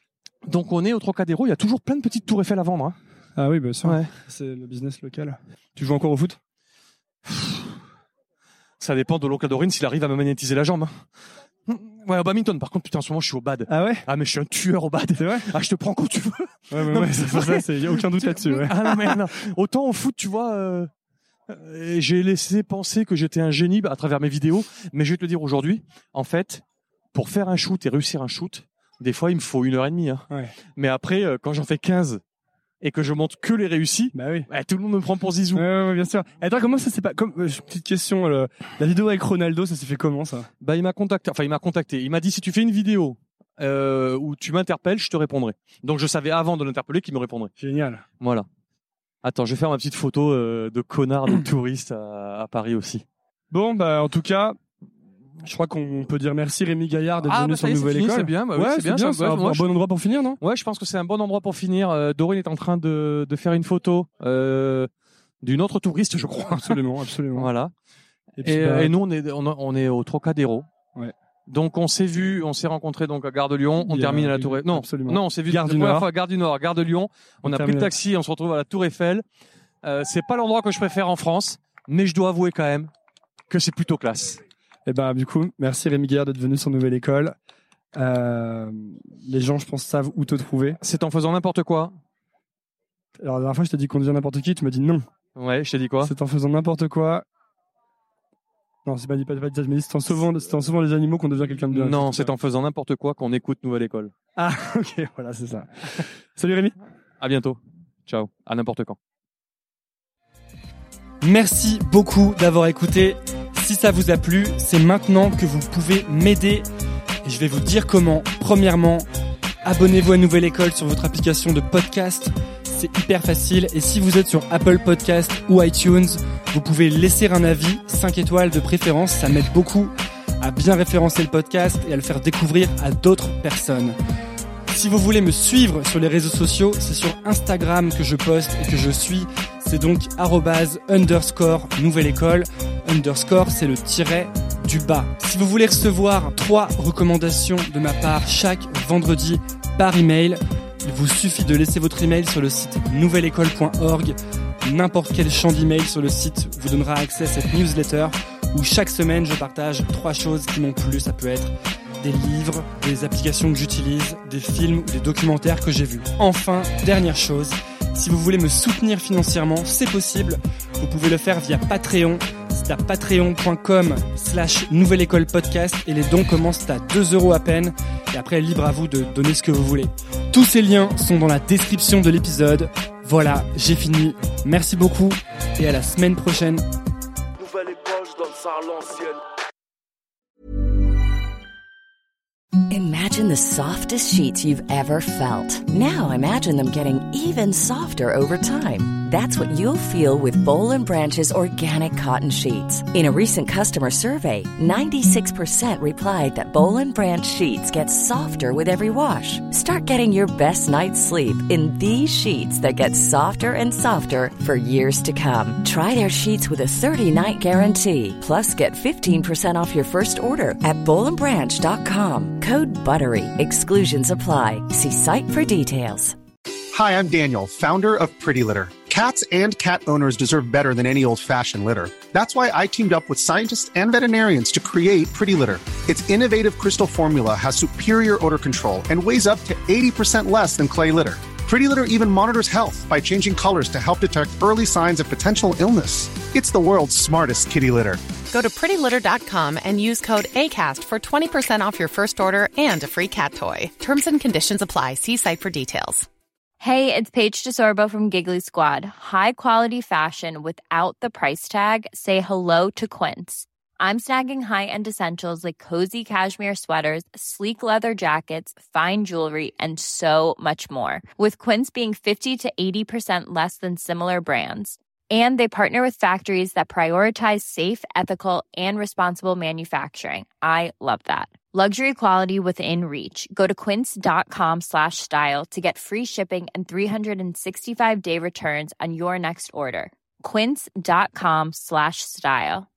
Donc on est au Trocadéro. Il y a toujours plein de petites tours Eiffel à vendre. Hein. Ah oui, bien sûr. Ouais. C'est le business local. Tu joues encore au foot? Ça dépend de l'oncle Dorine s'il arrive à me magnétiser la jambe. Ouais, au badminton, par contre, putain, en ce moment, je suis au bad. Ah ouais? Ah, mais je suis un tueur au bad. C'est vrai? Ah, je te prends quand tu veux. Ouais, mais non, ouais, mais c'est pour ça, il y a aucun doute là-dessus, ouais. Ah non, mais non. Autant au foot, tu vois, euh, euh, j'ai laissé penser que j'étais un génie à travers mes vidéos, mais je vais te le dire aujourd'hui, en fait, pour faire un shoot et réussir un shoot, des fois, il me faut une heure et demie, hein. Ouais. Mais après, euh, quand j'en fais quinze, et que je montre que les réussis, bah oui. Bah, tout le monde me prend pour Zizou. Ouais, ouais, ouais, bien sûr. Attends, comment ça s'est pas, comme, euh, petite question, le, la vidéo avec Ronaldo, ça s'est fait comment, ça? Bah, il m'a contacté, enfin, il m'a contacté. Il m'a dit, si tu fais une vidéo, euh, où tu m'interpelles, je te répondrai. Donc, je savais avant de l'interpeller qu'il me répondrait. Génial. Voilà. Attends, je vais faire ma petite photo, euh, de connard de touriste à, à Paris aussi. Bon, bah, en tout cas, je crois qu'on peut dire merci Rémi Gaillard d'être ah, venu bah, sur y est, Nouvelle fini, École. C'est bien, bah, oui, ouais, c'est bien, bien, c'est c'est un, moi, un je... bon endroit pour finir, non? Ouais, je pense que c'est un bon endroit pour finir. Euh, Dorine est en train de, de faire une photo, euh, d'une autre touriste, je crois. Absolument, absolument. Voilà. Et, puis, et, bah... et nous, on est, on, on est au Trocadéro. Ouais. Donc, on s'est vu, on s'est rencontrés donc à Gare de Lyon, on Il termine a... à la Tour Eiffel. Non, absolument. non, on s'est vu Gare la du première Nord. fois à Gare du Nord, Gare de Lyon. On, on a pris le taxi, on se retrouve à la Tour Eiffel. Euh, c'est pas l'endroit que je préfère en France, mais je dois avouer quand même que c'est plutôt classe. Et ben, du coup, merci Rémi Gaillard d'être venu sur Nouvelle École. Euh, les gens, je pense, savent où te trouver. C'est en faisant n'importe quoi. Alors, la dernière fois, je t'ai dit qu'on disait n'importe qui, tu m'as dit non. Ouais, je t'ai dit quoi? C'est en faisant n'importe quoi. Non, c'est pas dit, pas, pas dit ça, mais c'est en sauvant, c'est en sauvant les animaux qu'on devient quelqu'un de bien. Non, c'est en faisant n'importe quoi qu'on écoute Nouvelle École. Ah, ok, voilà, c'est ça. Salut Rémi. À bientôt. Ciao. À n'importe quand. Merci beaucoup d'avoir écouté. Si ça vous a plu, c'est maintenant que vous pouvez m'aider. Et je vais vous dire comment. Premièrement, abonnez-vous à Nouvelle École sur votre application de podcast. C'est hyper facile et si vous êtes sur Apple Podcast ou iTunes, vous pouvez laisser un avis, cinq étoiles de préférence, ça m'aide beaucoup à bien référencer le podcast et à le faire découvrir à d'autres personnes. Si vous voulez me suivre sur les réseaux sociaux, c'est sur Instagram que je poste et que je suis. C'est donc arrobase underscore nouvelle école. Underscore, c'est le tiret du bas. Si vous voulez recevoir trois recommandations de ma part chaque vendredi par email, il vous suffit de laisser votre email sur le site nouvelle école point org. N'importe quel champ d'email sur le site vous donnera accès à cette newsletter où chaque semaine je partage trois choses qui m'ont plu. Ça peut être des livres, des applications que j'utilise, des films ou des documentaires que j'ai vus. Enfin, dernière chose, si vous voulez me soutenir financièrement, c'est possible. Vous pouvez le faire via Patreon. C'est à patreon.com slash nouvelle école podcast et les dons commencent à deux euros à peine. Et après, libre à vous de donner ce que vous voulez. Tous ces liens sont dans la description de l'épisode. Voilà, j'ai fini. Merci beaucoup et à la semaine prochaine. Nouvelle école, je donne ça à l'ancienne. Imagine the softest sheets you've ever felt. Now imagine them getting even softer over time. That's what you'll feel with Boll and Branch's organic cotton sheets. In a recent customer survey, ninety-six percent replied that Boll and Branch sheets get softer with every wash. Start getting your best night's sleep in these sheets that get softer and softer for years to come. Try their sheets with a thirty-night guarantee. Plus, get fifteen percent off your first order at boll and branch dot com. Code BUTTERY. Exclusions apply. See site for details. Hi, I'm Daniel, founder of Pretty Litter. Cats and cat owners deserve better than any old-fashioned litter. That's why I teamed up with scientists and veterinarians to create Pretty Litter. Its innovative crystal formula has superior odor control and weighs up to eighty percent less than clay litter. Pretty Litter even monitors health by changing colors to help detect early signs of potential illness. It's the world's smartest kitty litter. Go to pretty litter dot com and use code ACAST for twenty percent off your first order and a free cat toy. Terms and conditions apply. See site for details. Hey, it's Paige DeSorbo from Giggly Squad. High quality fashion without the price tag. Say hello to Quince. I'm snagging high-end essentials like cozy cashmere sweaters, sleek leather jackets, fine jewelry, and so much more. With Quince being fifty to eighty percent less than similar brands. And they partner with factories that prioritize safe, ethical, and responsible manufacturing. I love that. Luxury quality within reach. Go to quince.com slash style to get free shipping and three sixty-five day returns on your next order. Quince.com slash style.